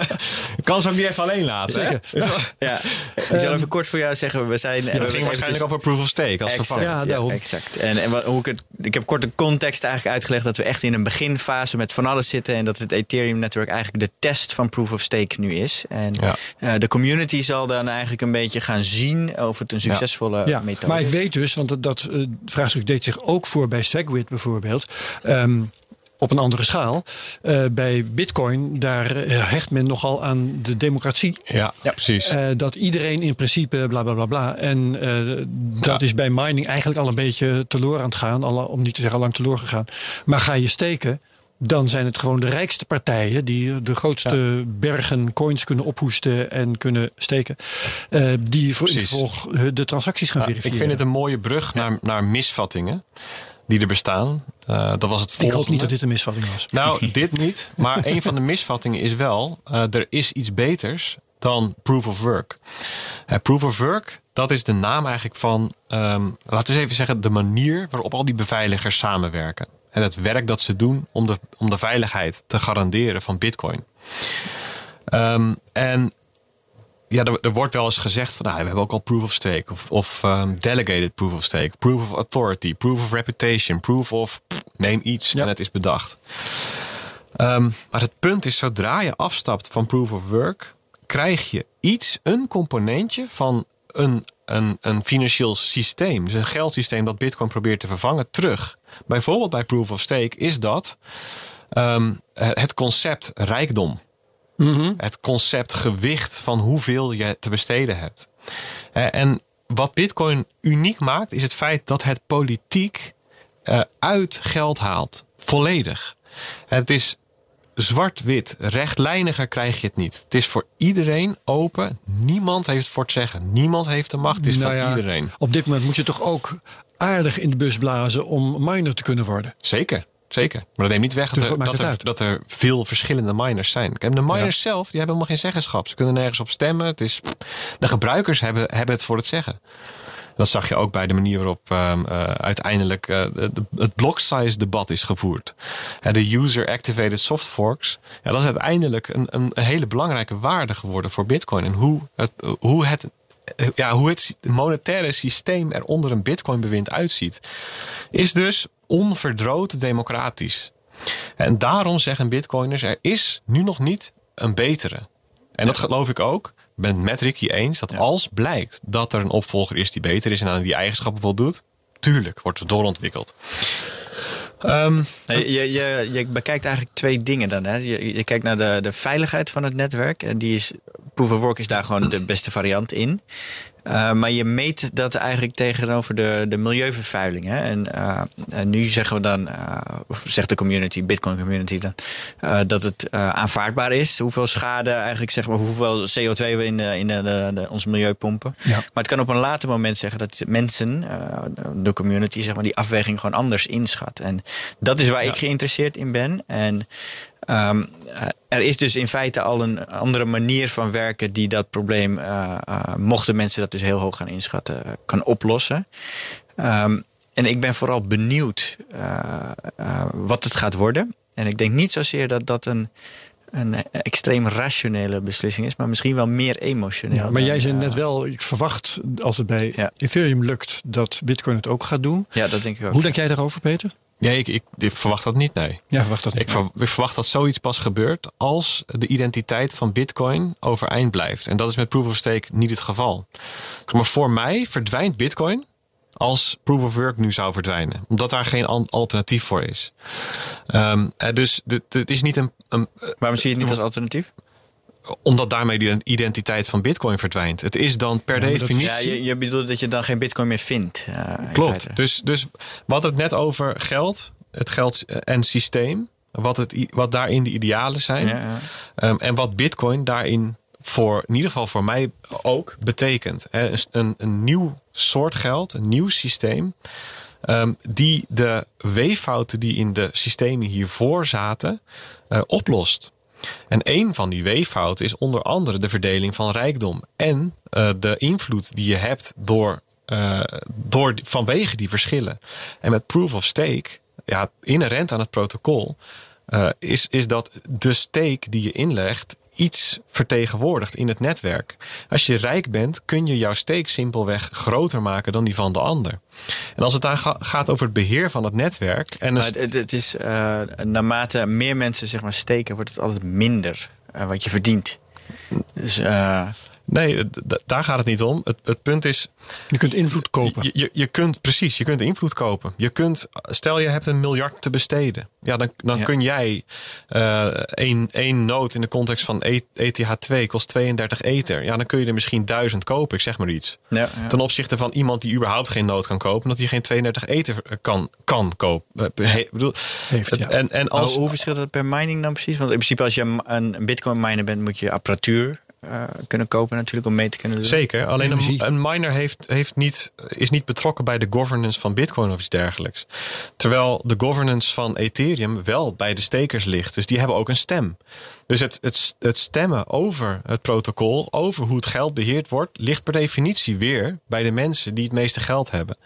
Ik kan ze ook niet even alleen laten. hè? Zeker. Ja. Ik zal even kort voor jou zeggen, we zijn... Ja, we het zijn ging waarschijnlijk dus- over proof of stake als Exact, vervanger. Ja, ja, daarom. exact. En, en wat, hoe ik, het, ik heb kort de context eigenlijk uitgelegd dat we echt in een beginfase met van alles zitten en dat het Ethereum-netwerk eigenlijk de test van proof of stake nu is. En Ja. uh, de community zal dan eigenlijk een beetje gaan zien of het een succesvolle Ja, methode maar ik is. weet dus, want dat, dat uh, vraagstuk deed zich ook voor bij Segwit bijvoorbeeld. Um, op een andere schaal. Uh, bij Bitcoin, daar uh, hecht men nogal aan de democratie. Ja, Ja. precies. Uh, dat iedereen in principe bla bla bla bla. En uh, dat Ja. is bij mining eigenlijk al een beetje teloor aan het gaan. Al, om niet te zeggen al lang teloor gegaan. Maar ga je steken, dan zijn het gewoon de rijkste partijen die de grootste bergen coins kunnen ophoesten en kunnen steken. Uh, die voor in het Precies. vervolg uh, de transacties gaan Ja, verifiëren. ik vind het een mooie brug naar, naar misvattingen die er bestaan. Uh, dat was het Ik volgende. hoop niet dat dit een misvatting was. Nou, dit niet. Maar een van de misvattingen is wel, uh, er is iets beters dan proof of work. Uh, proof of work, dat is de naam eigenlijk van, um, laten we eens even zeggen, de manier waarop al die beveiligers samenwerken. En het werk dat ze doen om de, om de veiligheid te garanderen van Bitcoin. Um, en ja, er, er wordt wel eens gezegd van, nou, we hebben ook al proof of stake of, of um, delegated proof of stake, proof of authority, proof of reputation, proof of pff, neem iets Ja. en het is bedacht. Um, maar het punt is, zodra je afstapt van proof of work, krijg je iets, een componentje van een, een, een financieel systeem, dus een geldsysteem dat Bitcoin probeert te vervangen, terug. Bijvoorbeeld bij proof of stake is dat um, het concept rijkdom. Mm-hmm. Het concept gewicht van hoeveel je te besteden hebt. En wat Bitcoin uniek maakt, is het feit dat het politiek uh, uit geld haalt. Volledig. Het is zwart-wit. Rechtlijniger krijg je het niet. Het is voor iedereen open. Niemand heeft voor het zeggen. Niemand heeft de macht. Het is nou van ja, iedereen. Op dit moment moet je toch ook aardig in de bus blazen om miner te kunnen worden. Zeker. Zeker. Maar dat neemt niet weg Dus dat, er, dat, er, dat er veel verschillende miners zijn. En de miners ja. zelf, die hebben helemaal geen zeggenschap. Ze kunnen nergens op stemmen. Het is, de gebruikers hebben, hebben het voor het zeggen. Dat zag je ook bij de manier waarop uh, uh, uiteindelijk uh, de, het block size debat is gevoerd. Uh, de user activated soft forks. Ja, dat is uiteindelijk een, een hele belangrijke waarde geworden voor Bitcoin. En hoe het, hoe het, ja, hoe het monetaire systeem er onder een Bitcoin-bewind uitziet, is dus onverdroten democratisch. En daarom zeggen Bitcoiners, er is nu nog niet een betere. En dat geloof ik ook. Ik ben het met Ricky eens dat ja. als blijkt dat er een opvolger is die beter is en aan die eigenschappen voldoet, tuurlijk wordt het doorontwikkeld. Um, je, je, je bekijkt eigenlijk twee dingen dan. Hè? Je, je kijkt naar de, de veiligheid van het netwerk. En die is, Proof of Work is daar gewoon de beste variant in. Uh, maar je meet dat eigenlijk tegenover de, de milieuvervuiling. Hè? En, uh, en nu zeggen we dan, uh, of zegt de community, Bitcoin community dan, uh, dat het uh, aanvaardbaar is. Hoeveel schade eigenlijk, zeg maar, hoeveel C O twee we in, de, in de, de, de, ons milieu pompen. Ja. Maar het kan op een later moment zeggen dat mensen, uh, de community, zeg maar, die afweging gewoon anders inschat. En dat is waar ja. ik geïnteresseerd in ben. En Um, uh, er is dus in feite al een andere manier van werken die dat probleem, uh, uh, mochten mensen dat dus heel hoog gaan inschatten, uh, kan oplossen. Um, en ik ben vooral benieuwd uh, uh, wat het gaat worden. En ik denk niet zozeer dat dat een, een extreem rationele beslissing is, maar misschien wel meer emotioneel. Ja, maar jij zei net wel, ik verwacht als het bij ja. Ethereum lukt dat Bitcoin het ook gaat doen. Ja, dat denk ik ook. Hoe denk jij daarover, Peter? Nee, ik, ik, ik verwacht dat niet, nee. Ja, verwacht dat niet. Ik, ver, ik verwacht dat zoiets pas gebeurt als de identiteit van Bitcoin overeind blijft. En dat is met Proof of Stake niet het geval. Maar voor mij verdwijnt Bitcoin als Proof of Work nu zou verdwijnen. Omdat daar geen alternatief voor is. Um, dus het is niet een... een Waarom zie je het niet als alternatief? Omdat daarmee de identiteit van Bitcoin verdwijnt. Het is dan per ja, definitie... Ja, je, je bedoelt dat je dan geen Bitcoin meer vindt. Uh, Klopt. Dus, dus we hadden het net over geld. Het geld en systeem. Wat, het, wat daarin de idealen zijn. Ja, ja. Um, en wat Bitcoin daarin voor, in ieder geval voor mij ook, betekent. He, een, een nieuw soort geld. Een nieuw systeem. Um, die de weeffouten die in de systemen hiervoor zaten, uh, oplost. En een van die weeffouten is onder andere de verdeling van rijkdom. En uh, de invloed die je hebt door, uh, door, vanwege die verschillen. En met Proof of Stake, ja, inherent aan het protocol, uh, is, is dat de stake die je inlegt iets vertegenwoordigt in het netwerk. Als je rijk bent, kun je jouw stake simpelweg groter maken dan die van de ander. En als het dan ga, gaat over het beheer van het netwerk. En maar het, het is uh, naarmate meer mensen, zeg maar, steken, wordt het altijd minder uh, wat je verdient. Dus uh, nee, d- daar gaat het niet om. Het, het punt is, je kunt invloed kopen. Je, je, je kunt precies, je kunt invloed kopen. Je kunt, stel je hebt een miljard te besteden. Ja, dan, dan ja. kun jij uh, één, één noot in de context van E T H twee kost tweeëndertig ether. Ja, dan kun je er misschien duizend kopen, ik zeg maar iets. Ja, ja. Ten opzichte van iemand die überhaupt geen noot kan kopen, dat hij geen tweeëndertig ether kan, kan kopen. He, bedoel, Heeft, ja. en, en als, hoe, hoe verschilt dat per mining dan precies? Want in principe als je een bitcoin miner bent, moet je apparatuur Uh, kunnen kopen natuurlijk om mee te kunnen doen. Zeker, alleen een, een miner heeft, heeft niet, is niet betrokken bij de governance van Bitcoin of iets dergelijks. Terwijl de governance van Ethereum wel bij de stakers ligt. Dus die hebben ook een stem. Dus het, het, het stemmen over het protocol, over hoe het geld beheerd wordt, ligt per definitie weer bij de mensen die het meeste geld hebben.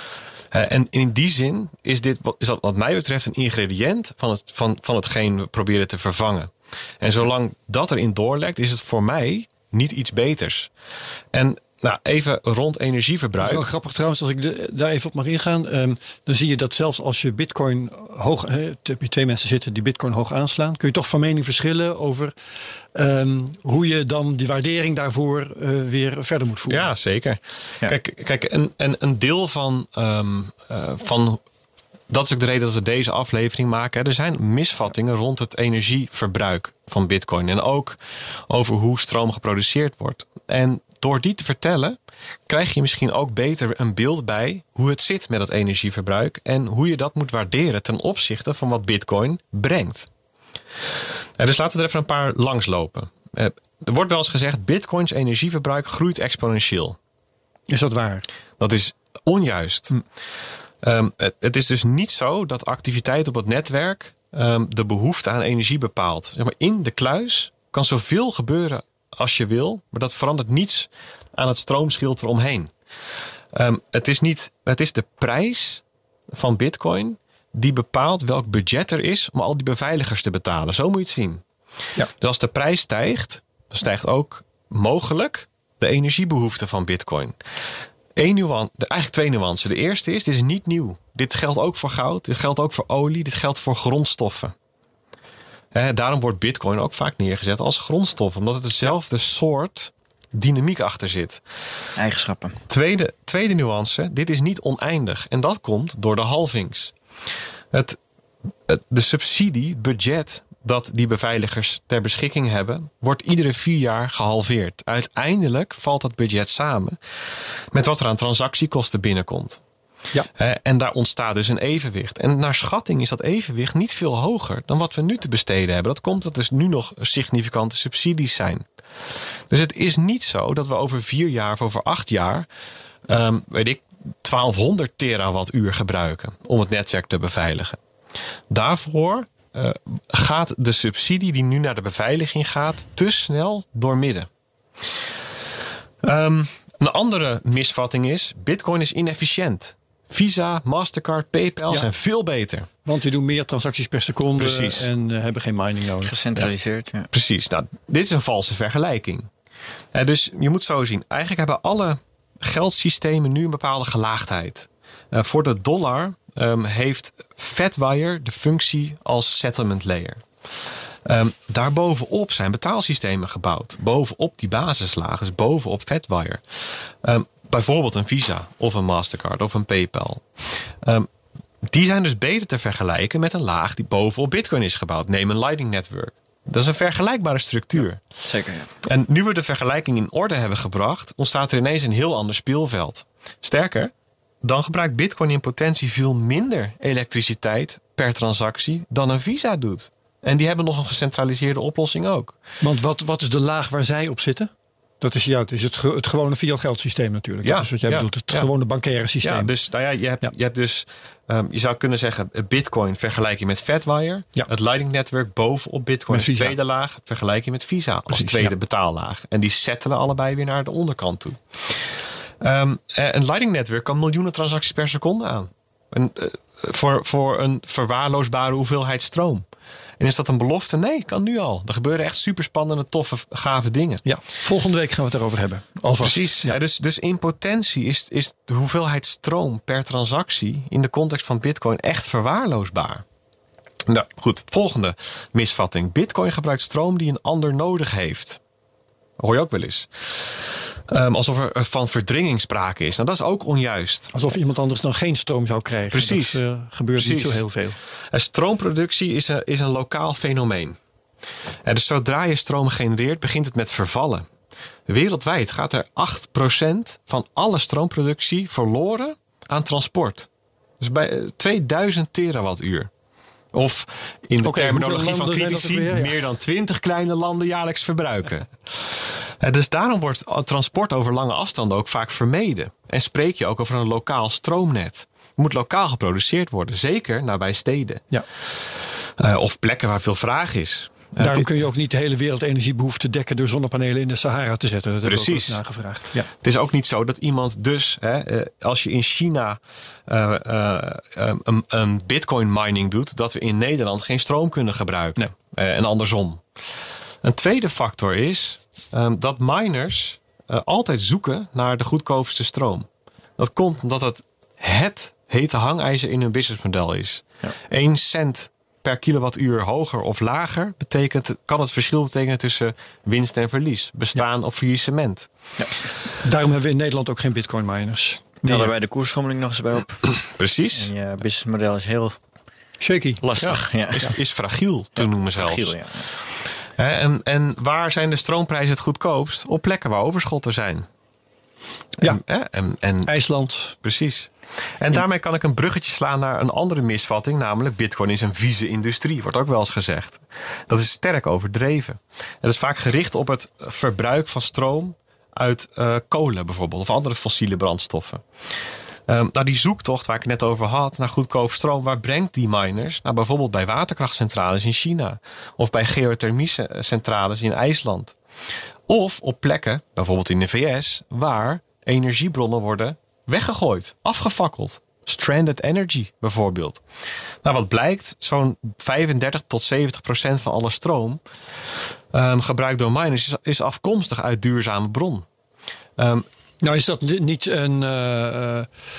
Uh, en in die zin is dit, is dat wat mij betreft, een ingrediënt van, het, van, van hetgeen we proberen te vervangen. En zolang dat erin doorlekt, is het voor mij niet iets beters. En nou, even rond energieverbruik. Dat is wel grappig trouwens, als ik de, daar even op mag ingaan. Um, dan zie je dat zelfs als je bitcoin hoog... He, heb je twee mensen zitten die bitcoin hoog aanslaan, kun je toch van mening verschillen over um, hoe je dan die waardering daarvoor uh, weer verder moet voeren. Ja, zeker. Ja. Kijk, kijk en, en een deel van... Um, uh, van dat is ook de reden dat we deze aflevering maken. Er zijn misvattingen rond het energieverbruik van Bitcoin. En ook over hoe stroom geproduceerd wordt. En door die te vertellen, krijg je misschien ook beter een beeld bij hoe het zit met dat energieverbruik en hoe je dat moet waarderen ten opzichte van wat Bitcoin brengt. En dus laten we er even een paar langslopen. Er wordt wel eens gezegd, Bitcoins energieverbruik groeit exponentieel. Is dat waar? Dat is onjuist. Hm. Um, het, het is dus niet zo dat activiteit op het netwerk um, de behoefte aan energie bepaalt. Zeg maar, in de kluis kan zoveel gebeuren als je wil, maar dat verandert niets aan het stroomschild eromheen. Um, het is niet, het is de prijs van Bitcoin die bepaalt welk budget er is om al die beveiligers te betalen. Zo moet je het zien. Ja. Dus als de prijs stijgt, dan stijgt ook mogelijk de energiebehoefte van Bitcoin. Eén nuance, eigenlijk twee nuances. De eerste is, dit is niet nieuw. Dit geldt ook voor goud, dit geldt ook voor olie, dit geldt voor grondstoffen. He, daarom wordt Bitcoin ook vaak neergezet als grondstof, omdat het dezelfde soort dynamiek achter zit. Eigenschappen. Tweede, tweede nuance, dit is niet oneindig. En dat komt door de halvings. Het, het, de subsidie, het budget dat die beveiligers ter beschikking hebben, wordt iedere vier jaar gehalveerd. Uiteindelijk valt dat budget samen met wat er aan transactiekosten binnenkomt. Ja. En daar ontstaat dus een evenwicht. En naar schatting is dat evenwicht niet veel hoger dan wat we nu te besteden hebben. Dat komt dat er dus nu nog significante subsidies zijn. Dus het is niet zo dat we over vier jaar of over acht jaar um, weet ik, twaalfhonderd terawattuur gebruiken om het netwerk te beveiligen. Daarvoor uh, gaat de subsidie die nu naar de beveiliging gaat te snel doormidden. Um, een andere misvatting is, Bitcoin is inefficiënt. Visa, Mastercard, PayPal ja. zijn veel beter. Want die doen meer transacties per seconde. Precies. En uh, hebben geen mining nodig. Gecentraliseerd, ja. ja. Precies. Nou, dit is een valse vergelijking. Uh, dus je moet zo zien. Eigenlijk hebben alle geldsystemen nu een bepaalde gelaagdheid. Uh, voor de dollar um, heeft Fedwire de functie als settlement layer. Um, daarbovenop zijn betaalsystemen gebouwd. Bovenop die basislaag, dus bovenop Fedwire. Um, bijvoorbeeld een Visa of een Mastercard of een PayPal. Um, die zijn dus beter te vergelijken met een laag die bovenop Bitcoin is gebouwd. Neem een Lightning Network. Dat is een vergelijkbare structuur. Ja, zeker, ja. En nu we de vergelijking in orde hebben gebracht, ontstaat er ineens een heel ander speelveld. Sterker, dan gebruikt Bitcoin in potentie veel minder elektriciteit per transactie dan een Visa doet. En die hebben nog een gecentraliseerde oplossing ook. Want wat, wat is de laag waar zij op zitten? Dat is, ja, het, is het, het gewone fiat geldsysteem natuurlijk. Ja, dat is wat jij ja, bedoelt, het ja. gewone bankaire systeem. Ja, dus, nou ja, je, hebt, ja. je hebt dus, um, je zou kunnen zeggen, Bitcoin vergelijk je met Fedwire. Ja. Het Lightning Network bovenop Bitcoin is de tweede laag. Vergelijk je met Visa als Precies, tweede ja. betaallaag. En die settelen allebei weer naar de onderkant toe. Um, een Lightning Network kan miljoenen transacties per seconde aan. En, uh, voor, voor een verwaarloosbare hoeveelheid stroom. En is dat een belofte? Nee, kan nu al. Er gebeuren echt superspannende, toffe, gave dingen. Ja, volgende week gaan we het erover hebben. Alvast. Precies. Ja. Ja, dus, dus in potentie is, is de hoeveelheid stroom per transactie in de context van Bitcoin echt verwaarloosbaar. Nou goed, volgende misvatting. Bitcoin gebruikt stroom die een ander nodig heeft. Dat hoor je ook wel eens. Um, alsof er van verdringing sprake is. Nou, dat is ook onjuist. Alsof iemand anders dan geen stroom zou krijgen. Precies. Dat uh, gebeurt Precies. niet zo heel veel. En stroomproductie is een, is een lokaal fenomeen. En dus zodra je stroom genereert, begint het met vervallen. Wereldwijd gaat er acht procent van alle stroomproductie verloren aan transport. Dus bij uh, tweeduizend terawattuur. Of in de okay, terminologie van critici, weer, ja. meer dan twintig kleine landen jaarlijks verbruiken. Dus daarom wordt transport over lange afstanden ook vaak vermeden. En spreek je ook over een lokaal stroomnet. Het moet lokaal geproduceerd worden, zeker nabij steden. Ja. Uh, of plekken waar veel vraag is. Uh, Daarom kun je ook niet de hele wereld energiebehoefte dekken door zonnepanelen in de Sahara te zetten. Dat Precies. heb ik ook nagevraagd. Ja. Het is ook niet zo dat iemand dus, hè, als je in China uh, uh, een, een bitcoin mining doet, dat we in Nederland geen stroom kunnen gebruiken. Nee. Uh, en andersom. Een tweede factor is um, dat miners uh, altijd zoeken naar de goedkoopste stroom. Dat komt omdat het het hete hangijzer in hun businessmodel is. Ja. één cent per kilowattuur hoger of lager betekent, kan het verschil betekenen tussen winst en verlies. Bestaan ja. of faillissement. Ja. Daarom hebben we in Nederland ook geen bitcoin miners. Daar hebben wij de koersschommeling nog eens bij op. Precies. En je businessmodel is heel shaky. Lastig. Ja. Ja. Is, is fragiel te ja. noemen zelfs. Fragiel, ja. En, en waar zijn de stroomprijzen het goedkoopst? Op plekken waar overschotten zijn. Ja, en, en, en, IJsland. Precies. En daarmee kan ik een bruggetje slaan naar een andere misvatting, namelijk Bitcoin is een vieze industrie, wordt ook wel eens gezegd. Dat is sterk overdreven. Het is vaak gericht op het verbruik van stroom uit uh, kolen bijvoorbeeld, of andere fossiele brandstoffen. Um, nou, die zoektocht waar ik het net over had naar goedkoop stroom, waar brengt die miners? Nou, bijvoorbeeld bij waterkrachtcentrales in China of bij geothermische centrales in IJsland. Of op plekken, bijvoorbeeld in de V S, waar energiebronnen worden weggegooid, afgefakkeld. Stranded energy bijvoorbeeld. Nou, wat blijkt, zo'n vijfendertig tot zeventig procent van alle stroom um, gebruikt door miners is, is afkomstig uit duurzame bron. Um, nou is dat niet een... Uh,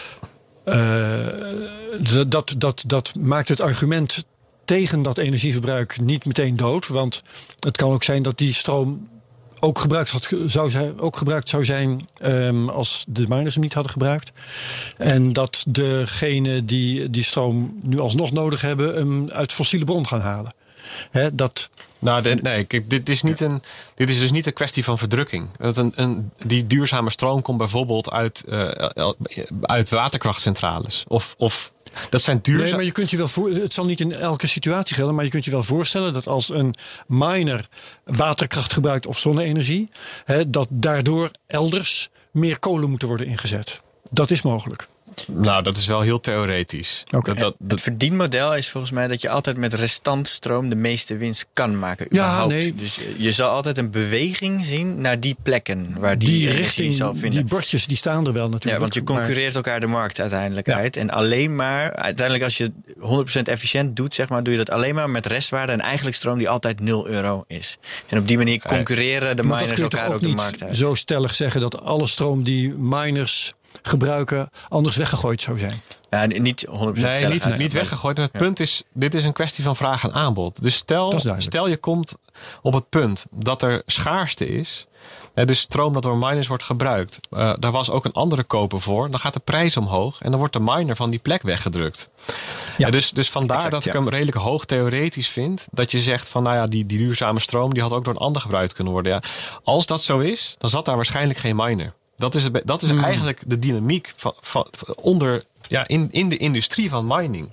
uh, dat, dat, dat maakt het argument tegen dat energieverbruik niet meteen dood. Want het kan ook zijn dat die stroom ook gebruikt, had, zou, zijn, ook gebruikt zou zijn um, als de miners hem niet hadden gebruikt. En dat degenen die die stroom nu alsnog nodig hebben hem uit fossiele bron gaan halen. He, dat... Nou, de, nee, kijk, dit is, niet een, dit is dus niet een kwestie van verdrukking. Een, een, die duurzame stroom komt bijvoorbeeld uit, uh, uit waterkrachtcentrales. Of, of dat zijn duurzame... Nee, maar je kunt je wel voor, het zal niet in elke situatie gelden, maar je kunt je wel voorstellen dat als een miner waterkracht gebruikt of zonne-energie, he, dat daardoor elders meer kolen moeten worden ingezet. Dat is mogelijk. Nou, dat is wel heel theoretisch. Okay. Dat, dat, dat... Het verdienmodel is volgens mij dat je altijd met restantstroom de meeste winst kan maken. Überhaupt. Ja, nee. Dus je zal altijd een beweging zien naar die plekken waar die, die richting zal vinden. Die bordjes die staan er wel natuurlijk. Ja, want je concurreert maar... elkaar de markt uiteindelijk ja. uit. En alleen maar, uiteindelijk als je honderd procent efficiënt doet, zeg maar, doe je dat alleen maar met restwaarde en eigenlijk stroom die altijd nul euro is. En op die manier concurreren de maar miners elkaar ook, ook de markt uit. Zo stellig zeggen dat alle stroom die miners gebruiken anders weggegooid zou zijn. Ja, niet honderd procent nee, niet, niet, niet weggegooid. Maar het ja. punt is, dit is een kwestie van vraag en aanbod. Dus stel, stel je komt op het punt dat er schaarste is. Hè, dus stroom dat door miners wordt gebruikt. Uh, daar was ook een andere koper voor. Dan gaat de prijs omhoog. En dan wordt de miner van die plek weggedrukt. Ja. Ja, dus, dus vandaar exact, dat ik ja. hem redelijk hoog theoretisch vind. Dat je zegt van nou ja, die, die duurzame stroom die had ook door een ander gebruikt kunnen worden. Ja. Als dat zo is, dan zat daar waarschijnlijk geen miner. Dat is, het, dat is mm. eigenlijk de dynamiek van, van, onder, ja, in, in de industrie van mining.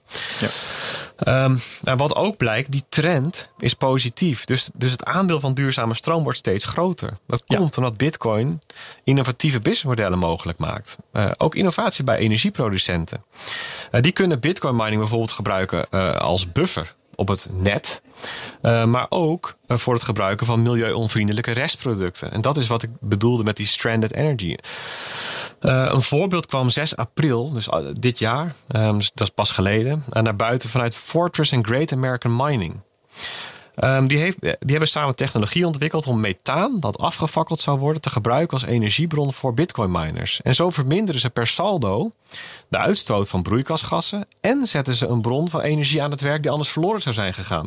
Ja. Um, nou, wat ook blijkt, die trend is positief. Dus, dus het aandeel van duurzame stroom wordt steeds groter. Dat ja. komt omdat Bitcoin innovatieve businessmodellen mogelijk maakt. Uh, ook innovatie bij energieproducenten. Uh, die kunnen Bitcoin mining bijvoorbeeld gebruiken uh, als buffer op het net. Uh, maar ook uh, voor het gebruiken van milieu-onvriendelijke restproducten. En dat is wat ik bedoelde met die stranded energy. Uh, een voorbeeld kwam zes april, dus uh, dit jaar, um, dus dat is pas geleden, uh, naar buiten vanuit Fortress and Great American Mining. Um, die, heeft, die hebben samen technologie ontwikkeld om methaan, dat afgefakkeld zou worden, te gebruiken als energiebron voor Bitcoin miners. En zo verminderen ze per saldo de uitstoot van broeikasgassen en zetten ze een bron van energie aan het werk die anders verloren zou zijn gegaan.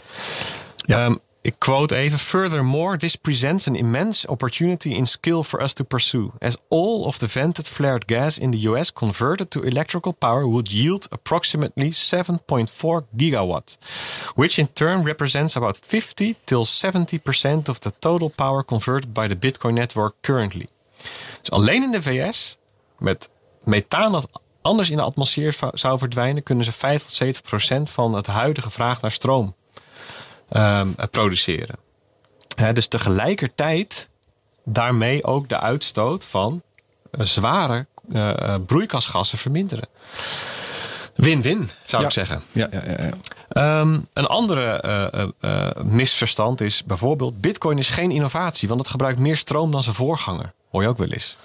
Ja. Um, ik quote even. Furthermore, this presents an immense opportunity in skill for us to pursue, as all of the vented flared gas in the U S converted to electrical power would yield approximately seven point four gigawatt, which in turn represents about fifty till seventy percent of the total power converted by the Bitcoin network currently. Dus alleen in de V S, met methaan dat anders in de atmosfeer zou verdwijnen, kunnen ze vijf tot zeventig procent van het huidige vraag naar stroom Um, produceren. He, dus tegelijkertijd daarmee ook de uitstoot van uh, zware uh, broeikasgassen verminderen. Win-win, zou ja. ik zeggen. Ja, ja, ja, ja. Um, een andere uh, uh, misverstand is bijvoorbeeld, Bitcoin is geen innovatie, want het gebruikt meer stroom dan zijn voorganger. Hoor je ook wel eens.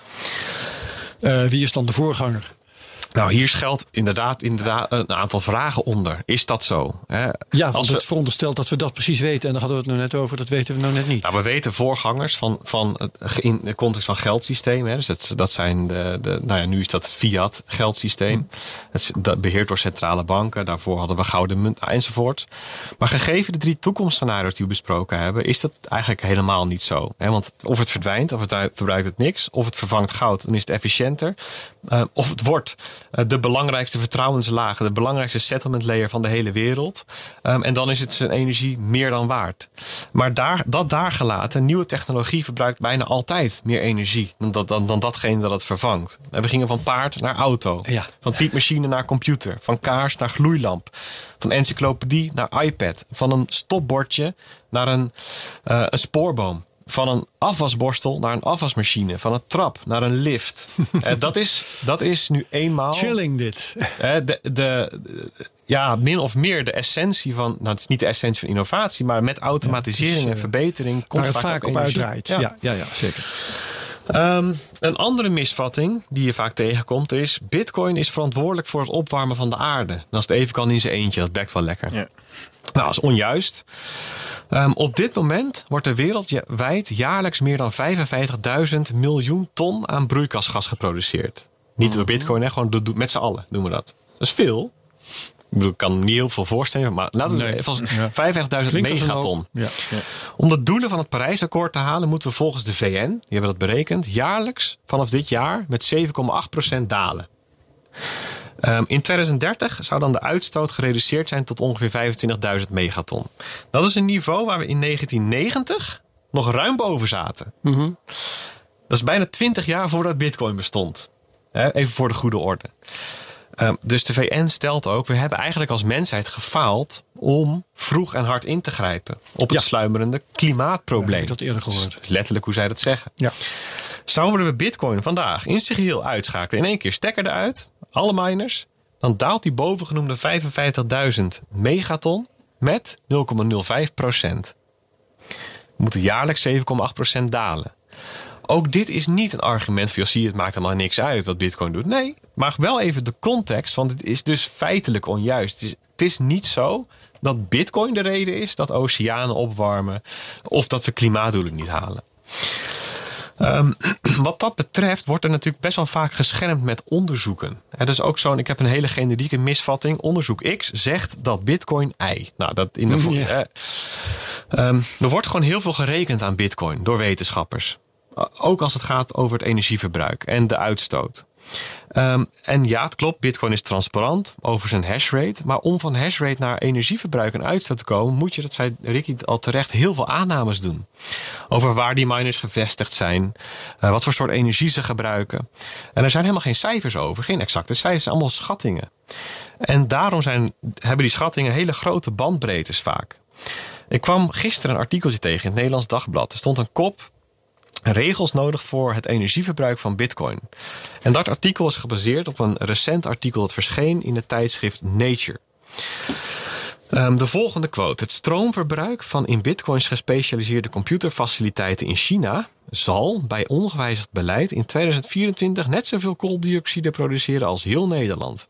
Uh, wie is dan de voorganger? Nou, hier schuilt inderdaad, inderdaad een aantal vragen onder. Is dat zo? Hè? Ja, want het veronderstelt dat we dat precies weten. En daar hadden we het nou net over. Dat weten we nou net niet. Nou, we weten voorgangers van, van in de context van geldsysteem. Hè? Dus dat, dat zijn de, de, nou ja, nu is dat fiat geldsysteem. Hm. Het dat beheerd door centrale banken. Daarvoor hadden we gouden munt enzovoort. Maar gegeven de drie toekomstscenario's die we besproken hebben, is dat eigenlijk helemaal niet zo. Hè? Want of het verdwijnt, of het verbruikt het niks. Of het vervangt goud, dan is het efficiënter. Uh, of het wordt uh, de belangrijkste vertrouwenslagen, de belangrijkste settlement layer van de hele wereld. Um, en dan is het zijn energie meer dan waard. Maar daar, dat daar gelaten, nieuwe technologie verbruikt bijna altijd meer energie dan, dat, dan, dan datgene dat het vervangt. We gingen van paard naar auto, Ja. van typemachine naar computer, van kaars naar gloeilamp, van encyclopedie naar iPad, van een stopbordje naar een, uh, een spoorboom. Van een afwasborstel naar een afwasmachine. Van een trap naar een lift. uh, dat, is, dat is nu eenmaal... Chilling dit. Uh, de, de, de, ja, min of meer de essentie van... Nou, het is niet de essentie van innovatie... maar met automatisering ja, is, uh, en verbetering... komt waar het vaak op energie. uitdraait. Ja. Ja, ja, ja, zeker. Um, een andere misvatting die je vaak tegenkomt is... Bitcoin is verantwoordelijk voor het opwarmen van de aarde. En als het even kan in zijn eentje, dat bekt wel lekker. Ja. Nou, dat is onjuist. Um, op dit moment wordt er wereldwijd jaarlijks meer dan vijfenvijftigduizend miljoen ton aan broeikasgas geproduceerd. Niet door Bitcoin, hè, gewoon met z'n allen doen we dat. Dat is veel. Ik bedoel, ik kan me niet heel veel voorstellen, maar laten we nee. even als ja. vijfenvijftigduizend megaton. Ja. Ja. Om de doelen van het Parijsakkoord te halen, moeten we volgens de V N, die hebben dat berekend, jaarlijks vanaf dit jaar met zeven komma acht procent dalen. Um, in tweeduizend dertig zou dan de uitstoot gereduceerd zijn tot ongeveer vijfentwintigduizend megaton. Dat is een niveau waar we in negentien negentig nog ruim boven zaten. Mm-hmm. Dat is bijna twintig jaar voordat Bitcoin bestond. He, even voor de goede orde. Um, dus de V N stelt ook, we hebben eigenlijk als mensheid gefaald om vroeg en hard in te grijpen op het ja. sluimerende klimaatprobleem. Ja, heb ik dat eerder gehoord. Dus letterlijk hoe zij dat zeggen. Ja. Zouden we Bitcoin vandaag in zijn geheel uitschakelen, in één keer stekker eruit, alle miners, dan daalt die bovengenoemde vijfenvijftigduizend megaton met nul komma nul vijf procent. We moeten jaarlijks zeven komma acht procent dalen. Ook dit is niet een argument voor, zie je, het maakt helemaal niks uit wat Bitcoin doet. Nee, maar wel even de context, want het is dus feitelijk onjuist. Het is, het is niet zo dat Bitcoin de reden is dat oceanen opwarmen of dat we klimaatdoelen niet halen. Um, wat dat betreft wordt er natuurlijk best wel vaak geschermd met onderzoeken. Er is ook zo'n, ik heb een hele generieke misvatting. Onderzoek X zegt dat Bitcoin Y. Nou, dat in de vo- yeah. uh, um, er wordt gewoon heel veel gerekend aan Bitcoin door wetenschappers. Uh, ook als het gaat over het energieverbruik en de uitstoot. Um, en ja, het klopt, Bitcoin is transparant over zijn hashrate. Maar om van hashrate naar energieverbruik en uitstoot te komen, moet je, dat zei Ricky al terecht, heel veel aannames doen. Over waar die miners gevestigd zijn, uh, wat voor soort energie ze gebruiken. En er zijn helemaal geen cijfers over, geen exacte cijfers, allemaal schattingen. En daarom zijn, hebben die schattingen hele grote bandbreedtes vaak. Ik kwam gisteren een artikeltje tegen in het Nederlands Dagblad. Er stond een kop: regels nodig voor het energieverbruik van Bitcoin. En dat artikel is gebaseerd op een recent artikel dat verscheen in het tijdschrift Nature. Um, de volgende quote: het stroomverbruik van in bitcoins gespecialiseerde computerfaciliteiten in China zal bij ongewijzigd beleid in tweeduizend vierentwintig net zoveel kooldioxide produceren als heel Nederland.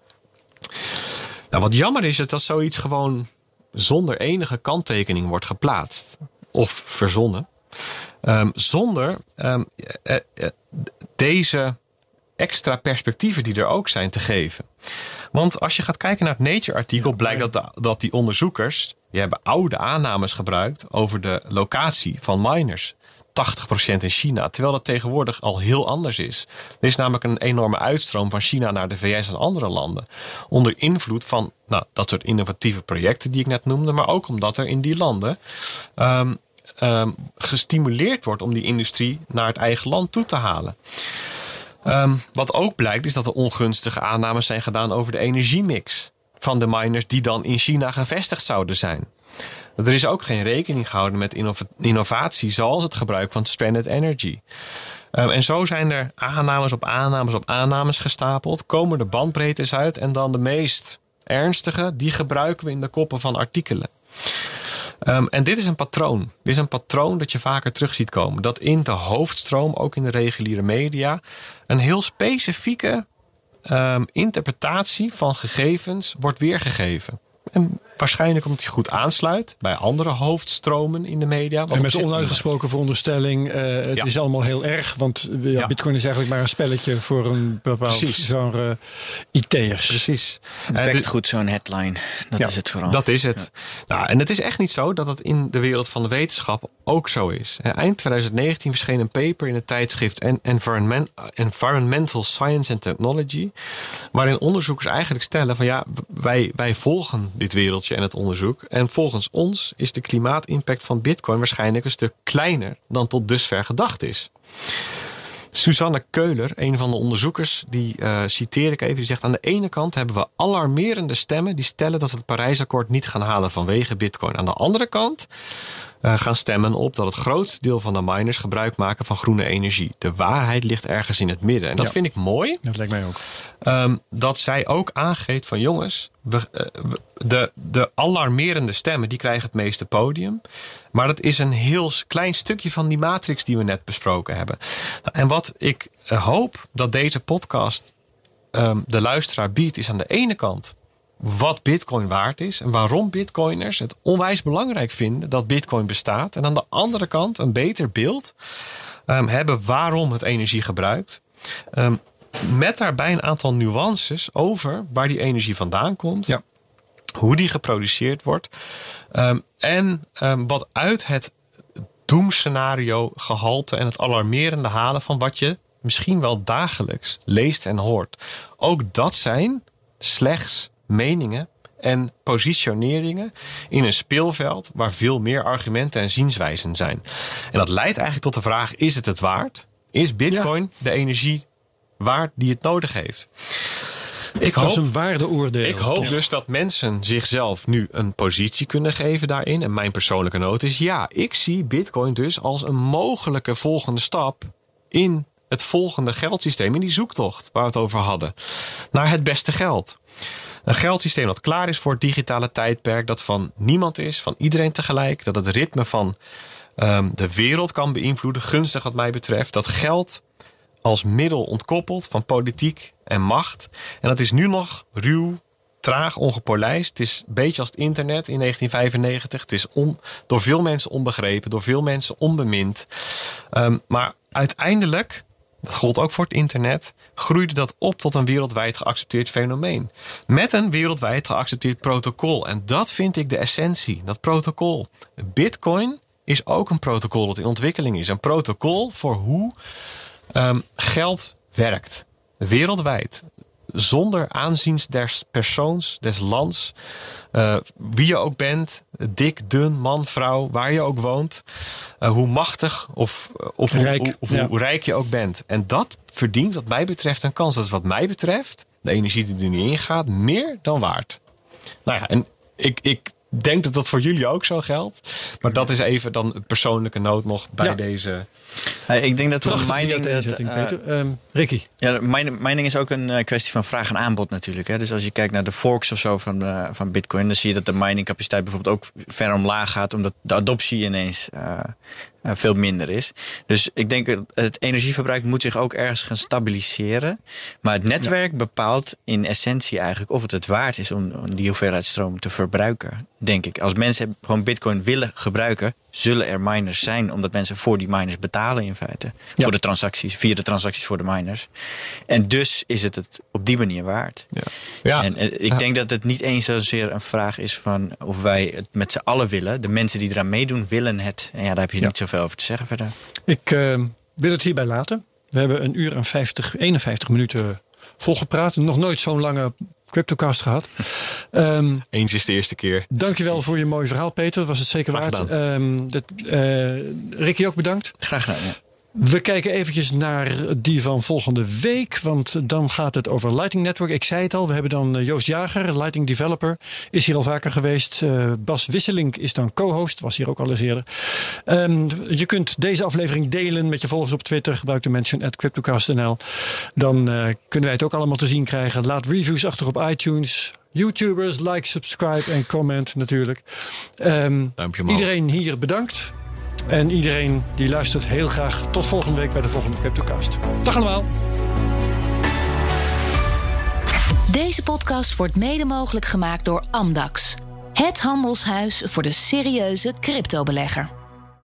Nou, wat jammer is, is dat zoiets gewoon zonder enige kanttekening wordt geplaatst of verzonnen. Um, zonder um, uh, uh, deze extra perspectieven die er ook zijn te geven. Want als je gaat kijken naar het Nature-artikel, blijkt dat, de, dat die onderzoekers, die hebben oude aannames gebruikt over de locatie van miners. tachtig procent in China, terwijl dat tegenwoordig al heel anders is. Er is namelijk een enorme uitstroom van China naar de V S en andere landen. Onder invloed van nou, dat soort innovatieve projecten die ik net noemde, maar ook omdat er in die landen Um, Um, gestimuleerd wordt om die industrie naar het eigen land toe te halen. Um, wat ook blijkt is dat er ongunstige aannames zijn gedaan over de energiemix van de miners die dan in China gevestigd zouden zijn. Er is ook geen rekening gehouden met innov- innovatie zoals het gebruik van stranded energy. Um, en zo zijn er aannames op aannames op aannames gestapeld, komen de bandbreedtes uit en dan de meest ernstige, die gebruiken we in de koppen van artikelen. Um, en dit is een patroon. Dit is een patroon dat je vaker terug ziet komen. Dat in de hoofdstroom, ook in de reguliere media, een heel specifieke um, interpretatie van gegevens wordt weergegeven. En waarschijnlijk omdat hij goed aansluit bij andere hoofdstromen in de media. En met de onuitgesproken veronderstelling, uh, het ja. is allemaal heel erg. Want ja, ja. Bitcoin is eigenlijk maar een spelletje voor een bepaald Precies. genre I T'ers. Precies. Bekt uh, goed zo'n headline. Dat ja, is het vooral. Dat is het. Ja. Nou, en het is echt niet zo dat het in de wereld van de wetenschap ook zo is. Eind twintig negentien verscheen een paper in het tijdschrift Environment, Environmental Science and Technology, waarin onderzoekers eigenlijk stellen van ja, wij, wij volgen dit wereldje en het onderzoek. En volgens ons is de klimaatimpact van Bitcoin waarschijnlijk een stuk kleiner dan tot dusver gedacht is. Susanne Keuler, een van de onderzoekers, die uh, citeer ik even, die zegt: aan de ene kant hebben we alarmerende stemmen die stellen dat we het Parijsakkoord niet gaan halen vanwege Bitcoin. Aan de andere kant uh, gaan stemmen op dat het grootste deel van de miners gebruik maken van groene energie. De waarheid ligt ergens in het midden. En dat ja. vind ik mooi. Dat lijkt mij ook. Um, dat zij ook aangeeft van jongens, we, uh, we, de, de alarmerende stemmen die krijgen het meeste podium. Maar dat is een heel klein stukje van die matrix die we net besproken hebben. Nou, en wat ik uh, hoop dat deze podcast um, de luisteraar biedt, is aan de ene kant wat Bitcoin waard is en waarom Bitcoiners het onwijs belangrijk vinden dat Bitcoin bestaat. En aan de andere kant een beter beeld um, hebben waarom het energie gebruikt. Um, met daarbij een aantal nuances over waar die energie vandaan komt. Ja. Hoe die geproduceerd wordt. Um, en um, wat uit het doemscenario gehalte en het alarmerende halen van wat je misschien wel dagelijks leest en hoort. Ook dat zijn slechts meningen en positioneringen in een speelveld waar veel meer argumenten en zienswijzen zijn. En dat leidt eigenlijk tot de vraag: is het het waard? Is Bitcoin ja. de energie waard die het nodig heeft? Ik dat hoop, is een waardeoordeel. Ik hoop toch? dus dat mensen zichzelf nu een positie kunnen geven daarin. En mijn persoonlijke noot is: ja, ik zie Bitcoin dus als een mogelijke volgende stap in het volgende geldsysteem, in die zoektocht waar we het over hadden, naar het beste geld. Een geldsysteem dat klaar is voor het digitale tijdperk, dat van niemand is, van iedereen tegelijk, dat het ritme van um, de wereld kan beïnvloeden, gunstig wat mij betreft, dat geld als middel ontkoppeld van politiek en macht. En dat is nu nog ruw, traag, ongepolijst. Het is een beetje als het internet in negentien vijfennegentig. Het is on, door veel mensen onbegrepen, door veel mensen onbemind. Um, maar uiteindelijk, dat gold ook voor het internet, groeide dat op tot een wereldwijd geaccepteerd fenomeen. Met een wereldwijd geaccepteerd protocol. En dat vind ik de essentie, dat protocol. Bitcoin is ook een protocol dat in ontwikkeling is. Een protocol voor hoe um, geld werkt. Wereldwijd. Zonder aanzien des persoons, des lands. Uh, wie je ook bent. Dik, dun, man, vrouw. Waar je ook woont. Uh, hoe machtig of, of, rijk, hoe, of ja. hoe rijk je ook bent. En dat verdient wat mij betreft een kans. Dat is wat mij betreft, de energie die er nu ingaat, meer dan waard. Nou ja, en ik... ik denk dat dat voor jullie ook zo geldt. Maar dat is even dan een persoonlijke noot nog bij ja. deze. Uh, ik denk dat we Prachtig mining. Dat, uh, Peter. Um, Ricky. Ja, mining, mining is ook een uh, kwestie van vraag en aanbod natuurlijk. Hè. Dus als je kijkt naar de forks of zo van, uh, van Bitcoin, dan zie je dat de miningcapaciteit bijvoorbeeld ook ver omlaag gaat, omdat de adoptie ineens uh, uh, veel minder is. Dus ik denk dat het energieverbruik moet zich ook ergens gaan stabiliseren. Maar het netwerk ja. bepaalt in essentie eigenlijk of het het waard is om, om die hoeveelheid stroom te verbruiken. Denk ik. Als mensen gewoon Bitcoin willen gebruiken, zullen er miners zijn, omdat mensen voor die miners betalen in feite. Ja. Voor de transacties, via de transacties voor de miners. En dus is het het op die manier waard. Ja. Ja. En uh, ik ja. denk dat het niet eens zozeer een vraag is van of wij het met z'n allen willen. De mensen die eraan meedoen willen het. En ja, daar heb je ja. niet zoveel over te zeggen verder. Ik uh, wil het hierbij laten. We hebben een uur en vijftig, eenenvijftig minuten volgepraat. Nog nooit zo'n lange CryptoCast gehad. Um, Eens is de eerste keer. Dankjewel Precies. voor je mooie verhaal, Peter. Dat was het zeker waard. Um, dat, uh, Ricky ook bedankt. Graag gedaan, ja. We kijken eventjes naar die van volgende week. Want dan gaat het over Lightning Network. Ik zei het al, we hebben dan Joost Jager, Lightning Developer. Is hier al vaker geweest. Uh, Bas Wisselink is dan co-host. Was hier ook al eens eerder. Um, je kunt deze aflevering delen met je volgers op Twitter. Gebruik de mention at CryptoCast punt n l. Dan uh, kunnen wij het ook allemaal te zien krijgen. Laat reviews achter op iTunes. YouTubers, like, subscribe en comment natuurlijk. Um, iedereen hier bedankt. En iedereen die luistert heel graag tot volgende week bij de volgende CryptoCast. Dag allemaal! Deze podcast wordt mede mogelijk gemaakt door Amdax. Het handelshuis voor de serieuze cryptobelegger.